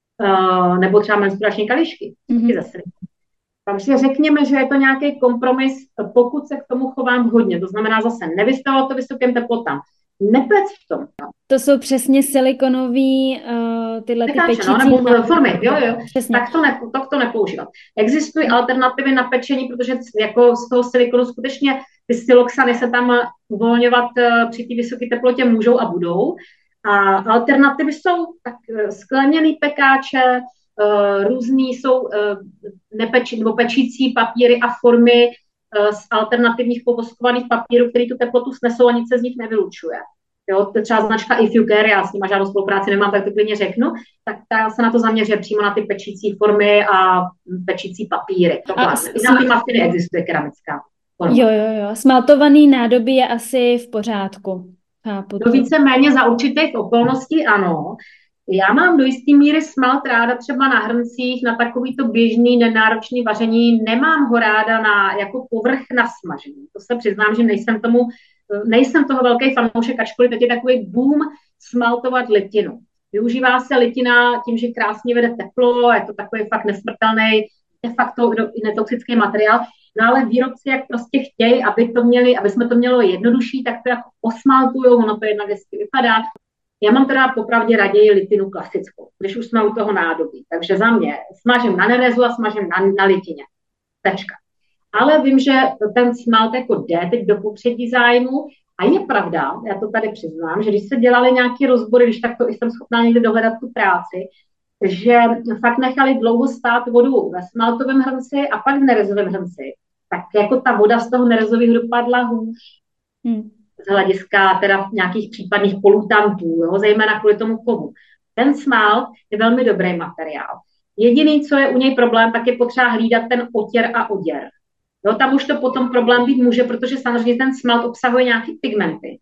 Uh, nebo třeba menstruační kališky, mm-hmm. ze silikonu. Takže řekněme, že je to nějaký kompromis, pokud se k tomu chovám hodně, to znamená zase nevystavovat to vysokým teplotám. Nepec v tom. No. To jsou přesně silikonový uh, tyhle ty pečící. No, nebo formy, jo, jo. Přesně. Tak to, ne, to, to nepoužívat. Existují alternativy na pečení, protože jako z toho silikonu skutečně ty siloxany se tam uvolňovat uh, při té vysoké teplotě můžou a budou. A alternativy jsou tak uh, skleněný pekáče, uh, různý jsou uh, nepeči, nebo pečící papíry a formy z alternativních povoskovaných papírů, který tu teplotu snesou a nic se z nich nevylučuje. Jo, to je třeba značka If You Care, já s nima žádnou spolupráci nemám, tak to klidně řeknu, tak ta se na to zaměřuje přímo na ty pečící formy a pečící papíry. To a s, na ty mafiny existuje keramická forma. Jo, jo, jo. Smaltovaný nádoby je asi v pořádku. Chápu to. To víceméně za určitých okolností ano. Já mám do jisté míry smalt ráda třeba na hrncích, na takovýto běžný, nenáročný vaření. Nemám ho ráda na, jako povrch na smažení. To se přiznám, že nejsem tomu, nejsem toho velký fanoušek, ačkoliv teď je takový boom smaltovat litinu. Využívá se litina tím, že krásně vede teplo, je to takový fakt nesmrtelný, de facto netoxický materiál. No ale výrobci, jak prostě chtějí, aby to měli, aby jsme to mělo jednodušší, tak to jako osmaltujou, ono to jednak hezky vypadá. Já mám teda popravdě raději litinu klasickou, když už jsme u toho nádobí. Takže za mě smažím na nerezu a smažím na, na litině. Tečka. Ale vím, že ten smalt jako jde teď do popředí zájmu a je pravda, já to tady přiznám, že když se dělali nějaké rozbory, když tak to jsem schopná někde dohledat tu práci, že fakt nechali dlouho stát vodu ve smaltovém hrnci a pak v nerezovém hrnci, tak jako ta voda z toho nerezového dopadla hůř. Hmm. Z hlediska teda nějakých případných polutantů, jo, zejména kvůli tomu kovu. Ten smalt je velmi dobrý materiál. Jediný, co je u něj problém, tak je potřeba hlídat ten otěr a oděr. Jo, tam už to potom problém být může, protože samozřejmě ten smalt obsahuje nějaké pigmenty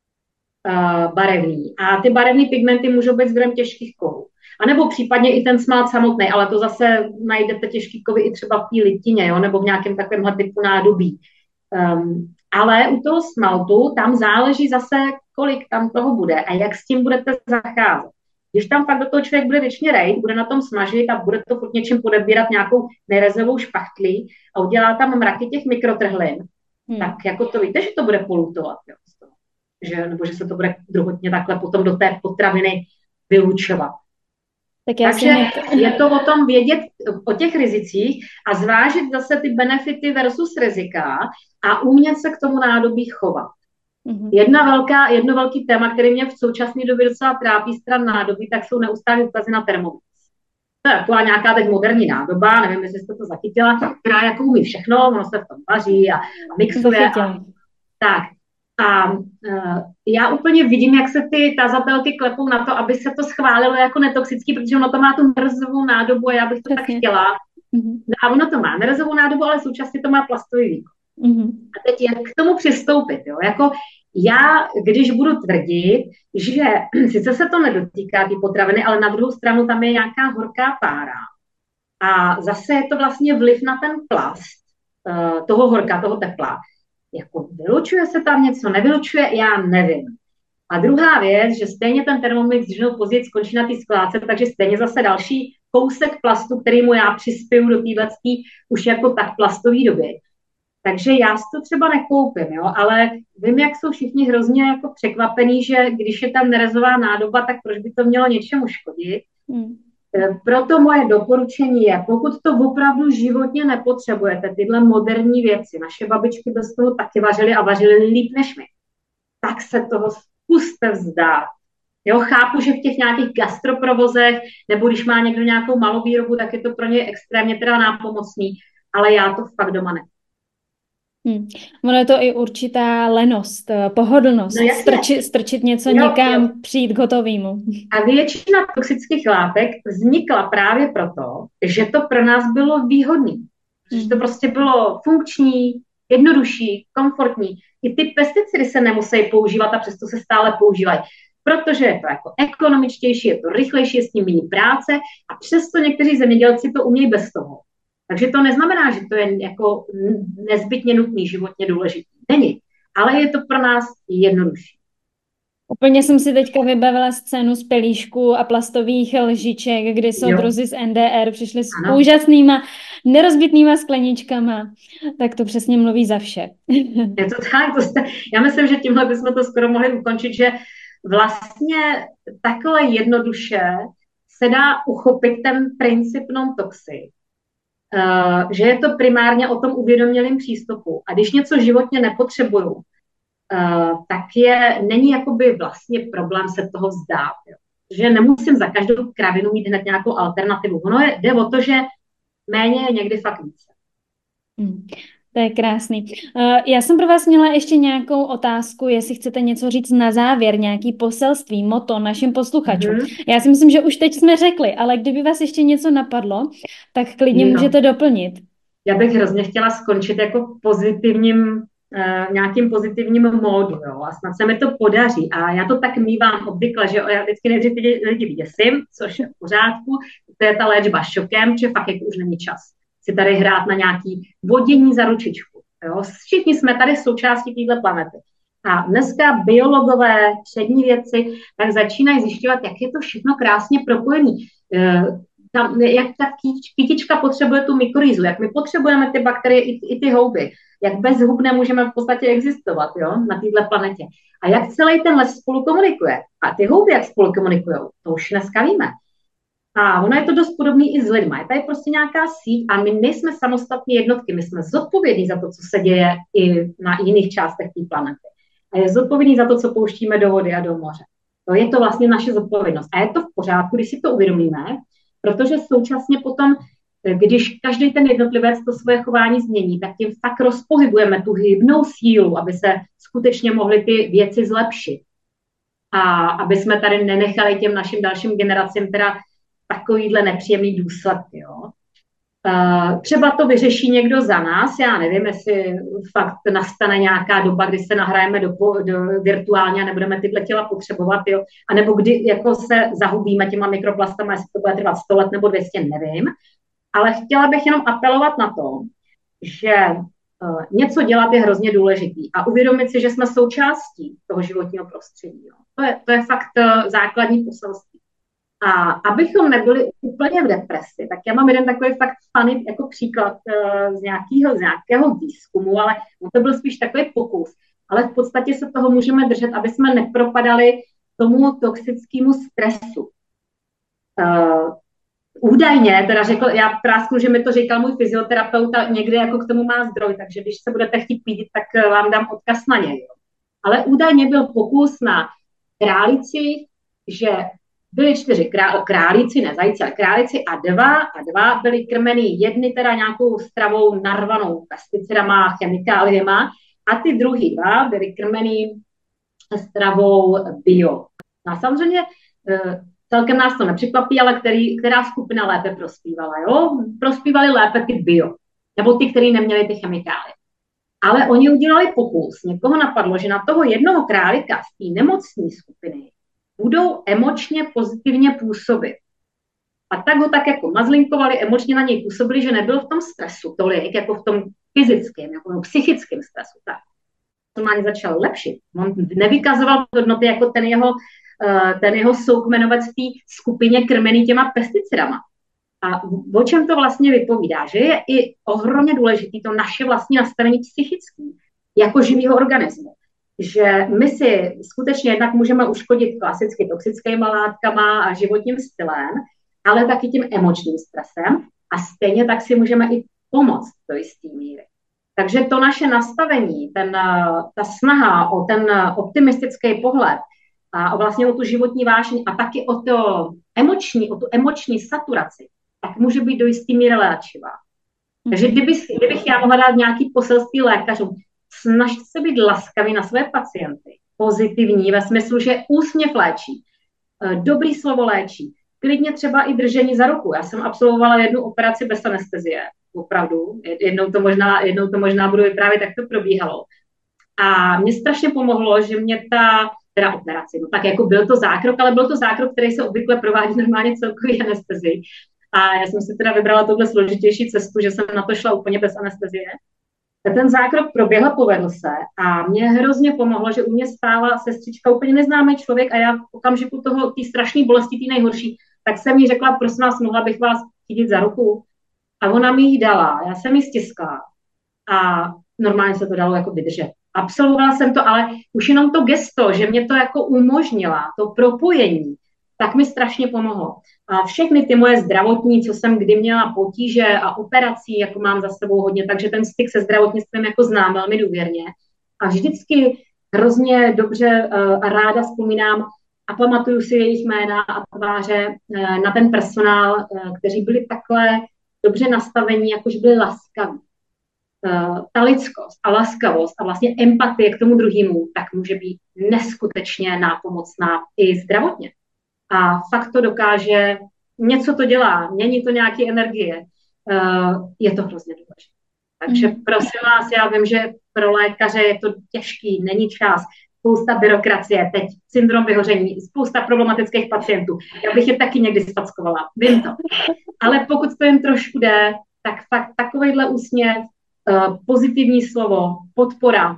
uh, barevný. A ty barevné pigmenty můžou být zdrojem těžkých kovů. A nebo případně i ten smalt samotný, ale to zase najdete těžký kovy i třeba v té litině, jo, nebo v nějakém takovémhle typu nádobí. Um, ale u toho smaltu tam záleží zase, kolik tam toho bude a jak s tím budete zacházet. Když tam fakt do toho člověk bude věčně rejt, bude na tom smažit a bude to furt něčím podebírat nějakou nerezovou špachtlí a udělá tam mraky těch mikrotrhlin, hmm. tak jako to víte, že to bude polutovat. Jo, že, nebo že se to bude druhotně takhle potom do té potraviny vylučovat. Tak Takže je to o tom vědět o těch rizicích a zvážit zase ty benefity versus rizika a umět se k tomu nádobí chovat. Mm-hmm. Jedna velká, jedno velký téma, který mě v současné době docela trápí stran nádobí, tak jsou neustále dotazy na Thermomix. To je taková nějaká teď moderní nádoba, nevím, jestli jste to zachytila, která jako umí všechno, ono se v tom vaří a, a mixuje. A, tak. A uh, já úplně vidím, jak se ty tazatelky klepou na to, aby se to schválilo jako netoxický, protože ono to má tu nerezovou nádobu a já bych to Přesně. tak chtěla. Mm-hmm. A ono to má nerezovou nádobu, ale současně to má plastový výkon. Mm-hmm. A teď jak k tomu přistoupit, jo? Jako já, když budu tvrdit, že sice se to nedotýká ty potraviny, ale na druhou stranu tam je nějaká horká pára. A zase je to vlastně vliv na ten plast uh, toho horka, toho tepla. Jako vylučuje se tam něco, nevylučuje, já nevím. A druhá věc, že stejně ten Thermomix dřív později skončí na té skládce, takže stejně zase další kousek plastu, kterýmu já přispěju do této už jako tak plastový doby. Takže já si to třeba nekoupím, jo, ale vím, jak jsou všichni hrozně jako překvapení, že když je tam nerezová nádoba, tak proč by to mělo něčemu škodit. Hmm. Proto moje doporučení je, pokud to opravdu životně nepotřebujete, tyhle moderní věci, naše babičky bez toho taky vařily a vařily líp než my, tak se toho zkuste vzdát. Jo, chápu, že v těch nějakých gastroprovozech, nebo když má někdo nějakou malou výrobu, tak je to pro ně extrémně teda nápomocný, ale já to fakt doma ne. Hmm. Ono je to i určitá lenost, pohodlnost, no strčit, strčit něco jo, někam, jo. Přijít k hotovému. A většina toxických látek vznikla právě proto, že to pro nás bylo výhodné. Hmm. Že to prostě bylo funkční, jednodušší, komfortní. I ty pesticidy se nemusí používat a přesto se stále používají. Protože je to jako ekonomičtější, je to rychlejší, je s tím méně práce a přesto někteří zemědělci to umějí bez toho. Takže to neznamená, že to je jako nezbytně nutný, životně důležitý. Není, ale je to pro nás jednodušší. Úplně jsem si teďka vybavila scénu z pelíšku a plastových lžiček, kdy jsou druzi z N D R přišli s ano. úžasnýma, nerozbitnýma skleničkama. Tak to přesně mluví za vše. Je to tak, to jste, já myslím, že tímhle bychom to skoro mohli ukončit, že vlastně takhle jednoduše se dá uchopit ten princip non-toxic. Uh, že je to primárně o tom uvědomělém přístupu. A když něco životně nepotřebuju, uh, tak je, není jakoby vlastně problém se toho vzdát. Jo. Že nemusím za každou kravinu mít hned nějakou alternativu. Ono je, jde o to, že méně je někdy fakt více. Hmm. To je krásný. Uh, já jsem pro vás měla ještě nějakou otázku, jestli chcete něco říct na závěr, nějaký poselství, moto našim posluchačům. Mm-hmm. Já si myslím, že už teď jsme řekli, ale kdyby vás ještě něco napadlo, tak klidně no. můžete doplnit. Já bych hrozně chtěla skončit jako pozitivním, uh, nějakým pozitivním módu, jo, a snad se mi to podaří. A já to tak mívám obvykle, že já vždycky nejdřív lidi, lidi vyděsím, což je v pořádku, to je ta léčba šokem, že fakt jako už není čas si tady hrát na nějaký vodění za ručičku. Jo? Všichni jsme tady součástí téhle planety. A dneska biologové, přední věci, tak začínají zjišťovat, jak je to všechno krásně propojené. E, tam, jak ta kytička potřebuje tu mykorýzu, jak my potřebujeme ty bakterie i, i ty houby, jak bez hub nemůžeme v podstatě existovat, jo? Na téhle planetě. A jak celý ten les spolu komunikuje. A ty houby jak spolu komunikují, to už dneska víme. A ono je to dost podobný i s lidmi. Je tady prostě nějaká síť a my nejsme samostatné jednotky, my jsme zodpovědní za to, co se děje i na jiných částech té planety. A je zodpovědný za to, co pouštíme do vody a do moře. To je to vlastně naše zodpovědnost. A je to v pořádku, když si to uvědomíme, protože současně potom, když každý ten jednotlivec to svoje chování změní, tak tím fakt rozpohybujeme tu hybnou sílu, aby se skutečně mohly ty věci zlepšit. A aby jsme tady nenechali těm našim dalším generacím teda takovýhle nepříjemný důsledky. Jo. Uh, třeba to vyřeší někdo za nás, já nevím, jestli fakt nastane nějaká doba, kdy se nahrajeme do, do virtuálně a nebudeme tyhle těla potřebovat, jo. A nebo kdy jako se zahubíme těma mikroplastama, jestli to bude trvat sto let nebo dvě stě, nevím. Ale chtěla bych jenom apelovat na to, že uh, něco dělat je hrozně důležitý a uvědomit si, že jsme součástí toho životního prostředí. Jo. To je, to je fakt uh, základní poselství. A abychom nebyli úplně v depresi, tak já mám jeden takový fakt funny jako příklad uh, z, nějakého, z nějakého výzkumu, ale to byl spíš takový pokus. Ale v podstatě se toho můžeme držet, aby jsme nepropadali tomu toxickému stresu. Uh, údajně, teda řekl, já prásknu, že mi to říkal můj fyzioterapeut a někde jako k tomu má zdroj, takže když se budete chtít pídit, tak vám dám odkaz na něj. Ale údajně byl pokus na králici, že byli čtyři krá, králíci, ne zajíci, ale králíci a dva a dva byli krmení jedny teda nějakou stravou narvanou pesticidama, chemikáliema a ty druhý dva byli krmení stravou bio. A samozřejmě celkem nás to nepřekvapí, ale který, která skupina lépe prospívala, jo? Prospívali lépe ty bio, nebo ty, který neměli ty chemikálie. Ale oni udělali pokus, někoho napadlo, že na toho jednoho králíka z té nemocní skupiny budou emočně pozitivně působit. A tak ho tak jako mazlinkovali, emočně na něj působili, že nebyl v tom stresu tolik, jako v tom fyzickém, jako v psychickém stresu. Tak normálně začal lepšit. On nevykazoval hodnoty jako ten jeho, ten jeho soukmenovec v té skupině krmený těma pesticidama. A o čem to vlastně vypovídá? Že je i ohromně důležité to naše vlastní nastavení psychické, jako živého organismu. Že my si skutečně jednak můžeme uškodit klasicky toxickými látkama a životním stylem, ale taky tím emočním stresem a stejně tak si můžeme i pomoct do jisté míry. Takže to naše nastavení, ten, ta snaha o ten optimistický pohled a vlastně o tu životní vášeň a taky o, to emoční, o tu emoční saturaci, tak může být do jistý míry léčivá. Takže kdyby, kdybych já mohla dát nějaký poselství lékařům, snažte se být laskaví na své pacienty, pozitivní ve smyslu, že úsměv léčí, dobrý slovo léčí, klidně třeba i držení za ruku. Já jsem absolvovala jednu operaci bez anestezie, opravdu, jednou to možná, jednou to možná budu vyprávět, jak to probíhalo. A mě strašně pomohlo, že mě ta, teda operaci, no tak jako byl to zákrok, ale byl to zákrok, který se obvykle provádí normálně celkový anestezii. A já jsem si teda vybrala tohle složitější cestu, že jsem na to šla úplně bez anestezie. Ten zákrok proběhl, povedl se a mě hrozně pomohlo, že u mě stála sestřička, úplně neznámý člověk a já v okamžiku toho, té strašné bolesti, té nejhorší, tak jsem jí řekla, prosím vás, mohla bych vás chytit za ruku. A ona mi ji dala, já jsem ji stiskla a normálně se to dalo jako vydržet. Absolvovala jsem to, ale už jenom to gesto, že mě to jako umožnila, to propojení, tak mi strašně pomohlo. A všechny ty moje zdravotní, co jsem kdy měla potíže a operací, jako mám za sebou hodně, takže ten styk se zdravotnictvím jako znám velmi důvěrně. A vždycky hrozně dobře a ráda vzpomínám a pamatuju si jejich jména a tváře na ten personál, kteří byli takhle dobře nastavení, jakože byli laskaví. Ta lidskost a laskavost a vlastně empatie k tomu druhému, tak může být neskutečně nápomocná i zdravotně. A fakt to dokáže, něco to dělá, mění to nějaké energie. Je to hrozně důležité. Takže mm. prosím vás, já vím, že pro lékaře je to těžký, není čas, spousta byrokracie, teď syndrom vyhoření, spousta problematických pacientů. Já bych je taky někdy spackovala, vím to. Ale pokud to jen trošku jde, tak fakt takovejhle úsměv, pozitivní slovo, podpora,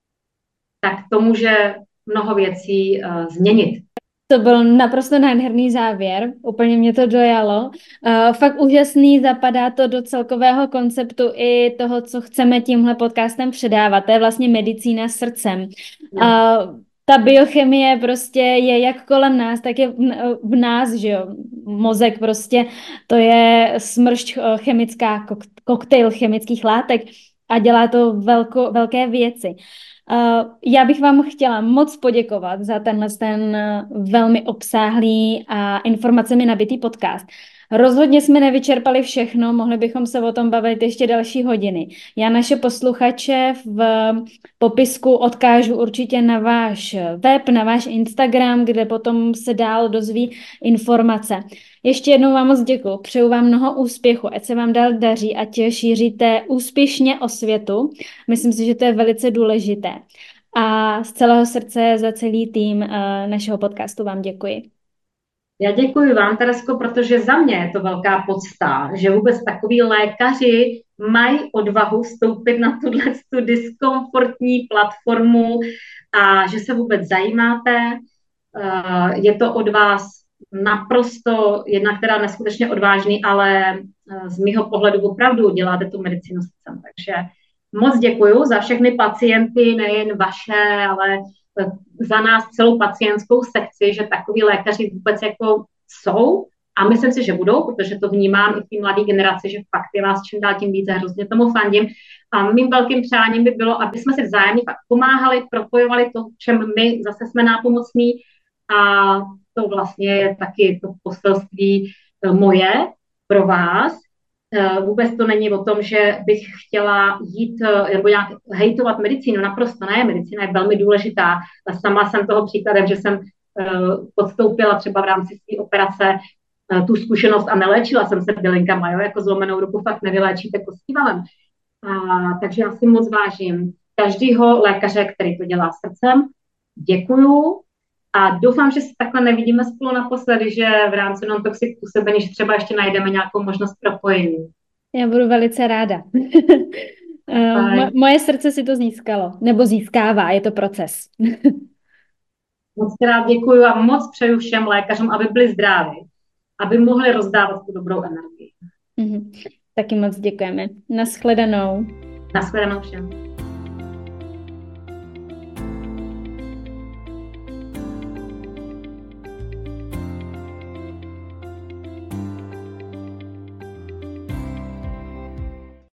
tak to může mnoho věcí změnit. To byl naprosto nádherný závěr, úplně mě to dojalo. Uh, fakt úžasný, zapadá to do celkového konceptu i toho, co chceme tímhle podcastem předávat. To je vlastně medicína srdcem. Uh, ta biochemie prostě je jak kolem nás, tak je v, v nás, že jo. Mozek prostě, to je smršť chemická, koktejl chemických látek a dělá to velko, velké věci. Uh, já bych vám chtěla moc poděkovat za tenhle ten velmi obsáhlý a informacemi nabitý podcast. Rozhodně jsme nevyčerpali všechno, mohli bychom se o tom bavit ještě další hodiny. Já naše posluchače v popisku odkážu určitě na váš web, na váš Instagram, kde potom se dál dozví informace. Ještě jednou vám moc děkuji, přeju vám mnoho úspěchu, ať se vám dál daří, ať šíříte úspěšně osvětu. Myslím si, že to je velice důležité. A z celého srdce za celý tým našeho podcastu vám děkuji. Já děkuji vám, Teresko, protože za mě je to velká podsta, že vůbec takoví lékaři mají odvahu vstoupit na tuhle tu diskomfortní platformu a že se vůbec zajímáte. Je to od vás naprosto jedna, která neskutečně odvážný, ale z mýho pohledu opravdu děláte tu medicínu srdcem. Takže moc děkuji za všechny pacienty, nejen vaše, ale za nás celou pacientskou sekci, že takoví lékaři vůbec jako jsou a myslím si, že budou, protože to vnímám i v té mladé generaci, že fakt je vás čím dál tím více, hrozně tomu fandím. A mým velkým přáním by bylo, aby jsme si vzájemně fakt pomáhali, propojovali to, v čem my zase jsme nápomocní a to vlastně je taky to poselství moje pro vás. Vůbec to není o tom, že bych chtěla jít nebo nějak hejtovat medicínu, naprosto ne, medicína je velmi důležitá. Sama jsem toho příkladem, že jsem podstoupila třeba v rámci své operace tu zkušenost a neléčila jsem se bylinkama, jo, jako zlomenou ruku fakt nevyléčíte kostním valem. A, takže já si moc vážím každého lékaře, který to dělá srdcem. Děkuju a doufám, že se takhle nevidíme spolu naposledy, že v rámci non-toxic působení, že třeba ještě najdeme nějakou možnost propojení. Já budu velice ráda. Mo- moje srdce si to získalo, nebo získává, je to proces. Moc krát děkuju a moc přeju všem lékařům, aby byli zdraví, aby mohli rozdávat tu dobrou energii. Mm-hmm. Taky moc děkujeme. Naschledanou. Naschledanou všem.